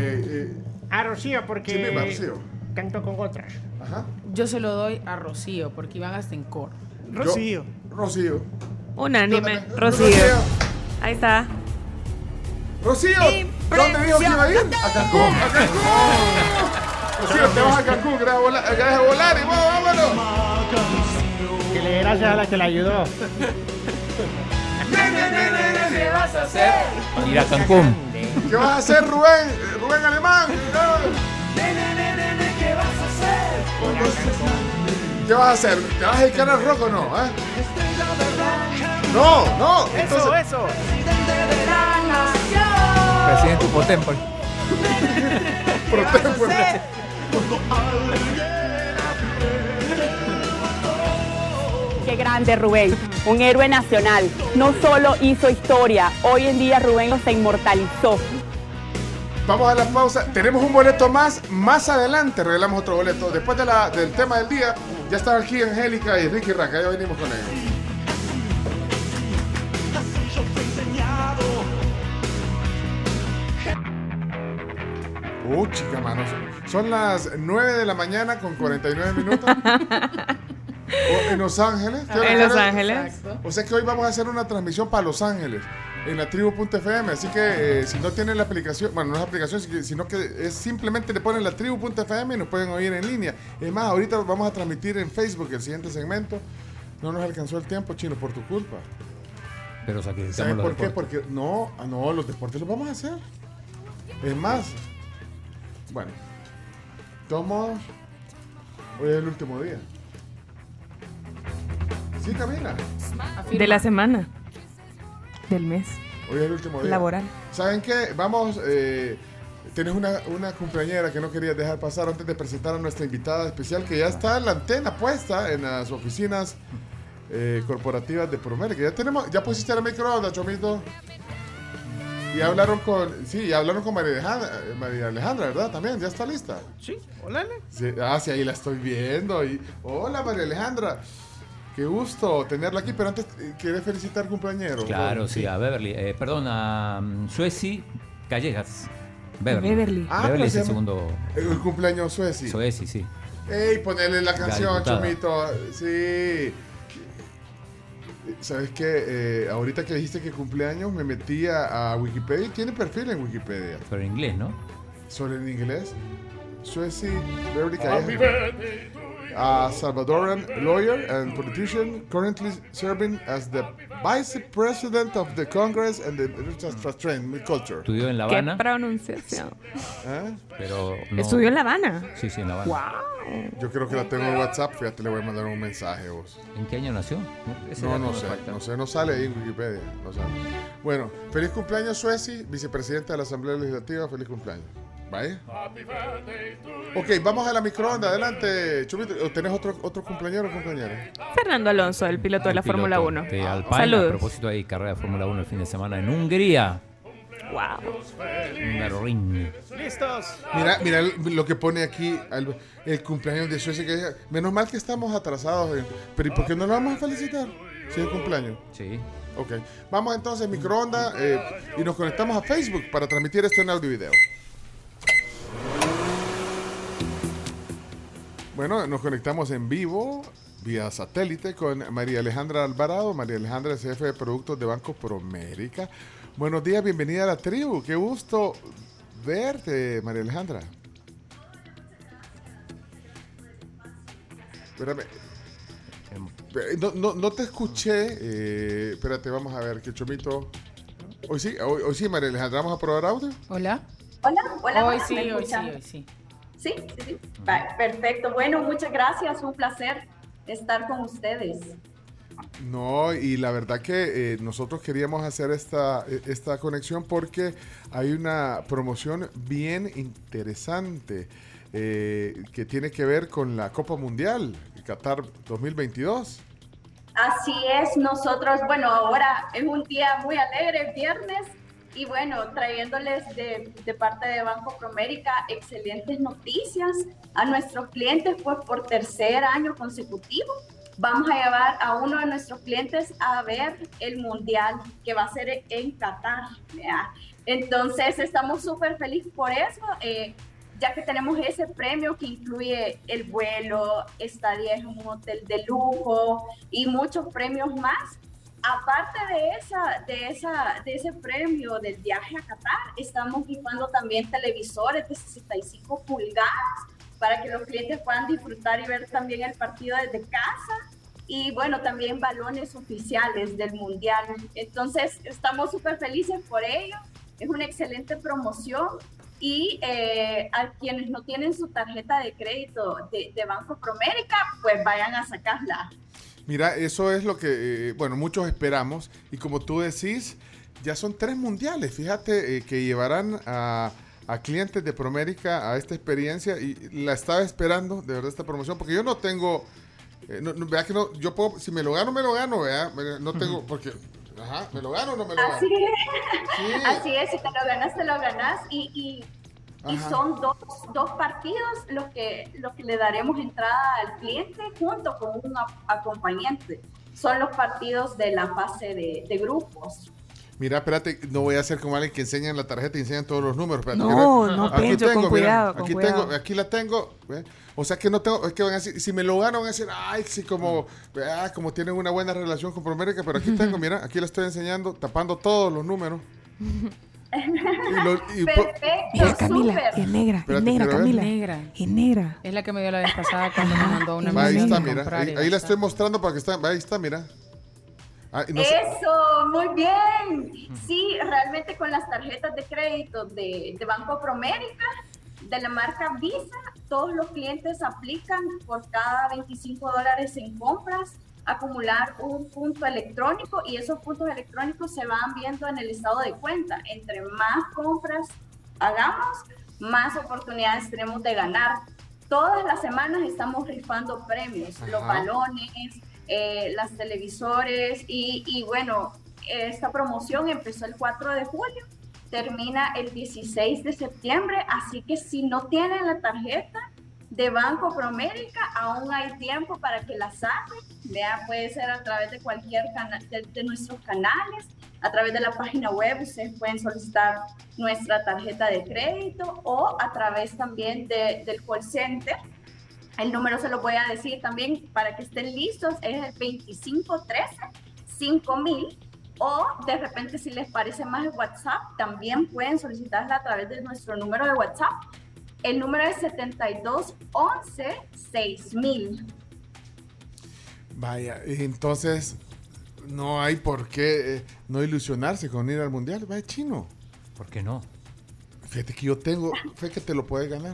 A Rocío, porque Sí, misma, Rocío. canto con otras. Ajá. Yo se lo doy a Rocío, porque iban hasta en coro. Rocío. Rocío. Unánime. Rocío. Ahí está. Rocío, ¿dónde dijo que iba a ir? A Cancún, a Cancún. Rocío, te vas a Cancún, gracias a volar y vámonos. Que le dé gracias a la que la ayudó. ¿Qué vas a hacer? Ir a Cancún. ¿Qué vas a hacer, Rubén? Rubén Alemán. ¿Qué vas a hacer? ¿Qué vas a hacer? ¿Te vas a dedicar al rock o no? No. Entonces, Eso. Presidente pro tempore. Pro tempore. Qué grande Rubén, un héroe nacional. No solo hizo historia, hoy en día Rubén se inmortalizó. Vamos a la pausa. Tenemos un boleto más adelante regalamos otro boleto. Después del tema del día, ya están aquí Angélica y Ricky Raca. Ya venimos con ellos. Chica, mano. Son las 9 de la mañana con 49 minutos. En Los Ángeles. En Los Ángeles. O sea que hoy vamos a hacer una transmisión para Los Ángeles. en la tribu.fm, así que si no tienen la aplicación, bueno, no es aplicación, sino que es simplemente le ponen la tribu.fm y nos pueden oír en línea. Es más, ahorita vamos a transmitir en Facebook el siguiente segmento. No nos alcanzó el tiempo, Chino, por tu culpa. Pero sacrificamos ¿Saben los por qué? deportes. Porque no, los deportes los vamos a hacer. Es más, bueno, tomo, hoy es el último día. Sí, Camila. De la semana. Del mes. Hoy es el último día. Laboral. ¿Saben qué? Vamos, tenés una cumpleañera que no querías dejar pasar antes de presentar a nuestra invitada especial, que ya está en la antena puesta en las oficinas corporativas de Promérica. Ya pusiste el microondas, Chomito. Y hablaron con María Alejandra, ¿verdad? También, ya está lista. Sí, hola. Sí, sí, ahí la estoy viendo. Hola, María Alejandra. Qué gusto tenerla aquí, pero antes, ¿quieres felicitar cumpleañero? Claro, sí, a Beverly. A Sueci Callejas. Beverly. Beverly es el segundo. El cumpleaños Sueci. Sueci, sí. ¡Ey! Ponele la canción, Chomito. Sí. ¿Sabes qué? Ahorita que dijiste que cumpleaños, me metí a Wikipedia y tiene perfil en Wikipedia. Pero en inglés, ¿no? ¿Solo en inglés? Sueci Beverly Callejas. A Salvadoran lawyer and politician currently serving as the Vice President of the Congress and the Culture. Estudió en La Habana. ¿Qué pronunciación? Pero no. ¿Estudió en La Habana? Sí, en La Habana. Wow. Yo creo que la tengo en WhatsApp, fíjate, le voy a mandar un mensaje a vos. ¿En qué año nació? No sale ahí en Wikipedia. No sale. Bueno, feliz cumpleaños, Sueci, vicepresidenta de la Asamblea Legislativa, feliz cumpleaños. ¿Vaya? Ok, vamos a la microonda. Adelante, Chumito. ¿Tenés otro cumpleañero o compañera? Fernando Alonso, el piloto de la Fórmula 1. De Alpine. Saludos. A propósito, hay carrera de Fórmula 1 el fin de semana en Hungría. Wow. Listos. Mira lo que pone aquí el cumpleaños de Suecia. Menos mal que estamos atrasados. Pero ¿y por qué no lo vamos a felicitar? Si es el cumpleaños. Sí. Ok. Vamos entonces, microonda, y nos conectamos a Facebook para transmitir esto en audio y video. Bueno, nos conectamos en vivo vía satélite con María Alejandra Alvarado. María Alejandra es jefe de productos de Banco Promérica. Buenos días, bienvenida a la tribu. Qué gusto verte, María Alejandra. Espérame. No te escuché. Espérate, vamos a ver, que Chomito. Hoy sí, María Alejandra, ¿vamos a probar audio? Hola. Hoy sí. Sí. Perfecto. Bueno, muchas gracias. Un placer estar con ustedes. No, y la verdad que nosotros queríamos hacer esta conexión porque hay una promoción bien interesante que tiene que ver con la Copa Mundial Qatar 2022. Así es, nosotros, bueno, ahora es un día muy alegre, viernes. Y bueno, trayéndoles de parte de Banco Promérica excelentes noticias a nuestros clientes, pues por tercer año consecutivo vamos a llevar a uno de nuestros clientes a ver el Mundial que va a ser en Qatar. ¿Ya? Entonces estamos súper felices por eso, ya que tenemos ese premio que incluye el vuelo, estadía en un hotel de lujo y muchos premios más. Aparte de ese premio del viaje a Qatar, estamos rifando también televisores de 65 pulgadas para que los clientes puedan disfrutar y ver también el partido desde casa. Y bueno, también balones oficiales del Mundial. Entonces, estamos súper felices por ello. Es una excelente promoción. Y a quienes no tienen su tarjeta de crédito de Banco Promérica, pues vayan a sacarla. Mira, eso es lo que, muchos esperamos. Y como tú decís, ya son 3 mundiales. Fíjate que llevarán a clientes de Promérica a esta experiencia. Y la estaba esperando, de verdad, esta promoción. Porque yo no tengo, vea que no, yo puedo, si me lo gano, vea. No tengo, porque, ¿me lo gano o no me lo gano? Así es, así es, si te lo ganas. Y son dos partidos los que le daremos entrada al cliente junto con un acompañante. Son los partidos de la fase de grupos. Mira, espérate, no voy a hacer como alguien que enseña en la tarjeta y enseñan todos los números. Espérate, no, Pencho, con cuidado, aquí aquí la tengo. O sea que no tengo, es que van a decir, si me lo gano van a decir, ay, sí, como tienen una buena relación con Promérica, pero aquí tengo, mira, aquí la estoy enseñando, tapando todos los números. Perfecto, mira, Camila, súper. es negra, Camila. Es negra. Es la que me dio la vez pasada cuando me mandó una ahí está, mira, ahí la estoy mostrando para que está, ahí está, mira. Eso, muy bien. Sí, realmente con las tarjetas de crédito de Banco Promérica, de la marca Visa, todos los clientes aplican por cada $25 en compras, acumular un punto electrónico, y esos puntos electrónicos se van viendo en el estado de cuenta. Entre más compras hagamos, más oportunidades tenemos de ganar. Todas las semanas estamos rifando premios, los balones, las televisores y bueno, esta promoción empezó el 4 de julio, termina el 16 de septiembre, así que si no tienen la tarjeta de Banco Promérica, aún hay tiempo para que la saquen. Vea, puede ser a través de cualquier canal de nuestros canales, a través de la página web ustedes pueden solicitar nuestra tarjeta de crédito o a través también del call center. El número se lo voy a decir también para que estén listos, es el 2513-5000, o de repente si les parece más el WhatsApp, también pueden solicitarla a través de nuestro número de WhatsApp. El número es 7211-6000. Vaya, entonces no hay por qué no ilusionarse con ir al Mundial. Vaya, Chino. ¿Por qué no? Fíjate que yo tengo, fíjate que te lo puedes ganar.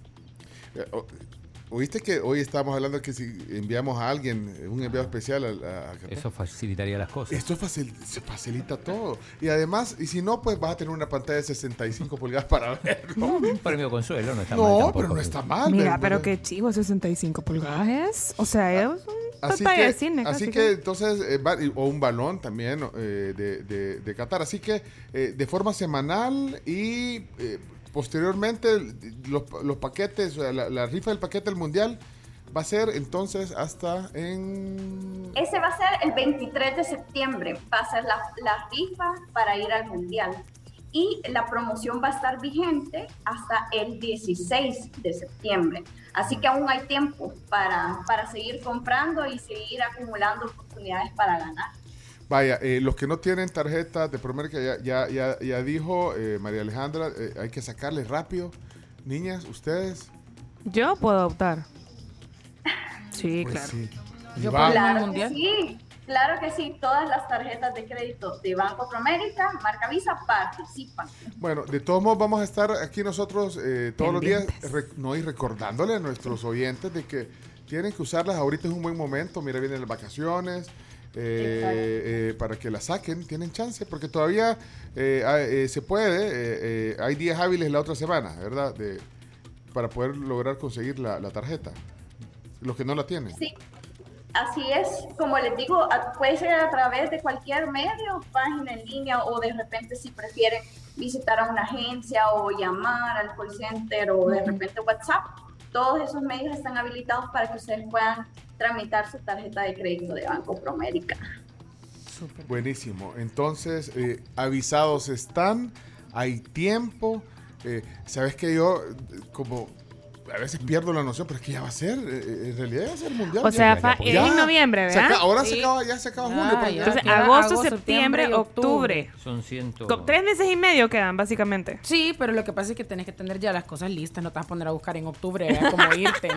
¿Oíste que hoy estábamos hablando que si enviamos a alguien un enviado especial a Qatar? Eso facilitaría las cosas. Esto se facilita todo. Y además, y si no, pues vas a tener una pantalla de 65 pulgadas para verlo. Un premio consuelo, no está mal. No, tampoco, pero no está mal. Mira, pero qué chivo, 65 pulgadas es. O sea, es una pantalla de cine. Así que entonces, o un balón también de Qatar. Así que de forma semanal y... posteriormente, los paquetes, o sea, la rifa del paquete del Mundial va a ser entonces hasta en... Ese va a ser el 23 de septiembre, va a ser la rifa para ir al Mundial. Y la promoción va a estar vigente hasta el 16 de septiembre. Así que aún hay tiempo para seguir comprando y seguir acumulando oportunidades para ganar. Vaya, los que no tienen tarjeta de Promérica, ya dijo María Alejandra, hay que sacarle rápido. Niñas, ¿ustedes? Yo puedo optar. Sí, pues claro. Sí. Yo puedo ir al Mundial. Sí, claro que sí. Todas las tarjetas de crédito de Banco Promérica, marca Visa, participan. Bueno, de todos modos vamos a estar aquí nosotros todos los días y recordándole a nuestros oyentes de que tienen que usarlas. Ahorita es un buen momento. Mira, vienen las vacaciones. Para que la saquen, tienen chance, porque todavía se puede, hay días hábiles la otra semana, ¿verdad? Para poder lograr conseguir la tarjeta, los que no la tienen. Sí, así es, como les digo, puede ser a través de cualquier medio, página en línea, o de repente si prefieren visitar a una agencia o llamar al call center o de repente WhatsApp. Todos esos medios están habilitados para que ustedes puedan tramitar su tarjeta de crédito de Banco Promérica. Super. Buenísimo. Entonces, avisados están, hay tiempo. Sabes que yo, como a veces pierdo la noción, pero es que ya va a ser, en realidad ya va a ser mundial. O sea, es en noviembre, ¿verdad? Ahora sí. se acaba julio. Entonces, agosto, septiembre, octubre. Son 100. 3 meses y medio quedan, básicamente. Sí, pero lo que pasa es que tenés que tener ya las cosas listas, no te vas a poner a buscar en octubre, ¿verdad? Como irte,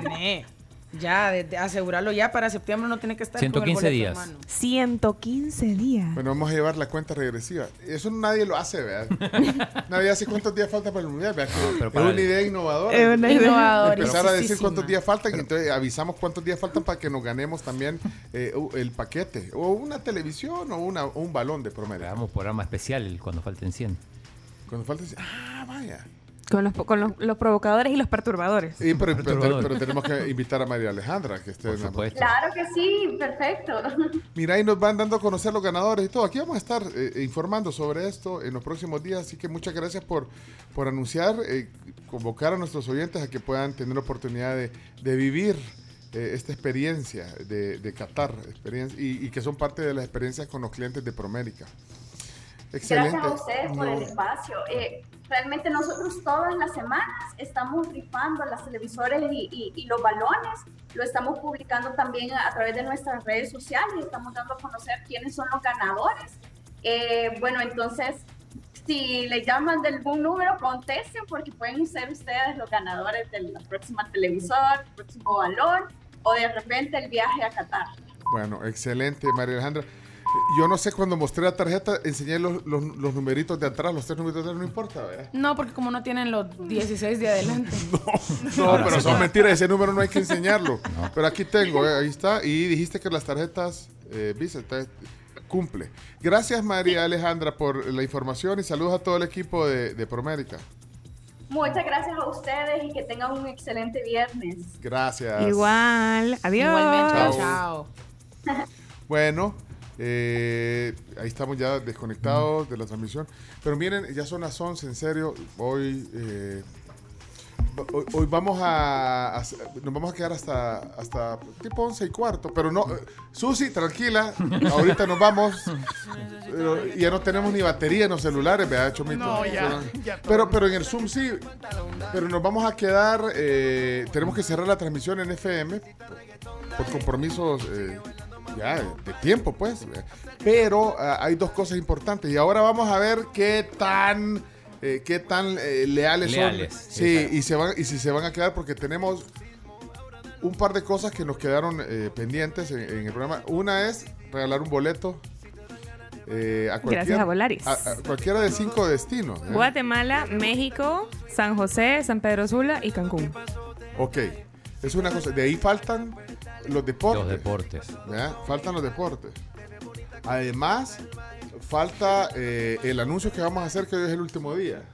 Ya, asegurarlo ya para septiembre, no tiene que estar 115 con el días. 115 días. Bueno, vamos a llevar la cuenta regresiva. Eso nadie lo hace, ¿verdad? Nadie hace cuántos días faltan para el mundial, ¿verdad? Es una idea innovadora. Es una idea empezar a decir cuántos días faltan y entonces avisamos cuántos días faltan para que nos ganemos también el paquete. O una televisión o un balón de promedio. Hagamos programa especial cuando falten 100. Cuando falten 100. Ah, vaya. Con los provocadores y los perturbadores. Sí, pero tenemos que invitar a María Alejandra, que esté en la... Claro que sí, perfecto. Mira, y nos van dando a conocer los ganadores y todo. Aquí vamos a estar informando sobre esto en los próximos días, así que muchas gracias por anunciar, convocar a nuestros oyentes a que puedan tener la oportunidad de vivir esta experiencia de Qatar, y que son parte de las experiencias con los clientes de Promérica. Excelente. Gracias a ustedes por el espacio. Realmente nosotros todas las semanas estamos rifando las televisores y los balones. Lo estamos publicando también a través de nuestras redes sociales. Estamos dando a conocer quiénes son los ganadores. Bueno, entonces, si le llaman de algún número, contesten porque pueden ser ustedes los ganadores de la próxima televisor, el próximo balón o de repente el viaje a Qatar. Bueno, excelente, María Alejandra. Yo no sé, cuando mostré la tarjeta, enseñé los numeritos de atrás, los 3 numeritos de atrás, no importa, ¿verdad? No, porque como no tienen los 16 de adelante. No, pero son mentiras, ese número no hay que enseñarlo. No. Pero aquí tengo, ahí está, y dijiste que las tarjetas Visa cumple. Gracias, María Alejandra, por la información y saludos a todo el equipo de Promérica. Muchas gracias a ustedes y que tengan un excelente viernes. Gracias. Igual, adiós. Igualmente, chao. Bueno, ahí estamos ya desconectados de la transmisión. Pero miren, ya son las 11, en serio. Hoy nos vamos a quedar hasta tipo 11:15. Pero no, Susi, tranquila. Ahorita nos vamos. Ya no tenemos ni batería en los celulares, ¿verdad, Chomito? No, ya pero en el Zoom sí. Pero nos vamos a quedar. Tenemos que cerrar la transmisión en FM por compromisos ya de tiempo, pues. Pero hay dos cosas importantes. Y ahora vamos a ver qué tan leales son. Sí, y si se van a quedar, porque tenemos un par de cosas que nos quedaron pendientes en el programa. Una es regalar un boleto gracias a Volaris. A cualquiera de 5 destinos. Guatemala, México, San José, San Pedro Sula y Cancún. Ok, es una cosa. De ahí faltan los deportes. Los deportes. ¿Verdad? Faltan los deportes. Además, falta el anuncio que vamos a hacer, que hoy es el último día.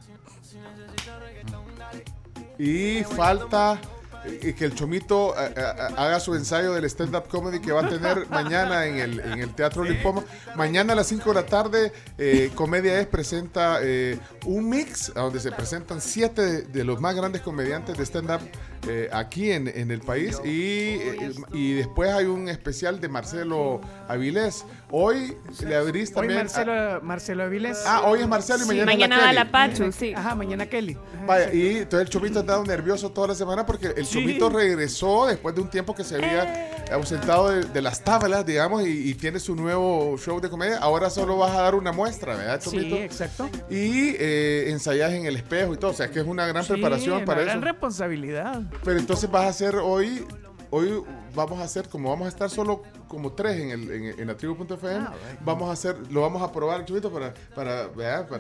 Y falta que el Chomito haga su ensayo del stand-up comedy que va a tener mañana en el Teatro Lipoma. Mañana a las 5 de la tarde, Comedia presenta un mix donde se presentan 7 de los más grandes comediantes de stand-up aquí en el país. Y después hay un especial de Marcelo Avilés. Hoy le abrís también. Hoy Marcelo Avilés. Hoy es Marcelo y mañana va la Pachu, sí. Ajá, mañana Kelly. Vaya, y entonces el Chomito ha estado nervioso toda la semana porque el Chomito regresó después de un tiempo que se había ausentado de las tablas, digamos, y tiene su nuevo show de comedia. Ahora solo vas a dar una muestra, ¿verdad, Chomito? Sí, exacto. Y ensayas en el espejo y todo, o sea que es una gran preparación para eso. Gran responsabilidad. Pero entonces vas a hacer hoy vamos a hacer, como vamos a estar solo como 3 en la tribu.fm, lo vamos a probar, Chubito, para.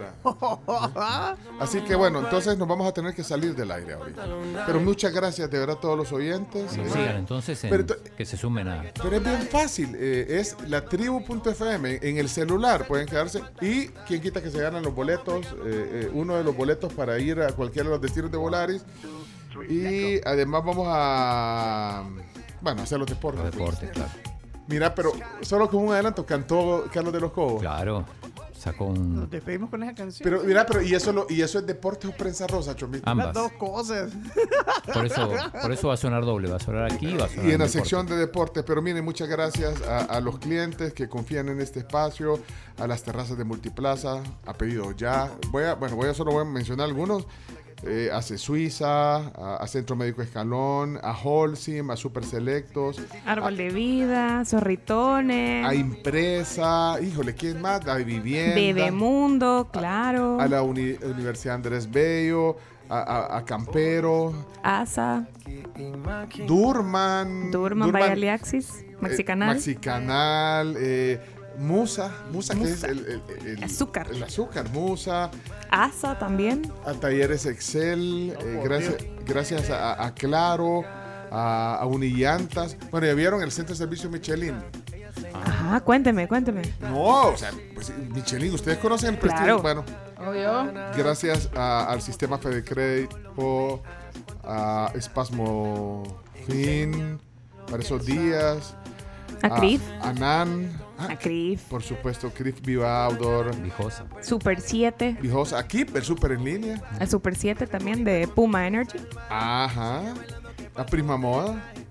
Así que bueno, entonces nos vamos a tener que salir del aire ahorita. Pero muchas gracias de verdad a todos los oyentes. Sigan entonces que se sumen a. Pero es bien fácil, es la tribu.fm, en el celular pueden quedarse, y quien quita que se ganan los boletos, uno de los boletos para ir a cualquiera de los destinos de Volaris. Y además vamos a hacer los deportes. Los deportes, claro. Mira, pero solo como un adelanto cantó Carlos de los Cobos. Claro, sacó un... Nos despedimos con esa canción. Pero mira, y eso es deportes o prensa rosa, Chomito. Ambas. Las dos cosas. Por eso va a sonar doble, va a sonar aquí, va a sonar y en la sección de deportes. Pero miren, muchas gracias a los clientes que confían en este espacio, a las terrazas de Multiplaza, a pedido ya. Solo voy a mencionar algunos. A Suiza, a Centro Médico Escalón, a Holcim, a Super Selectos, Árbol de Vida, Zorritones, a Impresa, híjole, ¿quién más? A Vivienda, Bebemundo, claro, a la Universidad Andrés Bello, a Campero, ASA, Durman Vaya Aliaxis, Maxicanal, Musa, que es el azúcar. El azúcar, Musa. ASA también. A Talleres Excel, gracias a Claro, a Unillantas. Bueno, ya vieron el Centro de Servicio Michelin. Ajá, cuénteme. No, o sea, pues Michelin, ¿ustedes conocen el prestigio? Claro. Bueno, obvio. Gracias al sistema Fede Crédito, a Espasmo Fin, para esos días. A CRIF. A NAN. A CRIF. Por supuesto, CRIF Viva Outdoor. Vijosa. Super 7. Vijosa. Aquí, el Super en línea. El Super 7 también de Puma Energy. Ajá. A Prisma Moda.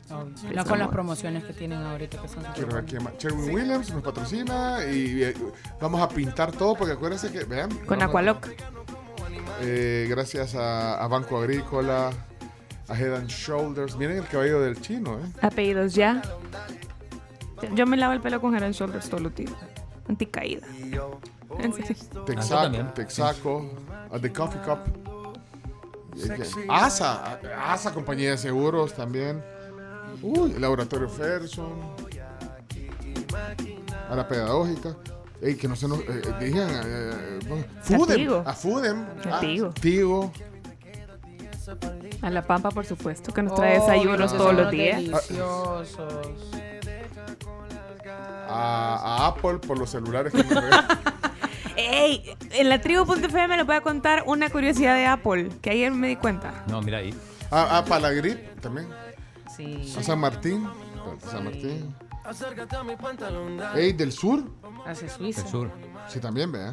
No con las promociones que tienen ahorita, que son Quiero ver quién más. Sherwin Williams nos patrocina y vamos a pintar todo porque acuérdense que, vean. Con Aqualock. Gracias a Banco Agrícola, a Head and Shoulders. Miren el cabello del chino, Apellidos ya. Yo me lavo el pelo con Head and Shoulders todos los días. Anticaída. Texaco, The Coffee Cup. ASA, compañía de seguros también. El Laboratorio Ferson. A la Pedagógica. Que no se nos digan. Fudem. Tigo. A La Pampa, por supuesto, que nos trae desayunos todos los días. Deliciosos. A Apple por los celulares que nos regalan. Ey, en la tribu.fm les voy a contar una curiosidad de Apple, que ayer me di cuenta. No, mira ahí. Para la grip también. Sí. A San Martín. Del sur. Hacia Suiza. Del sur. Sí, también, vea.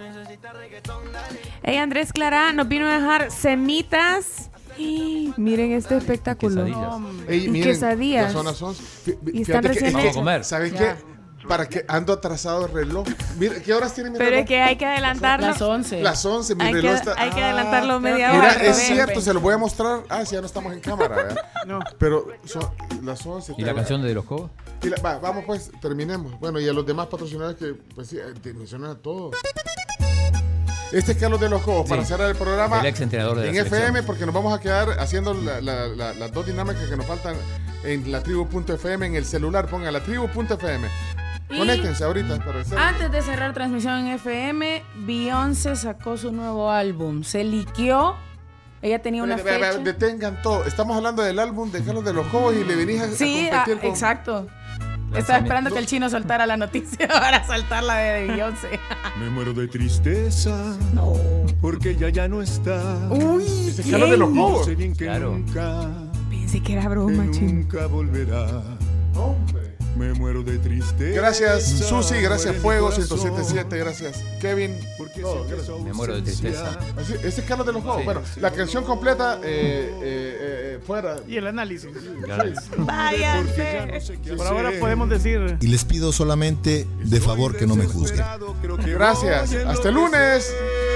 Ey, Andrés Clara nos vino a dejar semitas. Miren este espectáculo. Quesadillas. Las zonas 11. Y están recién vamos a comer. ¿Saben qué? Para que ando atrasado el reloj. Mira, ¿qué horas tiene mi reloj? Pero es que hay que adelantarlo. Las 11. Las 11, mi reloj está... Hay que adelantarlo media hora. Mira, es cierto, se lo voy a mostrar. Si ya no estamos en cámara, ¿verdad? No. Pero son las 11. ¿Y la canción de los Cobos? Vamos pues, terminemos. Bueno, y a los demás patrocinadores que, pues sí, te mencionan a todos. Este es Carlos de los Cobos, para cerrar el programa. El ex entrenador de la en FM, porque nos vamos a quedar haciendo las dos dinámicas que nos faltan en la tribu.fm, en el celular. Pongan la tribu.fm. Conéctense ahorita para hacer. Antes de cerrar transmisión en FM, Beyoncé sacó su nuevo álbum. Se liqueó. Ella tenía una fecha. Detengan todo. Estamos hablando del álbum de Carlos de los Cobos y le venís a competir con... exacto. Estaba esperando que el chino soltara la noticia para saltar la de Beyoncé. Me muero de tristeza. No. Porque ella ya no está. Uy, ese es Carlos de los Cobos. Sé bien que nunca. Pensé que era broma, chino. Nunca volverá. Hombre. Me muero de tristeza. Gracias, Susi. Gracias, Fuego 107.7. Gracias, Kevin. Me muero de tristeza. Ese es Carlos de los Cobos. Bueno, la canción completa fuera. Y el análisis. Váyanse. Por ahora podemos decir. Y les pido solamente de favor que no me juzguen. Gracias. Hasta el lunes.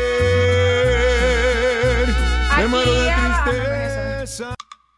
Me muero de tristeza.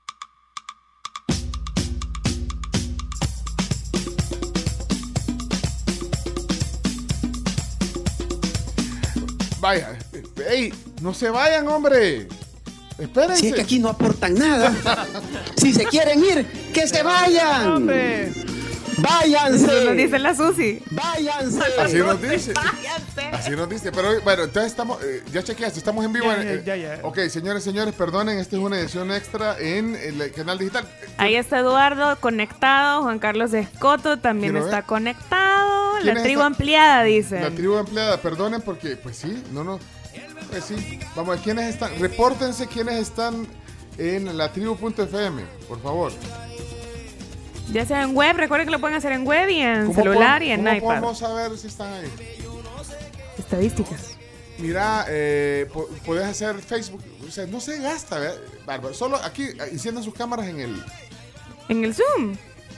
Vaya, no se vayan, hombre. Espérense. Si es que aquí no aportan nada. Si se quieren ir, que se vayan. ¡Hombre! ¡Váyanse! Eso nos dice la Susi. ¡Váyanse! Así nos dice. Así nos dice. Pero bueno, entonces estamos, ya chequeaste, estamos en vivo. Ya. Ok, señores, perdonen, esta es una edición extra en el canal digital. Ahí está Eduardo conectado, Juan Carlos Escoto también está conectado. La tribu ampliada, dice. La tribu ampliada, perdonen porque, pues sí, pues sí. Vamos a ver, ¿quiénes están? Repórtense quiénes están en la tribu.fm, por favor. Ya sea en web, recuerden que lo pueden hacer en web y en celular y en iPad. ¿Cómo podemos saber si están ahí? Estadísticas. Mira, puedes hacer Facebook, o sea, no se gasta, ¿verdad? Bárbaro. Solo aquí enciendan sus cámaras en el Zoom.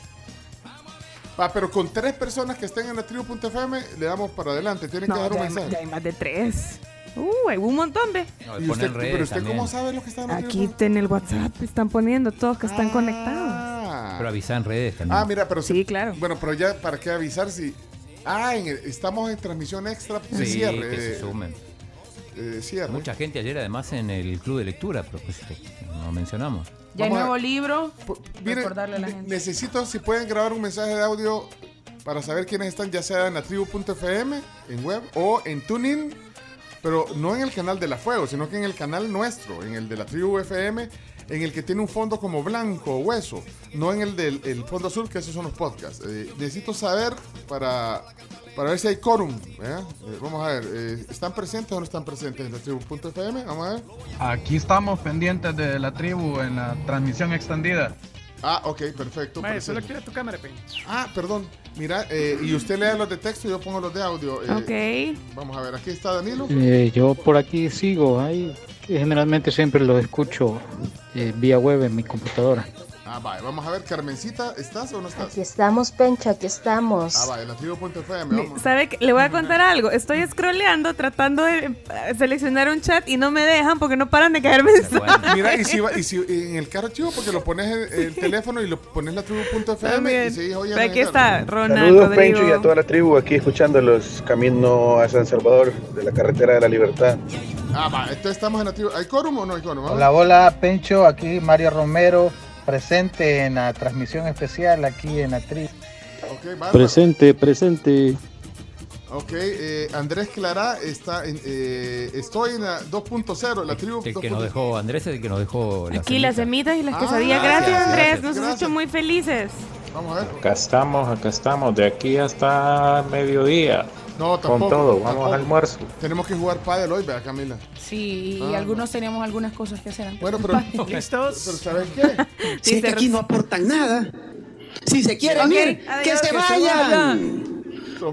Pero con 3 personas que estén en la tribu.fm le damos para adelante. Tienen que dar un mensaje. Ya hay más de 3. Hay un montón, ¿ve? No, ¿Y usted, pero usted cómo sabe lo que están haciendo? Aquí en el WhatsApp están poniendo todos que están conectados. Pero avisar en redes también. Mira, pero sí, claro. Bueno, pero ya, ¿para qué avisar si... estamos en transmisión extra de cierre. Que se sumen. Cierre. Mucha gente ayer, además, en el club de lectura, a propósito, no mencionamos. Ya hay nuevo libro. Miren, recordarle a la gente. Necesito, si pueden grabar un mensaje de audio para saber quiénes están, ya sea en la tribu.fm, en web o en TuneIn, pero no en el canal de La Fuego, sino que en el canal nuestro, en el de la Tribu FM, en el que tiene un fondo como blanco, hueso, no en el del fondo azul, que esos son los podcasts. Necesito saber para ver si hay quórum. Vamos a ver, ¿están presentes o no están presentes en la Tribu.fm? Vamos a ver. Aquí estamos pendientes de la tribu en la transmisión extendida. Ok, perfecto. Vale, solo quiero tu cámara, Peña. Perdón. Mira, y usted lea los de texto y yo pongo los de audio. Ok. Vamos a ver, aquí está Danilo. Yo por aquí sigo, ahí generalmente siempre lo escucho vía web en mi computadora. Vale, vamos a ver, Carmencita, ¿estás o no estás? Aquí estamos, Pencho, aquí estamos. Vale, en la tribu.fm, vamos. ¿Sabe qué? Le voy a contar algo. Estoy scrolleando tratando de seleccionar un chat y no me dejan porque no paran de caer mensajes. Mira, y si en el carro, chivo, porque lo pones el teléfono y lo pones la tribu.fm y seguís oyendo. Aquí está Ronald. Saludos, Rodrigo. Pencho, y a toda la tribu aquí escuchándolos camino a San Salvador de la carretera de la Libertad. Entonces estamos en la tribu. ¿Hay quórum o no hay quórum? Hola, Pencho, aquí Mario Romero, presente en la transmisión especial aquí en la tribu. Okay, Presente. Ok, Andrés Clará está estoy en la 2.0, la tribu. El que nos dejó, Andrés es el que nos dejó aquí las semitas y las quesadillas. Gracias, Andrés, nos has hecho muy felices. Vamos a ver. Acá estamos, de aquí hasta mediodía. No, tampoco. Con todo, vamos tampoco. al almuerzo. Tenemos que jugar pádel hoy, ¿verdad, Camila? Sí, y algunos teníamos algunas cosas que hacer antes. Bueno, pero ¿listos? Pero ¿sabes qué? Si es que aquí no aportan nada. Si se quieren ir, que se vayan.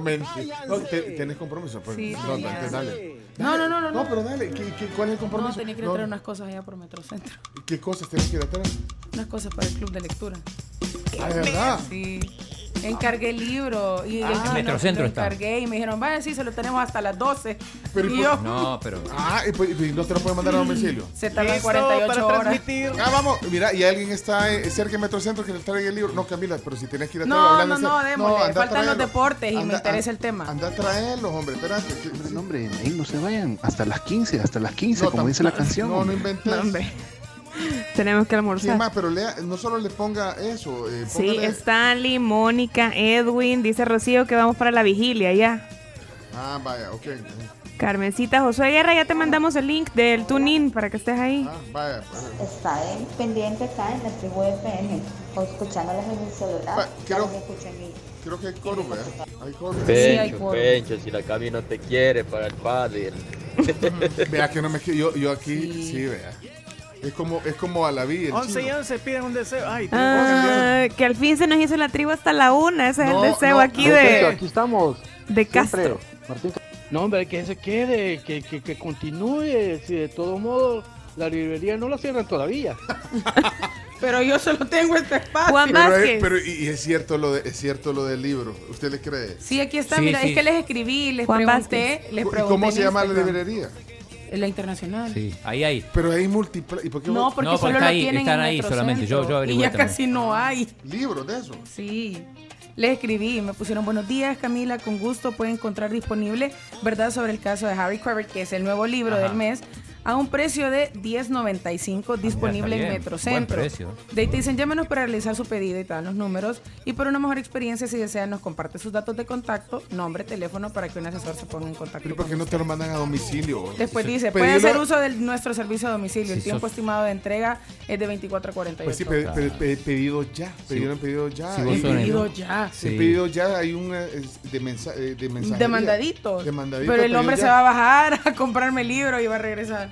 ¿Tienes compromiso? Pues, Sí, dale. No. No, pero dale, ¿cuál es el compromiso? No, tenía que ir a traer unas cosas allá por Metrocentro. ¿Qué cosas tienes que ir a traer? Unas cosas para el club de lectura. ¿De verdad? Sí. Encargué el libro y el Metrocentro lo está. encargué y me dijeron, vaya, sí, se lo tenemos hasta las 12. Pero, y yo, No, pero... ¿y no te lo pueden mandar a domicilio? se tardan 48 horas. Vamos, mira, y alguien está cerca de Metrocentro que le traiga el libro. No, Camila, pero si tienes que ir a No, démosle, faltan los deportes y me interesa el tema. Anda a traerlos, hombre, espérate. No, hombre, ahí no se vayan, hasta las 15, no, como dice la canción. No inventes. No, hombre. Tenemos que almorzar. ¿Quién más? Pero lea, no solo le ponga eso. Sí, Stanley, Mónica, Edwin, dice Rocío que vamos para la vigilia ya. Vaya, ok. Carmencita, Josué Guerra, ya te mandamos el link del TuneIn para que estés ahí. Vaya. Está pendiente acá en la tribu FM, o escuchándolas en el celular. Creo que hay quórum, ¿verdad? Hay quórum. Pencho, si la Cami no te quiere para el pádel. Vea que no me quiero. Yo aquí, sí, vea. Es como a la vida. 11 y 11 piden un deseo. Que al fin se nos hizo la tribu hasta la 1. Ese es el deseo aquí de. Aquí estamos. De Castro. Martín. No, hombre, que se quede, que continúe. Si de todos modos la librería no la cierran todavía. Pero yo solo tengo este espacio. Juan Vázquez. Pero y es cierto lo del libro. ¿Usted le cree? Sí, aquí está. Mira, es que les escribí, les Juan pregunté. ¿Cómo se llama la librería? La Internacional. Sí, ahí hay. Pero hay múltiples. ¿Y por qué no? Porque solo lo tienen están en ahí Metrocentro. solamente. Yo averigué y ya también. casi no hay. ¿Libros de eso? Sí. Les escribí y me pusieron buenos días, Camila, con gusto pueden encontrar disponible Verdad sobre el caso de Harry Quebert, que es el nuevo libro del mes, a un precio de $10.95 disponible en Metrocentro. Buen precio. De ahí te dicen, llámenos para realizar su pedido y te dan los números. Y por una mejor experiencia, si desean, nos comparte sus datos de contacto, nombre, teléfono, para que un asesor se ponga en contacto. ¿Pero por qué no te lo mandan a domicilio? Después dice, puede hacer uso de nuestro servicio a domicilio. El tiempo estimado de entrega es de 24 a 48 Pues sí, pedido ya. Pedido ya. Pedido ya. Hay un de mensajería. De mandaditos. Pero el hombre se va a bajar a comprarme el libro y va a regresar.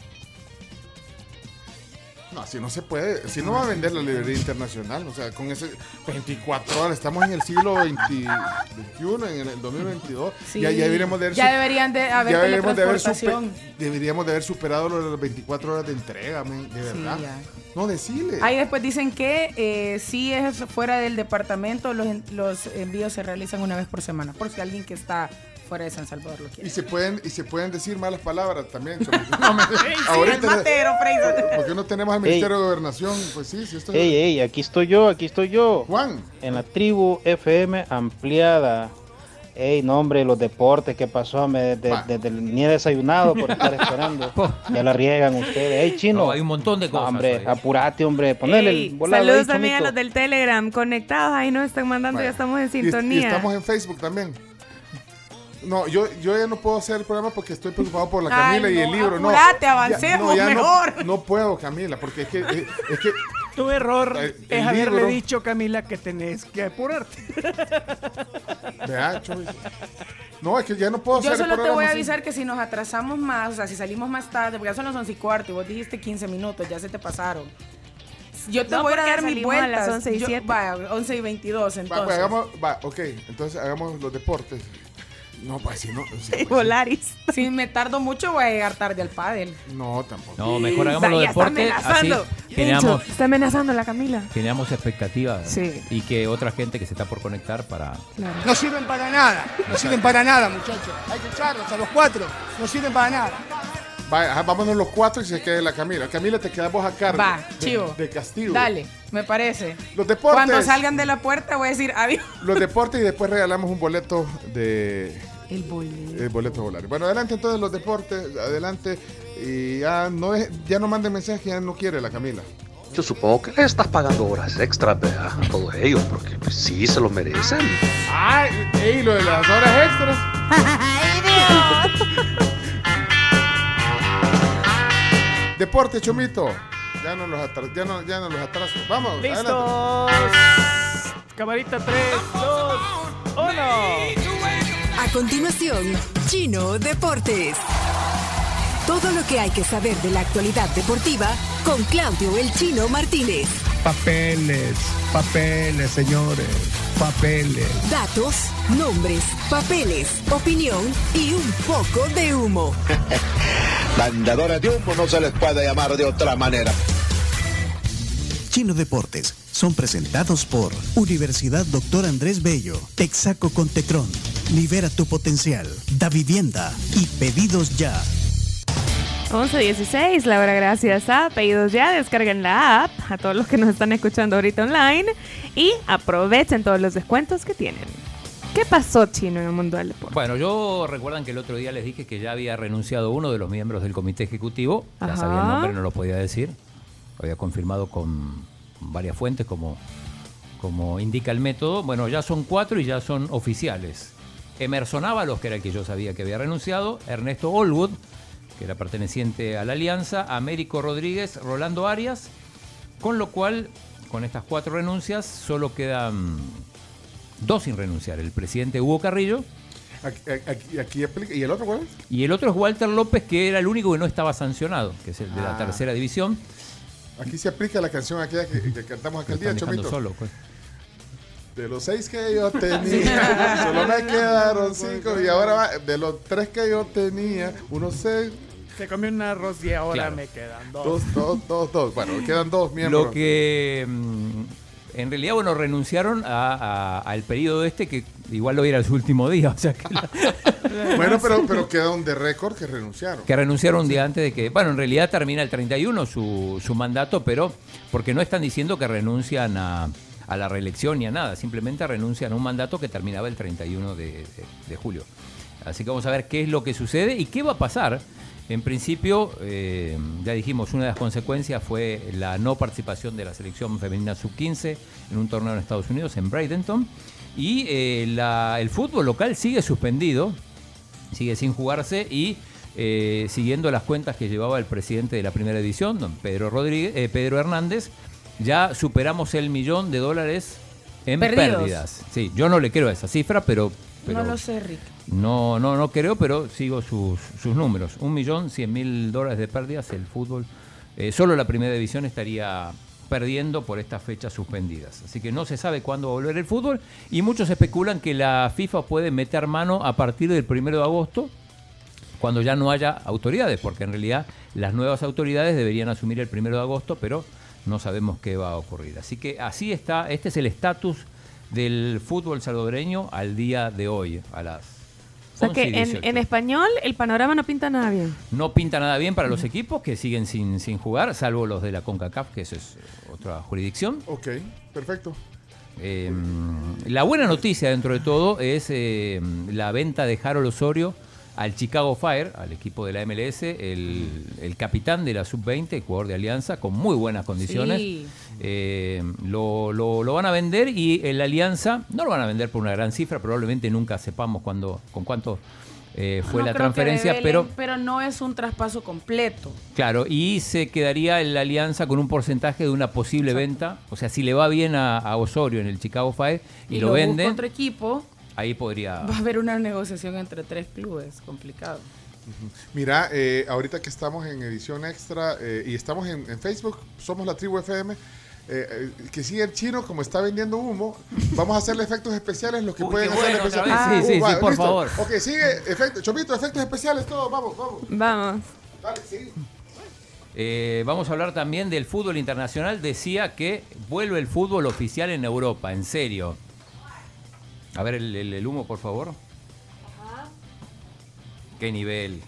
No, así no se puede. Así no va a vender la librería internacional. O sea, con ese 24 horas. Estamos en el siglo XXI, en el 2022. Sí. Ya deberíamos de deberían de haber teletransportación. Deberíamos de haber superado las 24 horas de entrega, de verdad. Sí, no, decile. Ahí después dicen que si es fuera del departamento, los envíos se realizan una vez por semana. Por si alguien que está fuera de San Salvador lo quiere. Y se pueden decir malas palabras también. Ahorita, porque no tenemos al Ministerio de Gobernación. Pues sí, esto es... aquí estoy yo. Juan. En la tribu FM ampliada. No, hombre, los deportes, ¿qué pasó? Ni he desayunado por estar esperando. Ya la riegan ustedes. Chino. No, hay un montón de cosas. Hombre, apurate, hombre. Ponele el volado. Saludos también a los del Telegram. Conectados, ahí nos están mandando, ya estamos en sintonía. Y estamos en Facebook también. No, yo ya no puedo hacer el programa porque estoy preocupado por la Camila y el libro. Apurate, avancemos mejor. No puedo, Camila, porque es que tu error es haberle dicho, Camila, que tenés que apurarte. Vea, no, es que ya no puedo hacer el programa. Yo solo te voy a avisar que si nos atrasamos más, o sea, si salimos más tarde, porque ya son las 11:15 y vos dijiste 15 minutos, ya se te pasaron. Yo te voy a dar mi vuelta a las 11:07. Vaya, 11:22 entonces. Ok, entonces hagamos los deportes. No, pues si no. Volaris. Si me tardo mucho, voy a llegar tarde al pádel. No, tampoco. No, mejor hagamos los deportes. Así generamos, está amenazando la Camila. Generamos expectativas. Sí. Y que otra gente que se está por conectar para. Claro. No sirven para nada. No sirven para nada, muchachos. Hay que echarlos a los 4. No sirven para nada. Vámonos los 4 y se quede la Camila. Camila, te quedamos a cargo. Va, chivo. De castigo. Dale, me parece. Los deportes. Cuando salgan de la puerta voy a decir adiós. Los deportes y después regalamos un boleto de... El boleto. El boleto volar. Bueno, adelante entonces los deportes. Adelante. Y ya no manden mensajes, ya no quiere la Camila. Yo supongo que le estás pagando horas extras, ¿verdad? A todos ellos, porque pues, sí se lo merecen. Ay, y lo de las horas extras. ¡Ay, Dios! Deporte, Chomito. Ya no los atraso. Vamos, ¡listos! Adelante. Camarita 3, 2, 1. A continuación, Chino Deportes. Todo lo que hay que saber de la actualidad deportiva con Claudio El Chino Martínez. Papeles, señores, papeles. Datos, nombres, papeles, opinión y un poco de humo. Mandadores de humo no se les puede llamar de otra manera. Chino Deportes son presentados por Universidad Dr. Andrés Bello, Texaco con Tecron, Libera tu Potencial, Da Vivienda y Pedidos Ya. 11:16, la hora gracias a Pedidos Ya. Descarguen la app a todos los que nos están escuchando ahorita online y aprovechen todos los descuentos que tienen. ¿Qué pasó, Chino, en el mundo del deporte? Bueno, recuerdan que el otro día les dije que ya había renunciado uno de los miembros del comité ejecutivo. Ajá. Ya sabía el nombre, no lo podía decir. Lo había confirmado con varias fuentes, como indica el método. Bueno, ya son 4 y ya son oficiales. Emerson Ábalos, que era el que yo sabía que había renunciado. Ernesto Allwood, que era perteneciente a la Alianza. Américo Rodríguez, Rolando Arias. Con lo cual, con estas 4 renuncias, solo quedan 2 sin renunciar. El presidente Hugo Carrillo. Aquí explica. ¿Y el otro cuál es? Y el otro es Walter López, que era el único que no estaba sancionado, que es el de la tercera división. Aquí se aplica la canción aquella que cantamos aquel día, Chomito. Solo, pues. De los 6 que yo tenía, solo me quedaron 5. Y ahora va, de los 3 que yo tenía, uno se comió un arroz y ahora me quedan 2. Dos. Bueno, quedan 2 miembros. Lo que en realidad, bueno, renunciaron al periodo que igual lo era su último día. O sea que bueno, pero queda un de récord que renunciaron. Que renunciaron un día antes de que, bueno, en realidad termina el 31 su mandato, pero porque no están diciendo que renuncian a la reelección ni a nada, simplemente renuncian a un mandato que terminaba el 31 de julio. Así que vamos a ver qué es lo que sucede y qué va a pasar. En principio, ya dijimos, una de las consecuencias fue la no participación de la selección femenina sub-15 en un torneo en Estados Unidos, en Bradenton. Y el fútbol local sigue suspendido, sigue sin jugarse y siguiendo las cuentas que llevaba el presidente de la primera división, don Pedro Hernández, ya superamos el $1.000.000 en pérdidas. Sí, yo no le creo a esa cifra, pero no lo sé, Rick. No creo, pero sigo sus números. $1.100.000 de pérdidas el fútbol. Solo la primera división estaría perdiendo por estas fechas suspendidas. Así que no se sabe cuándo va a volver el fútbol y muchos especulan que la FIFA puede meter mano a partir del 1 de agosto, cuando ya no haya autoridades, porque en realidad las nuevas autoridades deberían asumir el 1 de agosto, pero no sabemos qué va a ocurrir. Así que así está, este es el estatus del fútbol salvadoreño al día de hoy, a las 11:18. O sea que en español el panorama no pinta nada bien. No pinta nada bien para los equipos que siguen sin jugar, salvo los de la CONCACAF, que eso es otra jurisdicción. Ok, perfecto. La buena noticia dentro de todo es la venta de Harold Osorio al Chicago Fire, al equipo de la MLS, el capitán de la Sub-20, jugador de Alianza, con muy buenas condiciones. Sí. Lo van a vender y en la Alianza no lo van a vender por una gran cifra, probablemente nunca sepamos con cuánto fue la transferencia, pero no es un traspaso completo. Claro, y se quedaría en la Alianza con un porcentaje de una posible venta. O sea, si le va bien a Osorio en el Chicago Fire y lo venden, otro equipo, ahí podría... Va a haber una negociación entre 3 clubes, complicado. Mira, ahorita que estamos en edición extra y estamos en Facebook, somos la Tribu FM, que sigue el chino, como está vendiendo humo, vamos a hacerle efectos especiales, los que pueden hacer bueno, especiales. Sí, por favor. Ok, sigue, Chomito, efectos especiales, todo, vamos. Vamos. Dale, sí. Vamos a hablar también del fútbol internacional. Decía que vuelve el fútbol oficial en Europa, en serio. A ver el humo, por favor. Ajá. Qué nivel.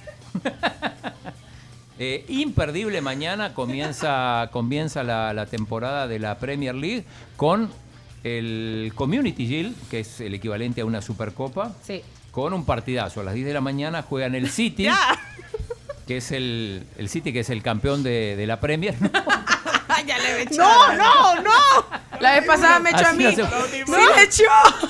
Imperdible mañana comienza la temporada de la Premier League con el Community Shield, que es el equivalente a una Supercopa, sí, con un partidazo. A las 10 de la mañana juegan el City, que es el City, que es el campeón de la Premier. Ya le echó. No. La vez pasada me echó a mí. Sí le echó.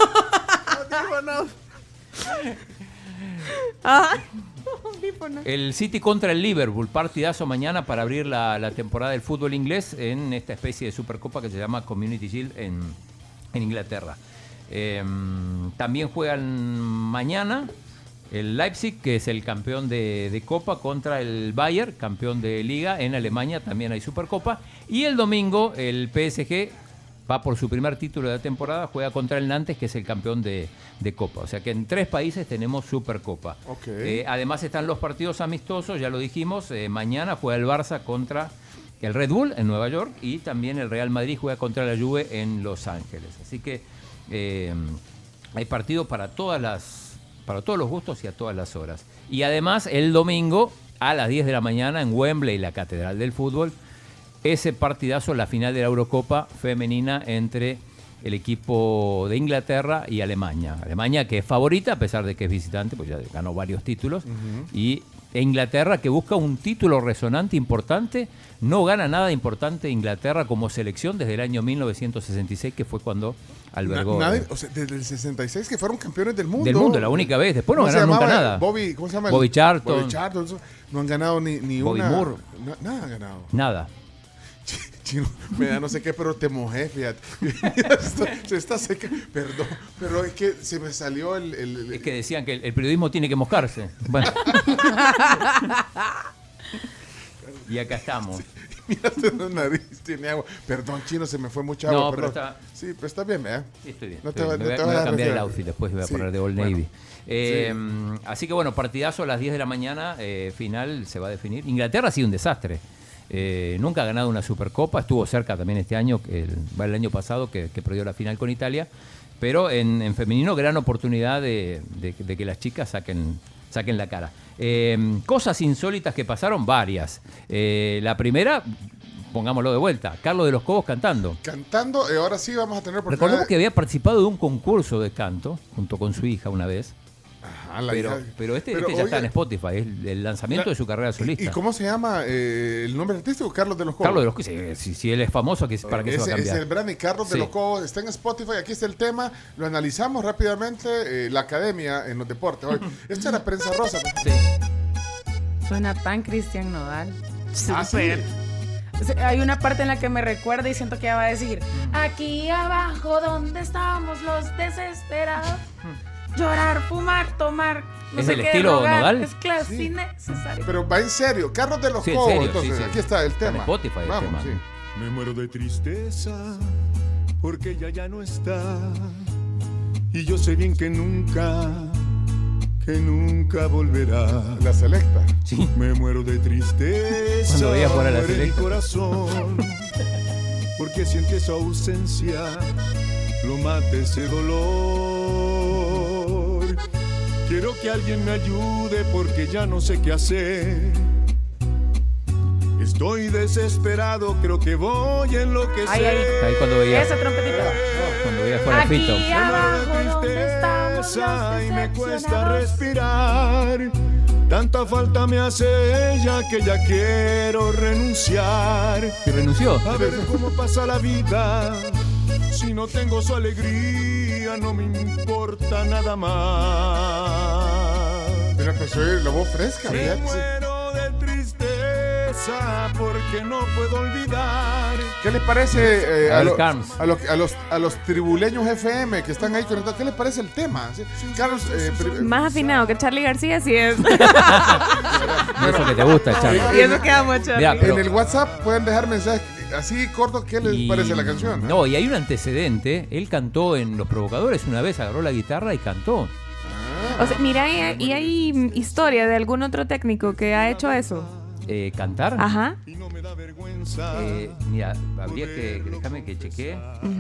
El City contra el Liverpool, partidazo mañana para abrir la temporada del fútbol inglés en esta especie de Supercopa que se llama Community Shield en Inglaterra. También juegan mañana el Leipzig, que es el campeón de Copa, contra el Bayern, campeón de Liga. En Alemania también hay Supercopa. Y el domingo el PSG va por su primer título de la temporada, juega contra el Nantes, que es el campeón de Copa. O sea que en 3 países tenemos Supercopa. Okay. Además están los partidos amistosos, ya lo dijimos. Mañana juega el Barça contra el Red Bull en Nueva York y también el Real Madrid juega contra la Juve en Los Ángeles. Así que hay partido para todos los gustos y a todas las horas. Y además el domingo a las 10 de la mañana en Wembley, la Catedral del Fútbol, ese partidazo, la final de la Eurocopa femenina entre el equipo de Inglaterra y Alemania. Alemania, que es favorita, a pesar de que es visitante, pues ya ganó varios títulos. Y Inglaterra, que busca un título resonante importante. No gana nada importante Inglaterra como selección desde el año 1966, que fue cuando albergó... O sea, desde el 66 que fueron campeones del mundo. Del mundo, la única vez. Después no ganaron nunca nada. ¿Cómo se llama? Bobby Charlton. No han ganado ni Bobby una... Moore. Nada han ganado. Nada. Chino, me da no sé qué, pero te mojé, fíjate. Se está seca. Perdón, pero es que se me salió el... Es que decían que el periodismo tiene que mojarse. Bueno. Y acá estamos. Sí, mira, la nariz tiene agua. Perdón, Chino, se me fue mucha agua. No, pero está... Sí, pero está bien, ¿verdad? Sí, estoy bien. No me voy a cambiar el outfit, después me voy a poner de Old Navy. Así que bueno, partidazo a las 10 de la mañana, final se va a definir. Inglaterra ha sido un desastre. Nunca ha ganado una Supercopa, estuvo cerca también este año, el año pasado que perdió la final con Italia, pero en femenino gran oportunidad de que las chicas saquen la cara. Cosas insólitas que pasaron, varias. La primera, pongámoslo de vuelta, Carlos de los Cobos cantando. Ahora sí vamos a tener oportunidad. Recordemos que había participado de un concurso de canto junto con su hija una vez. Ajá, pero este ya está en Spotify, es el lanzamiento de su carrera solista. ¿Y cómo se llama el nombre artístico? Carlos de los Cobos. Carlos de los Cobos, si él es famoso, ¿para qué se va a cambiar? Es el brand Carlos de los Cobos, está en Spotify, aquí está el tema, lo analizamos rápidamente, la academia en los deportes. Hoy. Esta era Prensa Rosa. Sí. Suena tan Cristian Nodal. Súper. Hay una parte en la que me recuerda y siento que ella va a decir: aquí abajo donde estamos los desesperados. Llorar, fumar, tomar. No sé el estilo rogar, Nodal. Es claro, sí, necesario. Pero va en serio. Carlos de los Cobos. Entonces, aquí está el tema. Spotify, vamos, el tema. Sí. Me muero de tristeza porque ella ya no está. Y yo sé bien que nunca volverá. La Selecta. Sí. Me muero de tristeza. Cuando veía fuera la Selecta. Selecta. Mi corazón, porque siente su ausencia, lo mata ese dolor. Quiero que alguien me ayude porque ya no sé qué hacer. Estoy desesperado, creo que voy a enloquecer. Ahí cuando veía esa trompetita. Cuando veía fuera Fito. Aquí abajo donde estamos los y me cuesta respirar. Tanta falta me hace ella que ya quiero renunciar. ¿Y renunció? A ver cómo pasa la vida. Si no tengo su alegría, no me importa nada más. Mira, pues soy la voz fresca. Me muero de tristeza porque no puedo olvidar. ¿Qué les parece a los tribuleños FM que están ahí conectados? ¿Qué les parece el tema? Carlos, más afinado que Charly García, sí es. Eso que te gusta, Charly. Y eso queda mucho. En el WhatsApp pueden dejar mensajes. así corto, ¿qué les parece la canción? No, y hay un antecedente. Él cantó en Los Provocadores una vez, agarró la guitarra y cantó. O sea, mira, ¿y hay historia de algún otro técnico que ha hecho eso? ¿Cantar? Ajá. Mira, habría que... Déjame que chequee.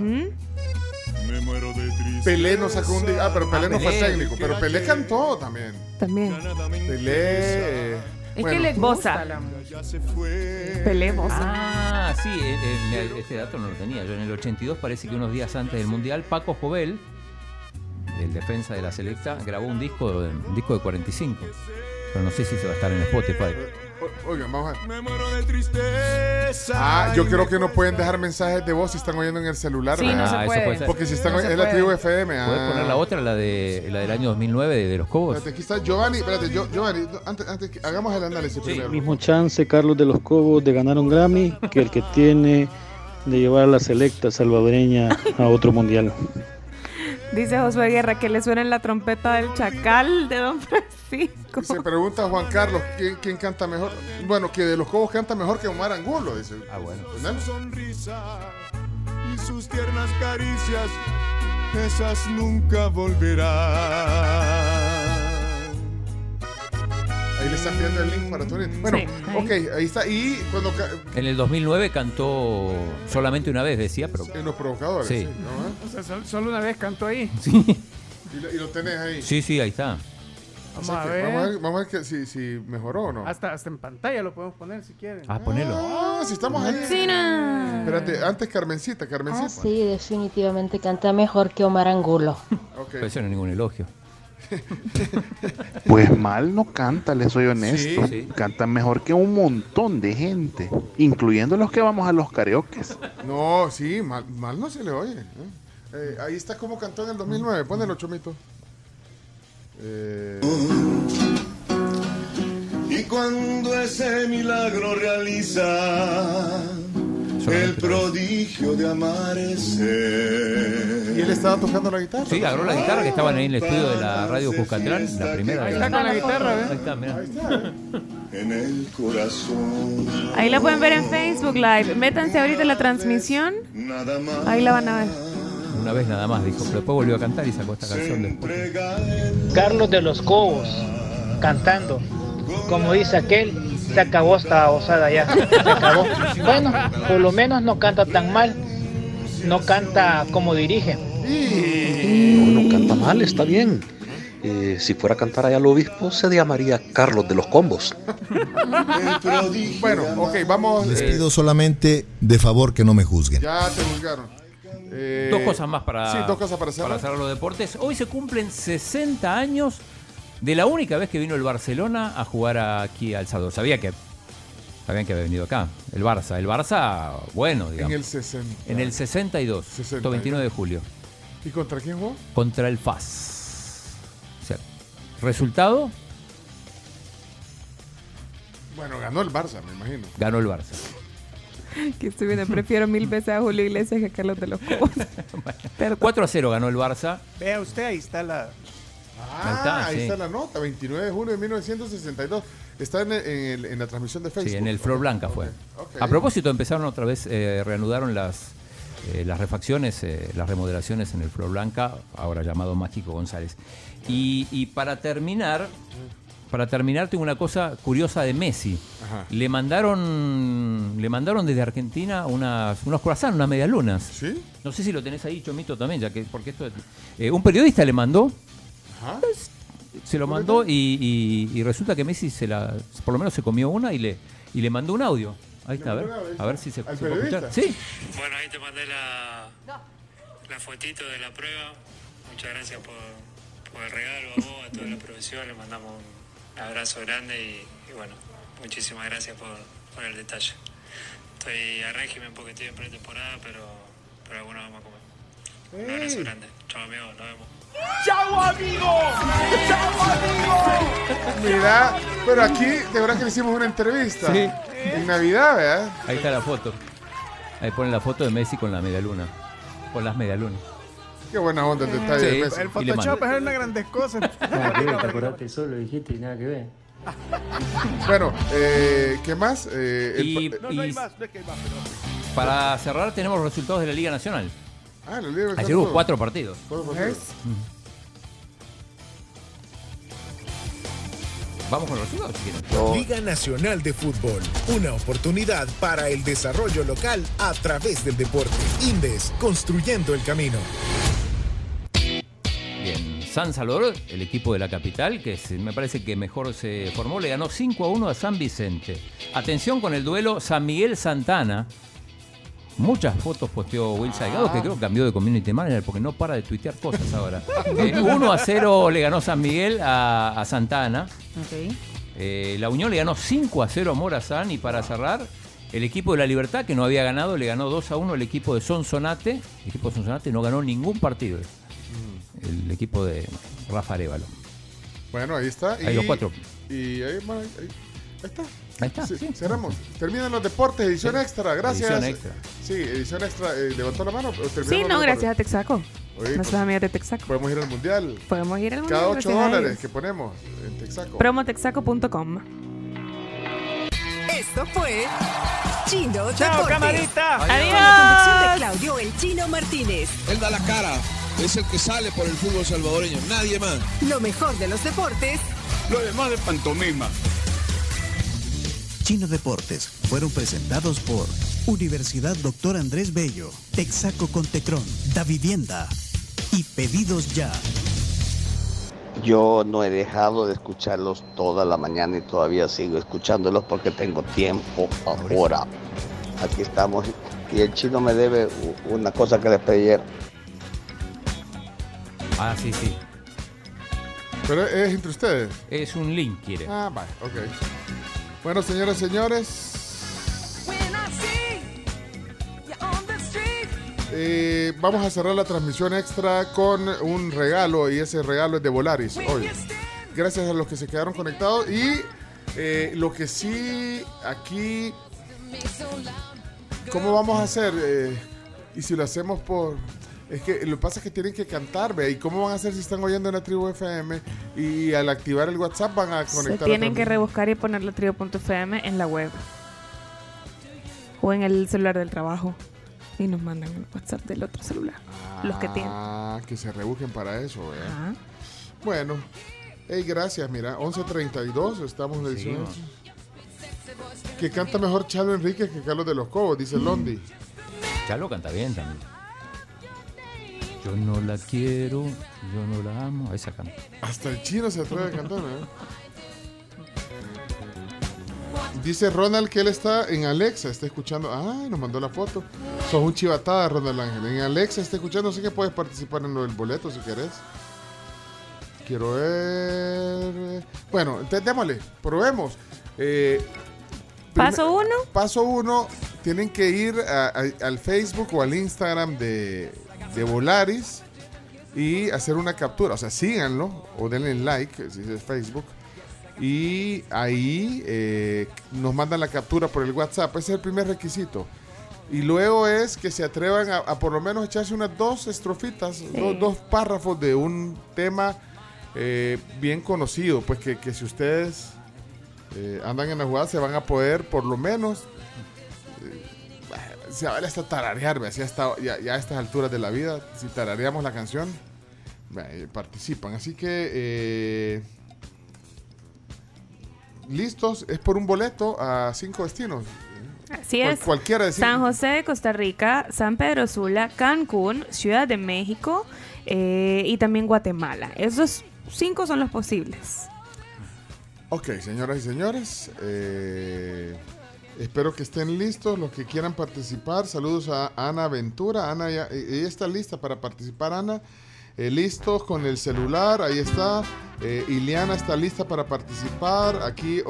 Pelé no sacó un... pero Pelé no fue técnico. Pero Pelé cantó también. Pelé... Es que le gusta la música. Pelé Bosa. Ah, sí, este dato no lo tenía. Yo en el 82, parece que unos días antes del Mundial, Paco Jovel, el defensa de la selecta, grabó un disco de 45. Pero no sé si se va a estar en Spotify. Oigan, vamos a ver. Me muero de tristeza. Yo creo que no pueden dejar mensajes de voz si están oyendo en el celular. Sí, no se puede. Eso puede ser. Porque si están es la tribu FM. ¿Puedes poner la otra, la del año 2009 de los Cobos? Espérate, aquí está Giovanni. Giovanni, antes que hagamos el análisis primero. Mismo chance, Carlos de los Cobos, de ganar un Grammy que el que tiene de llevar a la selecta salvadoreña a otro mundial. Dice Josué Guerra que le suena en la trompeta del Chacal de Don Francisco. Se pregunta Juan Carlos quién canta mejor. Bueno, que de los Cobos canta mejor que Omar Angulo, dice. Bueno. Su sonrisa y sus tiernas caricias, esas nunca volverán. Ahí le están pidiendo el link para tu link. Bueno, sí, ahí está. Y cuando en el 2009 cantó solamente una vez, decía, pero en Los Provocadores. Sí. ¿No? O sea, solo una vez cantó ahí. Sí. ¿Y lo tenés ahí? Sí, ahí está. Vamos a ver que si mejoró o no. Hasta en pantalla lo podemos poner si quieren. Ponelo. Si estamos ahí. Espérate, antes Carmencita. Sí, definitivamente canta mejor que Omar Angulo. Pero eso no es ningún elogio. Pues mal no canta, les soy honesto. Sí. Canta mejor que un montón de gente, incluyendo los que vamos a los karaokes. No, sí, mal no se le oye. Ahí está como cantó en el 2009. Ponelo, Chomito. Y cuando ese milagro realiza el prodigio de amanecer. ¿Y él estaba tocando la guitarra? Sí, agarró la guitarra que estaban ahí en el estudio de la radio Cuscatlán, la primera. Ahí está con la guitarra, ¿ves? Ahí está, mira. En el corazón. Ahí la pueden ver en Facebook Live. Métanse ahorita en la transmisión. Ahí la van a ver. Una vez nada más, dijo, pero después volvió a cantar y sacó esta canción después. Carlos de los Cobos, cantando. Como dice aquel, se acabó esta osada ya. Se acabó. Bueno, por lo menos no canta tan mal. No canta como dirige. No canta mal, está bien. Si fuera a cantar allá al obispo, se llamaría Carlos de los Combos. Bueno, vamos. Les pido solamente de favor que no me juzguen. Ya te juzgaron. Dos cosas más para cerrar los deportes. Hoy se cumplen 60 años de la única vez que vino el Barcelona a jugar aquí a El Salvador. Sabían que había venido acá. El Barça, bueno, digamos. En el 60. En el 62. 29 de julio. ¿Y contra quién jugó? Contra el FAS. O sea, resultado. Bueno, ganó el Barça, me imagino. Ganó el Barça. Que estoy viendo, prefiero 1000 veces a Julio Iglesias que a Carlos de los Cobos. 4-0 ganó el Barça. Vea usted, ahí está la... Ahí está la nota, 29 de junio de 1962. Está en la transmisión de Facebook. Sí, en el Flor Blanca fue. A propósito, empezaron otra vez, reanudaron las refacciones, las remodelaciones en el Flor Blanca, ahora llamado Mágico González. Y para terminar, tengo una cosa curiosa de Messi. Ajá. Le mandaron desde Argentina unos croissants, unas medialunas. ¿Sí? No sé si lo tenés ahí, Chomito, también, ya que porque esto un periodista le mandó. Ajá. Se lo mandó y resulta que Messi por lo menos se comió una y le mandó un audio. Ahí está, a ver si se puede escuchar. Sí. Bueno, ahí te mandé la fotito de la prueba. Muchas gracias por el regalo, a vos, a toda la profesión. Le mandamos un abrazo grande y bueno, muchísimas gracias por el detalle. Estoy a régimen porque estoy en pretemporada, pero alguna vamos a comer. Un abrazo grande. Chao, amigo, nos vemos. ¡Chao, amigo! ¡Chao, amigo! Mira, pero aquí de verdad que le hicimos una entrevista. Sí. En Navidad, ¿verdad? Ahí está la foto. Ahí ponen la foto de Messi con la medialuna. Con las medialunas. Qué buena onda el detalle de Messi. El Photoshop es una grande cosa. Nada que ver, te acordaste solo, dijiste y nada que ver. Bueno, ¿qué más? No hay más, no es que hay más, pero... Para cerrar tenemos los resultados de la Liga Nacional. La Liga Nacional. Ayer hubo 4 partidos. Vamos con los resultados si quieren. Liga Nacional de Fútbol. Una oportunidad para el desarrollo local a través del deporte. Indes, construyendo el camino. Bien, San Salvador, el equipo de la capital, que me parece que mejor se formó, le ganó 5-1 a San Vicente. Atención con el duelo San Miguel-Santana. Muchas fotos posteó Will Salgado, que creo que cambió de community manager porque no para de tuitear cosas ahora. 1-0 le ganó San Miguel a Santana. Okay. La Unión le ganó 5-0 a Morazán. Y para cerrar, el equipo de La Libertad, que no había ganado, le ganó 2-1 el equipo de Sonsonate. El equipo de Sonsonate no ganó ningún partido. El equipo de Rafa Arévalo. Bueno, ahí está. Hay los 4. Y ahí está. Ahí está. Sí. Cerramos. Terminan los deportes, edición extra. Gracias. Edición extra. Sí, edición extra. ¿Levantó la mano? Sí, no, gracias a Texaco. Nuestras amigas de Texaco. Podemos ir al mundial. Cada $8 que ponemos en Texaco. Promotexaco.com. Esto fue Chino Deportes. ¡Chao, camarita! ¡Adiós! Con la conducción de Claudio El Chino Martínez. Él da la cara. Es el que sale por el fútbol salvadoreño. Nadie más. Lo mejor de los deportes. Lo demás de pantomima. Chino Deportes fueron presentados por Universidad Dr. Andrés Bello, Texaco con Tecron, Da Vivienda y Pedidos Ya. Yo no he dejado de escucharlos toda la mañana y todavía sigo escuchándolos porque tengo tiempo ahora. Aquí estamos y el Chino me debe una cosa que le pedí ayer. Ah, sí. ¿Pero es entre ustedes? Es un link, quiere. Ah, vale, ok. Bueno, señoras y señores, vamos a cerrar la transmisión extra con un regalo, y ese regalo es de Volaris hoy. Gracias a los que se quedaron conectados. Y lo que sí, aquí, ¿cómo vamos a hacer? Y si lo hacemos por... Es que lo que pasa es que tienen que cantar, ¿ve? ¿Y cómo van a hacer si están oyendo en la Tribu FM? Y al activar el WhatsApp van a conectar. Se tienen que rebuscar y poner la Tribu.fm en la web. O en el celular del trabajo. Y nos mandan el WhatsApp del otro celular. Los que tienen. Ah, que se rebusquen para eso, ¿ve? Ajá. Bueno. Hey, gracias, mira. 11:32, estamos en edición. Sí, que canta mejor Chalo Enríquez que Carlos de los Cobos, dice Londi. Chalo canta bien también. Yo no la quiero, yo no la amo. Esa canta. Hasta el chino se atreve a cantar, ¿eh? Dice Ronald que él está en Alexa, está escuchando. Ah, nos mandó la foto. Sos un chivatada, Ronald Ángel. En Alexa está escuchando, sé que puedes participar en lo del boleto si querés. Quiero ver. Bueno, entonces démosle, probemos. Paso 1. Paso 1, tienen que ir al Facebook o al Instagram de Volaris y hacer una captura, o sea, síganlo o denle like si es Facebook y ahí nos mandan la captura por el WhatsApp. Ese es el primer requisito, y luego es que se atrevan a por lo menos echarse unas 2 estrofitas, sí. dos párrafos de un tema bien conocido, pues que si ustedes andan en la jugada se van a poder por lo menos se vale hasta tararear, así ya a estas alturas de la vida, si tarareamos la canción, participan. Así que listos, es por un boleto a 5 destinos. Así es. Cualquiera de San José de Costa Rica, San Pedro Sula, Cancún, Ciudad de México y también Guatemala. Esos 5 son los posibles. Ok, señoras y señores, espero que estén listos los que quieran participar. Saludos a Ana Ventura. Ana, ella está lista para participar, Ana. Listos con el celular, ahí está. Iliana está lista para participar. Aquí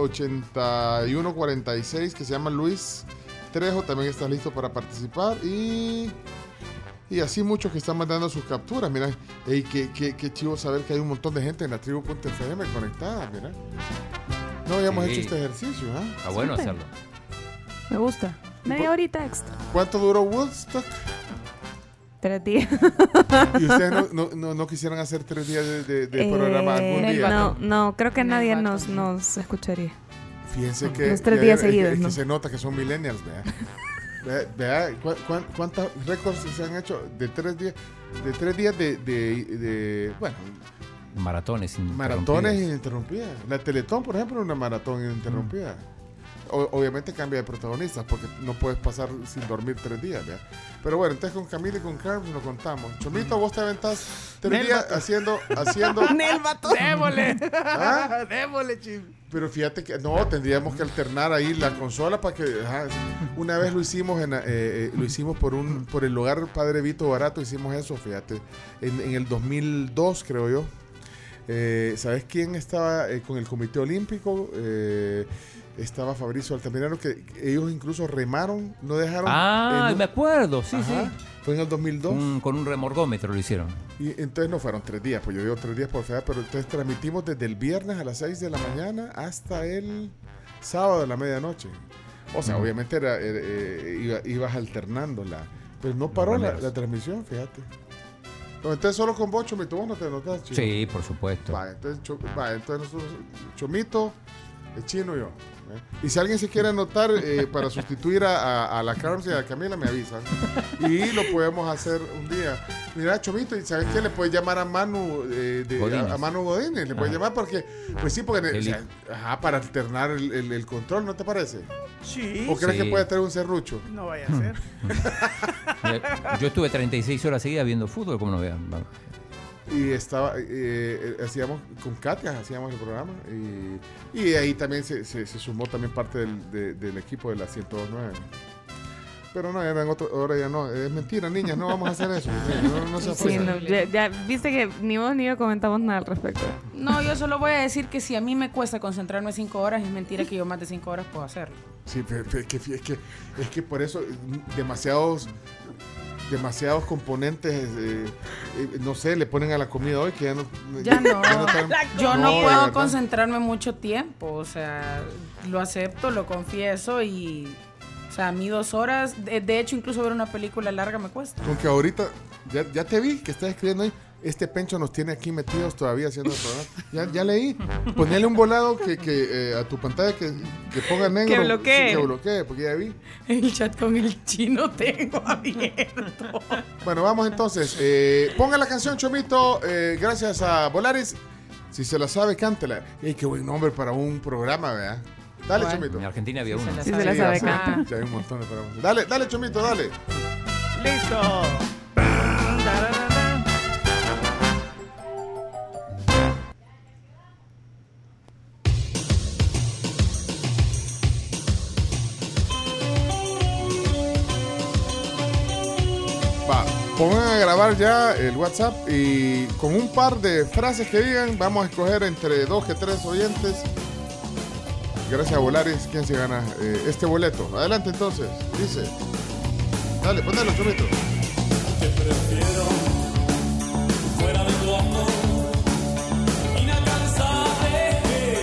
8146, que se llama Luis Trejo, también está listo para participar. Y así muchos que están mandando sus capturas. Mira, qué chivo saber que hay un montón de gente en la Tribu.fm conectada. Mira, no habíamos hecho este ejercicio. Está bueno hacerlo. Me gusta. Media horita extra. ¿Cuánto duró Woodstock? 3 días. ¿Y ustedes no quisieran hacer 3 días de programa algún día? No, creo que nadie nos escucharía. Fíjense que los 3 días seguidos. Es que se nota que son millennials, ¿verdad? Vea cuántos récords se han hecho de 3 días. De 3 días de bueno, maratones ininterrumpidas. La Teletón, por ejemplo, es una maratón ininterrumpida. Obviamente cambia de protagonistas porque no puedes pasar sin dormir 3 días, ¿verdad? Pero bueno, entonces con Camila y con Carlos lo contamos. Chomito, vos te aventás 3 días haciendo Nelvato. Démosle. ¿Ah? Démosle, Chim. Pero fíjate que no, tendríamos que alternar ahí la consola para que una vez lo hicimos por el lugar Padre Vito Barato, hicimos eso, fíjate, en el 2002 creo yo. ¿Sabes quién estaba con el Comité Olímpico? Estaba Fabricio Altamirano, que ellos incluso remaron, no dejaron... me acuerdo, sí. Fue en el 2002. Con un remorgómetro lo hicieron. Y entonces no fueron 3 días, pues yo digo 3 días por fea, pero entonces transmitimos desde el viernes a las 6 de la mañana hasta el sábado a la medianoche. O sea, obviamente ibas alternándola, pero no paró la transmisión, fíjate. No, entonces solo con vos, Chomito, vos no te notas, Chino. Sí, por supuesto. Entonces nosotros, Chomito, el Chino y yo. Y si alguien se quiere anotar para sustituir a la Carlos y a Camila, me avisan. Y lo podemos hacer un día. Mira, Chomito, ¿y sabes qué? Le puedes llamar a Manu a Manu Godínez. Le puedes llamar porque, pues sí, porque para alternar el control, ¿no te parece? Sí. ¿O crees que puede tener un serrucho? No vaya a ser. Yo estuve 36 horas seguidas viendo fútbol, como no vean. Y hacíamos con Katia, hacíamos el programa y ahí también se sumó también parte del equipo de la 102.9. Pero no, ahora ya no, es mentira, niñas, no vamos a hacer eso. No se sí, no, ya viste que ni vos ni yo comentamos nada al respecto. No, yo solo voy a decir que si a mí me cuesta concentrarme 5 horas, es mentira que yo más de 5 horas puedo hacerlo. Sí, pero es que por eso demasiados componentes, no sé, le ponen a la comida hoy que ya no. Yo no puedo concentrarme mucho tiempo, o sea, lo acepto, lo confieso y, o sea, a mí 2 horas, de hecho, incluso ver una película larga me cuesta. Aunque ahorita, ya te vi que estás escribiendo ahí. Este Pencho nos tiene aquí metidos todavía haciendo el programa. Ya leí. Ponele un volado que a tu pantalla que ponga negro. Que bloquee. Sí, que bloquee, porque ya vi. El chat con el Chino tengo abierto. Bueno, vamos entonces. Ponga la canción, Chomito. Gracias a Volaris. Si se la sabe, cántela. ¡Ey, qué buen nombre para un programa, ¿verdad? Dale, Chomito. En Argentina había uno. Sí, se la sabe, canta. Ya hay un montón de programas. Dale, Chomito, dale. ¡Listo! Pongan a grabar ya el WhatsApp y con un par de frases que digan, vamos a escoger entre 2 que 3 oyentes. Gracias a Volaris, ¿quién se gana este boleto? Adelante entonces, dice. Dale, ponelo, Chomito. Te prefiero fuera de tu amor, inalcanzable.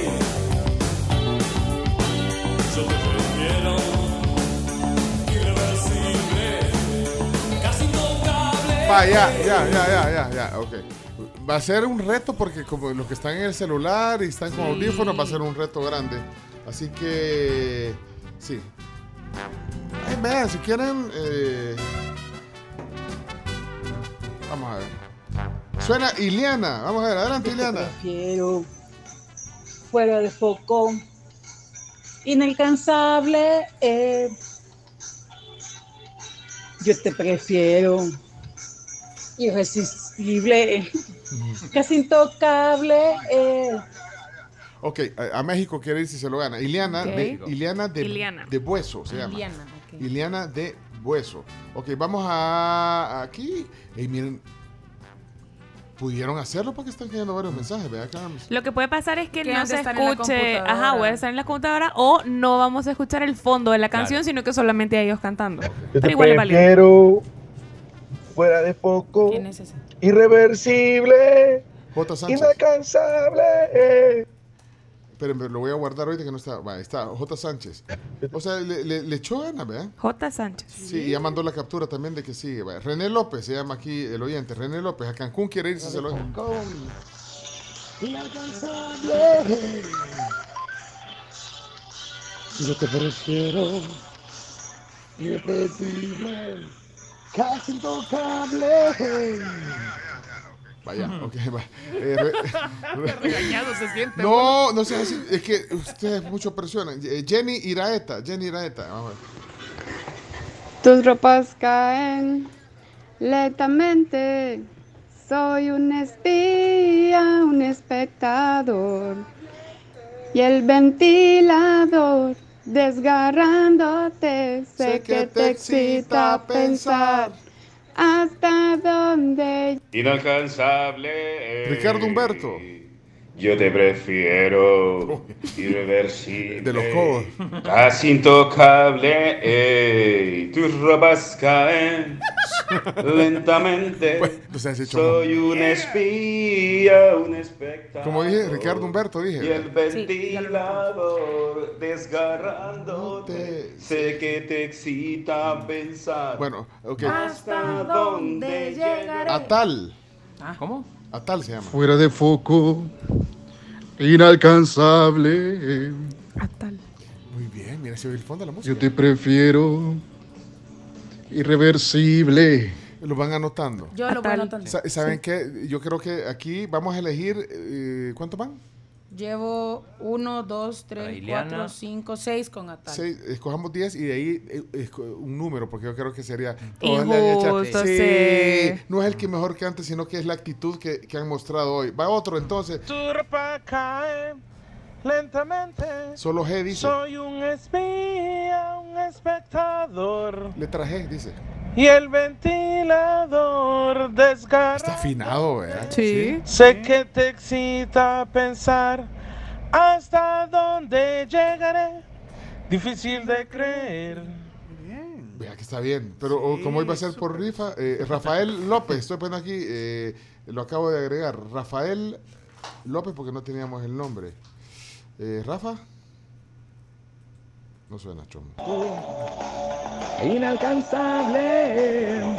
Yo te prefiero irreversible, casi intocable. Ya, ok. Va a ser un reto porque como los que están en el celular y están con audífonos va a ser un reto grande. Así que, sí. Ay, vean, si quieren, vamos a ver. Suena Ileana. Vamos a ver, adelante, Ileana. Te prefiero fuera de foco, inalcanzable. Yo te prefiero irresistible, casi intocable. Ok, a México quiere ir si se lo gana. Ileana, Okay. Ileana de Bueso se llama. Ileana de Bueso. Ok, vamos a aquí. Hey, miren, pudieron hacerlo porque están quedando varios mensajes, ¿verdad, Carlos? Lo que puede pasar es que Que no han de se estar en la escuche, computadora. voy a estar en la computadora o no vamos a escuchar el fondo de la canción, sino que solamente a ellos cantando. Pero igual es válido. Prefiero fuera de foco, ¿Quién es ese? irreversible, J. Sánchez. inalcanzable. Pero lo voy a guardar ahorita que no está. Va, está J. Sánchez. O sea, le echó ganas, ¿verdad? J. Sánchez. Sí, ya mandó la captura también de que sigue. Va. René López se llama aquí el oyente. René López, a Cancún quiere irse, se lo Inalcanzable. Yo te prefiero irrepetible, casi intocable. Vaya, ok, va. Regañado se siente. No, no seas así. Es que ustedes mucho presionan. Jenny Iraeta. Vamos a ver. Tus ropas caen lentamente. Soy un espía, un espectador. Y el ventilador desgarrándote. Sé que te excita pensar. ¿Hasta dónde? Inalcanzable. Ricardo Humberto. Yo te prefiero. Irreversible. De los Cobos. Casi intocable. Tus ropas caen lentamente. Soy un espía, un espectador. Como dije, Ricardo Humberto, dije. Y el ventilador desgarrándote. Sé que te excita pensar. Bueno, ok. ¿Hasta dónde llegaré? Atal. ¿Cómo? Atal se llama. Fuera de foco, inalcanzable. Muy bien, mira, se oye el fondo de la música. Yo te prefiero irreversible. Lo van anotando. Yo lo voy anotando. ¿Saben qué? Yo creo que aquí vamos a elegir. ¿Cuántos van? Llevo 1, 2, 3, Ileana. 4, 5, 6 con Atal. 6, escojamos 10 y de ahí un número, porque yo creo que sería... Injusto, sí. No es el que mejor cante, sino que es la actitud que han mostrado hoy. Va otro entonces. Tu ropa cae lentamente. Solo G dice. Soy un espía, un espectador. Letra G dice. Y el ventilador desgarra. Está afinado, ¿verdad? Sí. Sé que te excita pensar hasta dónde llegaré. Difícil de creer. Vea que está bien. Pero como hoy va a ser por rifa, Rafael López, estoy poniendo aquí, lo acabo de agregar. Rafael López, porque no teníamos el nombre. Rafa. No suena, chomo. Inalcanzable.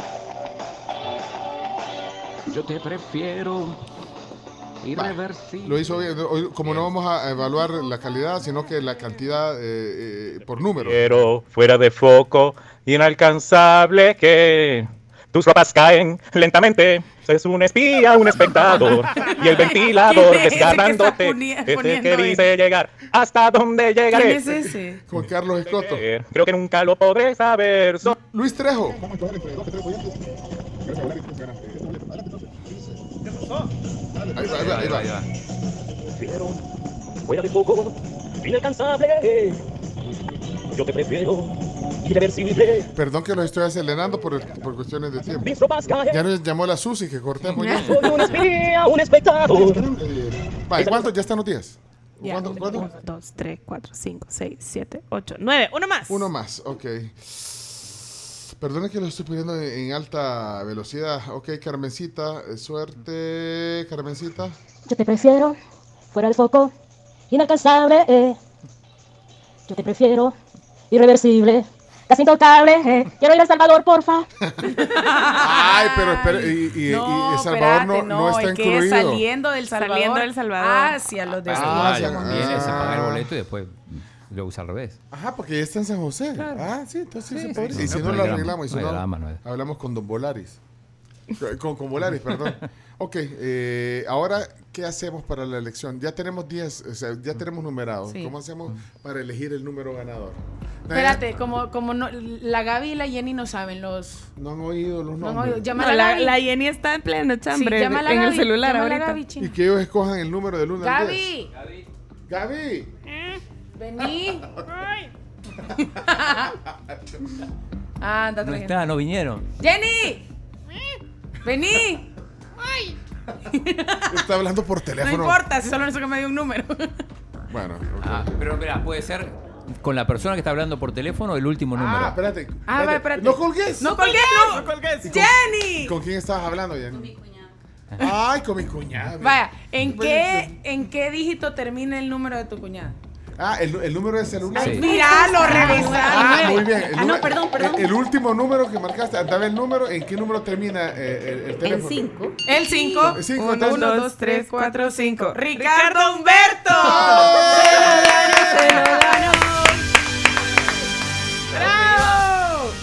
Yo te prefiero irreversible. Lo hizo bien. Hoy, como no vamos a evaluar la calidad, sino que la cantidad por número. Pero fuera de foco, inalcanzable que tus ropas caen lentamente. Es un espía, un espectador. Y el ventilador desgarrándote. Ese que dice llegar. ¿Hasta dónde llegaré? ¿Quién es ese? Con Carlos Escoto. Creo que nunca lo podré saber. Luis Trejo. Ahí va. Fuera de foco, inalcanzable. Yo te prefiero irreversible. Perdón que los estoy acelerando por cuestiones de tiempo. Ya nos llamó la Susi que cortemos ya. Soy un espía, un espectador. Vale, ¿cuántos ya están los 10? Ya. ¿Cuánto? 1, 2, 3, 4, 5, 6, 7, 8, 9. Uno más. Uno más, ok. Perdone que lo estoy pidiendo en alta velocidad. Ok, Carmencita, suerte, Carmencita. Yo te prefiero fuera del foco, inalcanzable. Yo te prefiero irreversible, casi intocable. Quiero ir a El Salvador, porfa. Ay, pero espera, y El Salvador no está incluido. Que saliendo del Salvador hacia los destinos. Ya conviene, se paga el boleto y después lo usa al revés. Ajá, porque ya está en San José. Claro. Ah, sí, entonces Sí, se podría. sí, Y si no no hay lo drama, arreglamos, y si no hay no, drama, hablamos con Don Volaris. Con Volaris, perdón. Ok, ahora, ¿qué hacemos para la elección? Ya tenemos 10, o sea, ya tenemos numerados. Sí. ¿Cómo hacemos para elegir el número ganador? Espérate, como no, la Gaby y la Jenny no saben los... No han oído los nombres. No han oído. Llama No, a la Gaby. la Jenny está en pleno chambre llama a la en Gaby, el celular llama a la ahorita. Gaby, chino. Y que ellos escojan el número del 1 al 10. Gaby. Gaby. Vení. Anda, No está, no vinieron. Jenny. Vení. Está hablando por teléfono. No importa, solo eso que me dio un número. Bueno, Pero mira, puede ser con la persona que está hablando por teléfono el último número. Espérate. Va, espérate. No colgues. No colgues. Jenny. ¿Con quién estabas hablando, Jenny? Con mi cuñada. Ay, con mi cuñada. Vaya, ¿en qué dígito termina el número de tu cuñada? El número de celular. Sí. Mira, lo revisaron. Muy bien. Perdón. El último número que marcaste, dame el número, ¿en qué número termina el teléfono? El 5. 1, 1, 2, 3, 4, 5. ¡Ricardo Humberto! Se lo ganó. ¡Bravo!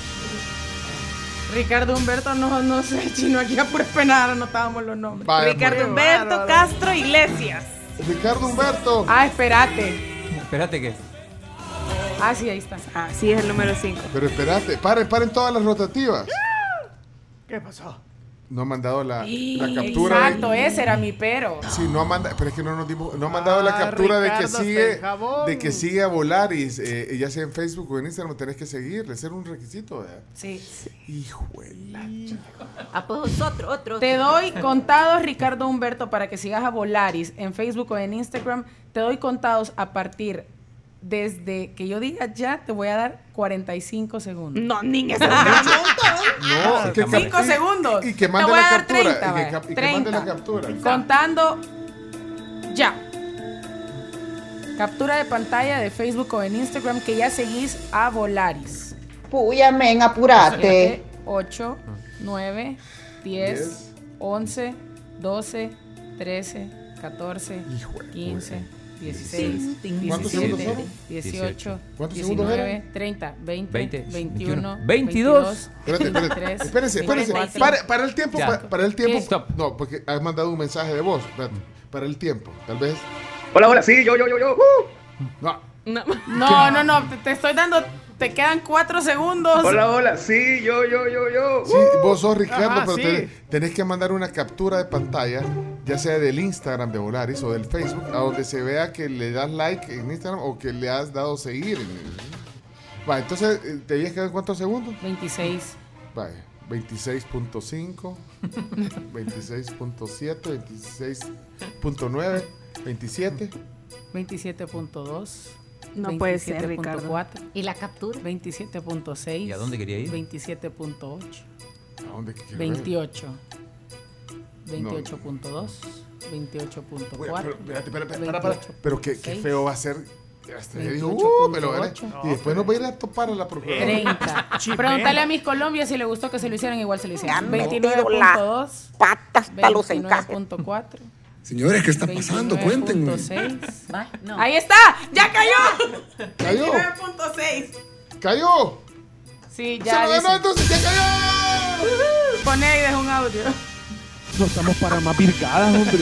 Ricardo Humberto, no sé, chino, aquí a pura pena anotábamos los nombres. Vaya, Ricardo Humberto Castro Iglesias. Ricardo Humberto. Espérate. Espérate que. Sí, ahí está. Sí, es el número 5. Pero espérate, paren todas las rotativas. ¿Qué pasó? No han mandado la captura. Exacto, ese era mi pero. Sí, no han mandado, pero es que no han mandado la captura de que sigue a Volaris, ya sea en Facebook o en Instagram, tenés que seguirle, ese era un requisito, ¿verdad? Sí. Hijo de la chica. Pues otro. Te doy contados, Ricardo Humberto, para que sigas a Volaris en Facebook o en Instagram. Te doy contados a partir desde que yo diga ya, te voy a dar 45 segundos. No, niña, no, 5 segundos. Y que mande te voy la a dar captura. 30, y que mande la captura. Contando ya. Captura de pantalla de Facebook o en Instagram que ya seguís a Volaris. Puya, men, apurate. 8, 9, 10, 11, 12, 13, 14, 15, 16, 17, 18, 19, 30, 20, 21, 22. Espérense. Para el tiempo. Stop. No, porque has mandado un mensaje de voz. Para el tiempo, tal vez. Hola, sí, yo. No, te estoy dando. Te quedan 4 segundos. Hola, sí, yo. Sí, vos sos Ricardo, pero sí. tenés que mandar una captura de pantalla, ya sea del Instagram de Volaris o del Facebook, a donde se vea que le das like en Instagram o que le has dado seguir. Va, entonces, ¿te habías quedado en cuántos segundos? 26. Vaya, 26.5, 26.7, 26.9, 27. 27.2. No puede ser, Ricardo. 27.4. ¿Y la captura? 27.6. ¿Y a dónde quería ir? 27.8. ¿A dónde quería 28. 28.2. 28.4. Pero qué feo va a ser. Hasta le digo, y después nos va a ir a topar a la procuradora. 30. Pregúntale a Miss Colombia si le gustó que se lo hicieran, igual se lo hicieron. 29.2. Patas para los encajes. 29.4. Señores, ¿qué está pasando? Cuéntenme. 29.6. Ahí está, ya cayó. 29.6. ¿Cayó? Sí, ya. Se lo ganó, entonces ya cayó. Poné ahí, deja un audio. No estamos para más virgadas, hombre.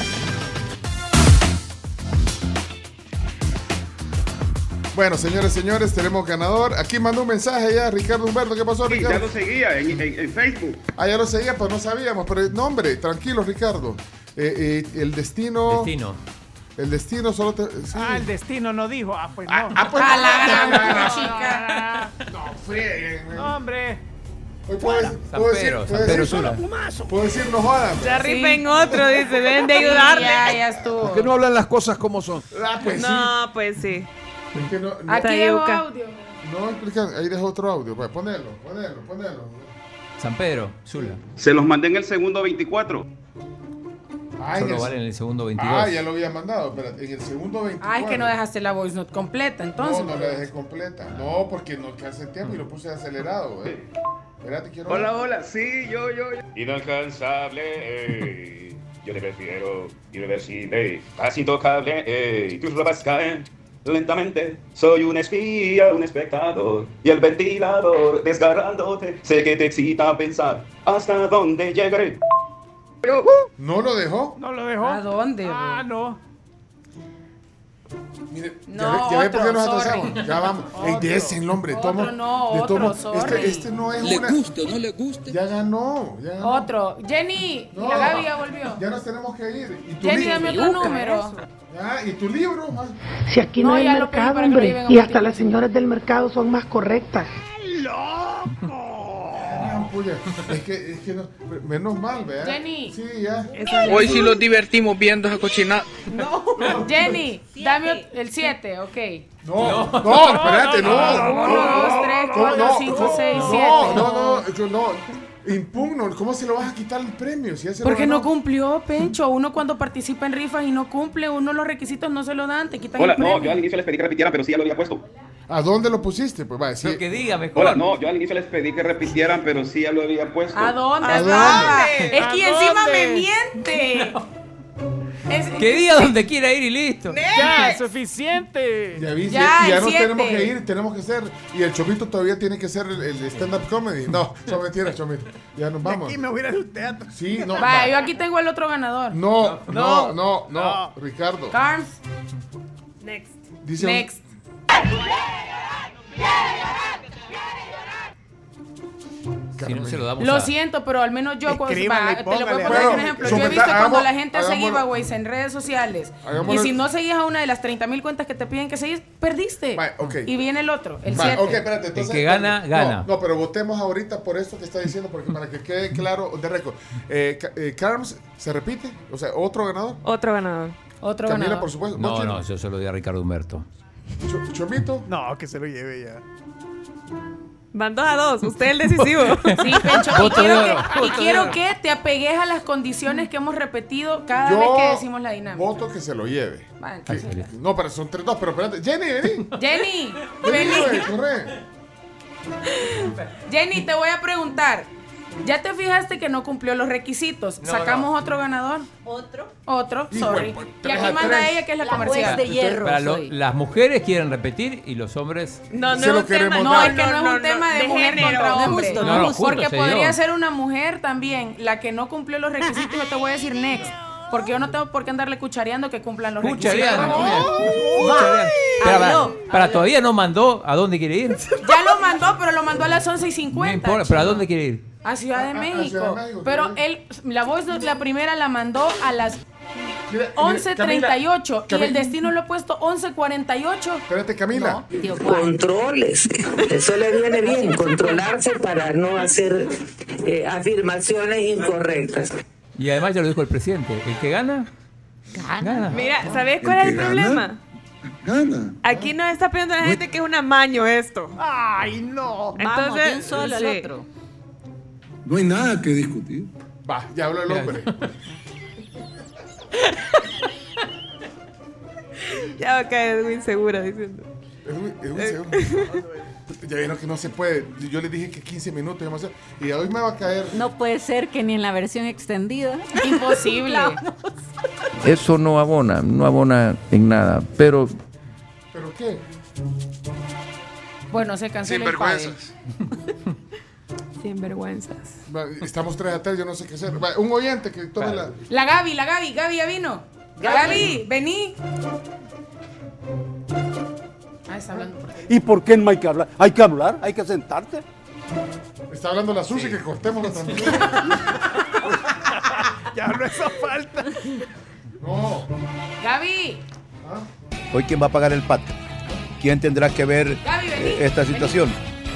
Bueno, señores, tenemos ganador. Aquí mandó un mensaje ya, Ricardo Humberto. ¿Qué pasó, Ricardo? Ya lo seguía en Facebook. Ya lo seguía, pues no sabíamos. Pero no, hombre, tranquilo, Ricardo. El destino. El destino solo te. Sí. El destino no dijo. Pues no. La chica. No, frieguen. Hombre. Hoy puedo decir no jodan. Se rifen otro, dice. Deben de ayudarle. Ya estuvo. ¿Por qué no hablan las cosas como son? Pues no, pues sí. Es que no, aquí dejo audio. No explican, ahí dejo otro audio. Pues ponelo. San Pedro, Zula. Se los mandé en el segundo 24. Solo vale en el segundo 22. Ya lo había mandado, pero en el segundo 24. Es que no dejaste la voice note completa, entonces. No la dejé completa. No, porque no alcancé el tiempo y lo puse acelerado. Espérate, quiero. Hola, sí, yo. Inalcanzable, yo te prefiero irreversible, casi intocable, tus ropas caen lentamente. Soy un espía, un espectador, y el ventilador desgarrándote. Sé que te excita pensar hasta dónde llegaré. ¿No lo dejó? ¿A dónde? No. Mire, No, ya ve por qué nos sorry. atrasamos. Ya vamos. Dese el nombre. Sorry. Este no es ¿Le gusta o no le gusta? Ya ganó. Otro. Jenny, No. la Gaby ya volvió. Ya nos tenemos que ir. ¿Y tu Jenny, libro? dame otro número. ¿Y tu libro? Si aquí no hay ya lo pedí mercado, para que lo hombre. lleven a Y hasta Martín. las señoras del mercado son más correctas. Es que no, menos mal, ¿verdad? Jenny. Sí, ya. Hoy sí los divertimos viendo esa cochinada. Jenny, dame el 7, ok. No, espérate, no. 1, 2, 3, 4, 5, 6, 7. Yo no. Impugno, ¿cómo se lo vas a quitar el premio? Si ya se lo Porque ganó. no cumplió, Pencho. Uno cuando participa en rifas y no cumple, uno los requisitos no se lo dan, te quitan Hola, el premio. no, yo al inicio les pedí que repitieran, pero sí ya lo había puesto. ¿A dónde lo pusiste? Pues va a decir. Lo que diga mejor. Hola, no, yo al inicio les pedí que repitieran, pero sí ya lo había puesto. ¿A dónde? ¿A estaba? dónde? Es que encima me miente. Que diga donde quiera ir y listo. Ya, suficiente. Ya no tenemos que ir, tenemos que ser. Y el Chomito todavía tiene que ser el stand-up comedy. No, son mentiras, Chomito. Ya nos vamos. Aquí me voy a ir al teatro. Sí, no. Va, yo aquí tengo el otro ganador. No, Ricardo. Carms. Next. Dice Next. Si no se lo damos Lo siento, pero al menos yo te le voy a póngale. poner un ejemplo. Yo he visto cuando la gente hace hagámoslo. giveaways en redes sociales y si no seguías a una de las 30,000 cuentas que te piden que seguís, perdiste. Okay. Y viene el otro, el Vale, 7. ok, espérate. Entonces, El que gana, gana. No, pero votemos ahorita por esto que está diciendo, porque para que quede claro de récord. Carms, ¿se repite? O sea, ¿otro ganador? Otro ganador. Otro Camila, ganador. por supuesto. No, yo se lo di a Ricardo Humberto. ¿Chomito? No, que se lo lleve ya. Van 2-2. Usted es el decisivo. Sí, Pencho. Voto de oro. Y quiero que te apegues a las condiciones que hemos repetido cada vez que decimos la dinámica. Voto que se lo lleve. Va, entonces. No, pero son 3-2, pero espérate. Jenny, vení. Jenny, Vení, corre. Jenny, te voy a preguntar. ¿Ya te fijaste que no cumplió los requisitos? No, ¿Sacamos otro ganador? Otro. Sorry. Y aquí manda ella que es la comercial. Juez de hierro Para soy. las mujeres quieren repetir y los hombres. No, Se no lo es un tema. queremos No, dar. es que no es un tema de mujer género. contra hombre. Justo, No, justo Porque se podría dio. ser una mujer también la que no cumplió los requisitos. Yo te voy a decir next. Porque yo no tengo por qué andarle cuchareando que cumplan los Cuchareando. requisitos. Cuchareando. Pero, Habló. para, todavía no mandó a dónde quiere ir. Ya lo mandó, pero lo mandó a las 11:50. No importa, pero ¿a dónde quiere ir? A Ciudad de México. Ciudad de México, Pero sí. él, la voz de la primera la mandó a las Mira, 11:38 y Camila. el destino lo he puesto 11:48. Espérate, Camila. Tío Juan. Controles. Eso le viene bien, controlarse para no hacer afirmaciones incorrectas. Y además ya lo dijo el presidente. El que gana, gana. Mira, ¿sabes cuál es el problema? Gana. Aquí nos está pidiendo la gente que es un amaño esto. Ay, no. Vamos, de un solo al sí. otro. No hay nada que discutir. Va, ya habló el hombre. Ya va a caer Edwin segura diciendo. Es un segundo. Ya vieron que no se puede. Yo le dije que 15 minutos demasiado. Y hoy me va a caer. No puede ser que ni en la versión extendida. Imposible. Eso no abona en nada, pero ¿Pero qué? Bueno, se cancela el padre. Sin vergüenzas. Va, estamos 3-3, yo no sé qué hacer. Va, un oyente que tome la. La Gaby ya vino. Gaby, vení. Ah, está hablando por ¿Y por qué no hay que hablar? Hay que hablar, hay que sentarte. Está hablando la Susi, que cortemos la transmisión. Ya no hizo falta. No. Gaby. hoy ¿quién va a pagar el pato? ¿Quién tendrá que ver Gaby, vení, esta situación?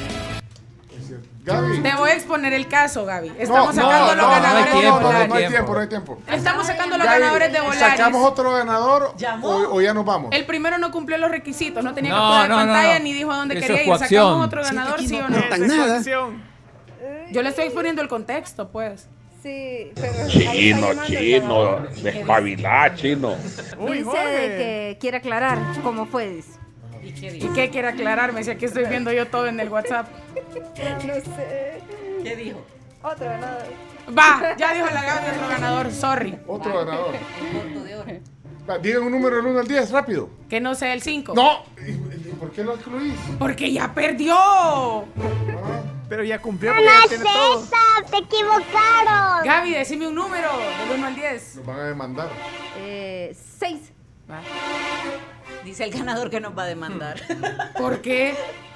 Gaby. Te voy a exponer el caso, Gaby. Estamos No, sacando los ganadores de no Volaris. hay tiempo. Estamos sacando los Gaby, ganadores de Volaris. ¿Sacamos otro ganador o ya nos vamos? El primero no cumplió los requisitos, no tenía No, que poner no, pantalla no. ni dijo a dónde Eso quería es ir. coacción. ¿Sacamos otro ganador, sí o no? Esa es coacción. Yo le estoy exponiendo el contexto, pues. Sí, pero Chino, despabilá, chino. Uy, dice Jorge. de que quiere aclarar cómo fue, dice. ¿Y qué quiere aclararme? Si aquí estoy viendo yo todo en el WhatsApp. No sé. ¿Qué dijo? Otro ganador. Va, ya dijo la Gaby otro ganador, sorry. Otro ganador. Voto de oro. Va, digan un número del 1 al 10, rápido. Que no sea el 5. No. ¿Y por qué lo excluís? Porque ya perdió. Pero ya cumplió porque ya tiene todo. ¡Te equivocaron! Gaby, decime un número del 1 al 10. Nos van a demandar. 6. Dice el ganador que nos va a demandar. ¿Por qué?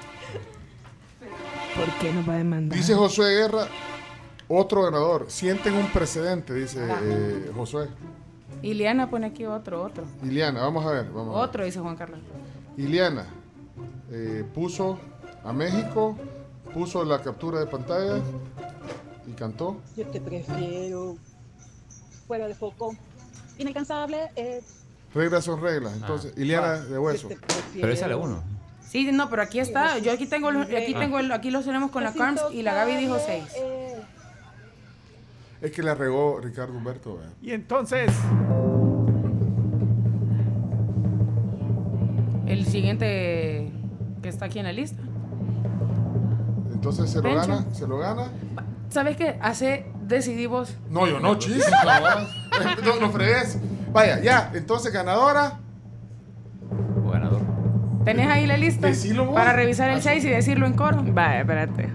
¿Por qué nos va a demandar? Dice Josué Guerra, otro ganador. Sienten un precedente, dice Josué. Iliana pone aquí otro. Iliana, vamos a ver. Otro, dice Juan Carlos. Iliana puso a México, puso la captura de pantalla y cantó. Yo te prefiero. Fuera de foco. Inalcanzable. Reglas son reglas. Entonces, Iliana de hueso. Pero esa es la 1. Sí, no, pero aquí está. Yo aquí tengo, aquí los tenemos con la Carms y la Gaby dijo 6. Es que la regó Ricardo Humberto. Y entonces, el siguiente que está aquí en la lista. Entonces se lo Pencho. gana, se lo gana. ¿Sabes qué? Decidimos. No, yo no, chis. No fregues. Vaya, ya. Entonces, ganadora. O ganador. ¿Tenés ahí la lista? Decilo vos. Para revisar el 6 y decirlo en coro. Vaya, espérate.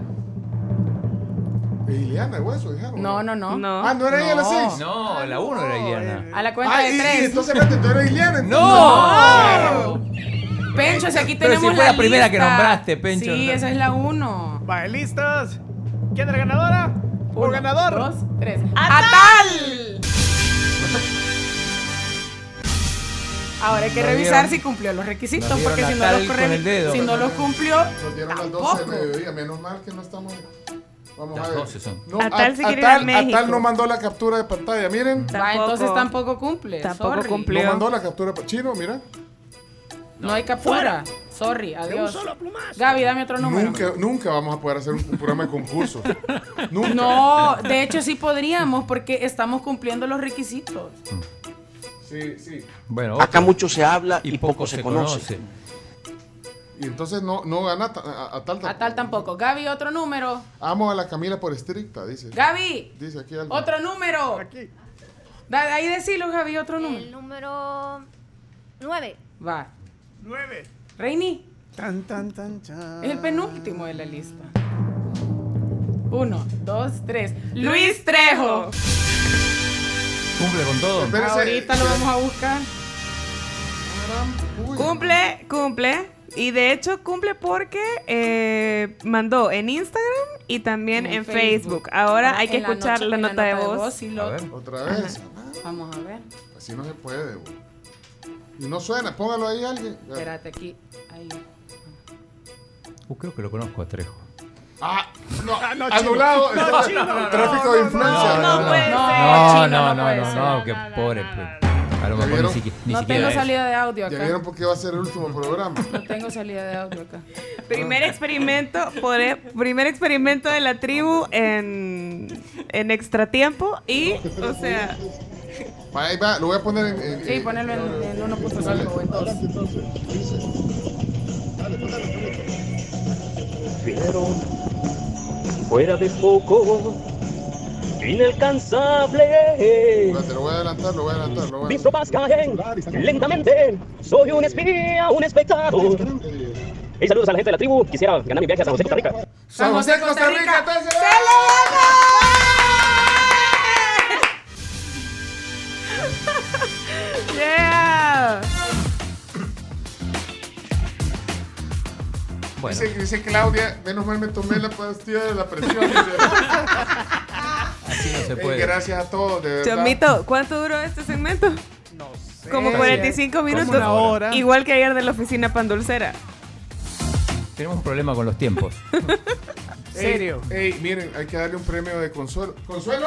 Iliana de Hueso, dijeron. No. Ah, ¿no era ella la 6? No, la 1 era Iliana. A la cuenta de 3. Entonces, tú eres Iliana. ¡No! Pencho, si aquí Pero tenemos si fue la lista. primera que nombraste, Pencho. Sí, esa es la 1. Vale, listos. ¿Quién es la ganadora? ¿O ganador? 2, 3. ¡Atal! Ahora hay que revisar si cumplió los requisitos, nos porque dieron si no los cumplió, Nos dieron las 12 de mediodía. Menos mal que no estamos. Vamos Las a ver. 12 son. No, Atal se quiere ir a México. Atal no mandó la captura de pantalla. Miren. entonces tampoco cumple. Tampoco sorry. cumplió. No mandó la captura. Chino, mira. No hay captura. Sorry, adiós. Gaby, dame otro número. Nunca vamos a poder hacer un programa de concurso. Nunca. No, de hecho sí podríamos porque estamos cumpliendo los requisitos. Sí. Bueno, Acá mucho se habla y poco se conoce. conoce. Y entonces no gana Atal. A tal tampoco. Gaby, otro número. Amo a la Camila por estricta, dice. Gaby, Dice aquí algo. otro número. Aquí. Ahí decilo, Gaby, otro número. El número 9. Va. 9. Reini, Tan, tan, chan. es el penúltimo de la lista. 1, 2, 3. Luis Trejo. Cumple con todo. Espérese. Ahorita lo vamos a buscar. Uy. Cumple. Y de hecho cumple porque mandó en Instagram y también en Facebook. Ahora hay que En escuchar la nota de voz. y A lo... ver. Otra vez. Vamos a ver. Así no se puede, güey. Y no suena. Póngalo ahí alguien. Espérate aquí. Ahí. Creo que lo conozco a Trejo. no, Anulado. chino. No, chino. Tráfico de influencia. No puede ser. No, qué pobre. A lo mejor ni No siquiera tengo es. salida de audio Ya acá. vieron por qué va a ser el último programa. No tengo salida de audio acá. Primer experimento de la tribu en extratiempo y, o sea, Ahí va, lo voy a poner en Sí, ponerlo en 1.5 o en 2. Fiero, fuera de foco, inalcanzable. Espérate, lo voy a adelantar. Mis tropas caen lentamente. Soy un espía, un espectador. Hey, saludos a la gente de la tribu. Quisiera ganar mi viaje a San José, Costa Rica. San José, Costa Rica. Entonces, ¡Se lo yeah. Bueno, Dice Claudia, menos mal me tomé la pastilla de la presión. Dice. así no se puede. Gracias a todos, de verdad. Chomito, ¿cuánto duró este segmento? No sé. Como 45 minutos. Como una hora. Igual que ayer de la oficina Pandulcera. Tenemos un problema con los tiempos. ¿Serio? Ey, miren, hay que darle un premio de consuelo. ¡Consuelo!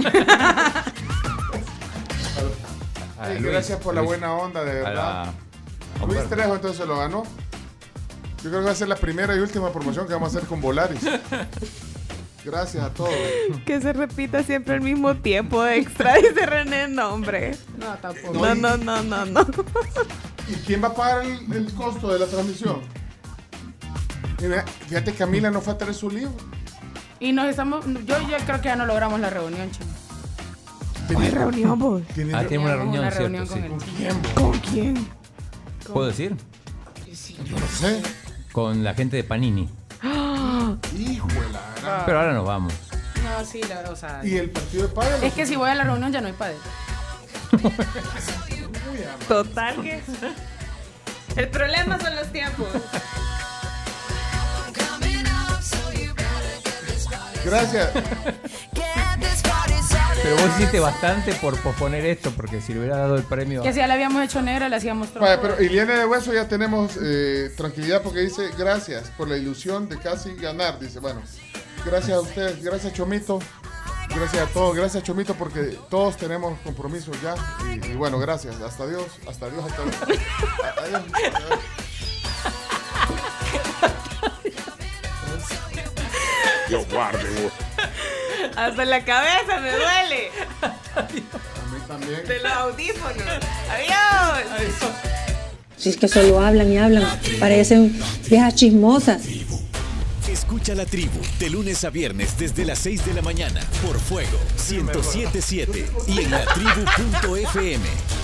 A Ey, Luis, gracias por la Luis. buena onda, de A verdad. la- Luis Trejo entonces lo ganó. Yo creo que va a ser la primera y última promoción que vamos a hacer con Volaris. Gracias a todos. Que se repita siempre al mismo tiempo extra, dice René. No, hombre. No, tampoco. No. ¿Y quién va a pagar el costo de la transmisión? Mira, fíjate, Camila no fue a traer su libro. Y nos estamos... Yo creo que ya no logramos la reunión, chino. ¿Cuál reunión, vos? ¿Tiene Tenemos una reunión, una ¿cierto? reunión con Sí. él. ¿Con quién? ¿Con quién? ¿Puedo decir? Yo no sé. Con la gente de Panini. Híjole, la gran- Pero ahora nos vamos. No, sí, o sea... ¿Y el partido de padre? Es que si voy a la reunión ya no hay padre. Total que... El problema son los tiempos. Gracias. Pero vos hiciste bastante por posponer esto, porque si le hubiera dado el premio... Que si ya la habíamos hecho negra, la hacíamos tronco. Vaya, pero Iliana de Hueso ya tenemos tranquilidad porque dice gracias por la ilusión de casi ganar. Dice, bueno, gracias a ustedes, gracias Chomito, gracias a todos, gracias Chomito porque todos tenemos compromisos ya. Y bueno, gracias, hasta Dios, hasta Dios. Adiós. Dios guarde vos. Hasta la cabeza me duele. A mí también. De los audífonos. Adiós. Si es que solo hablan y hablan, parecen viejas chismosas. Escucha la tribu de lunes a viernes desde las 6 de la mañana por Fuego 107.7 y en latribu.fm.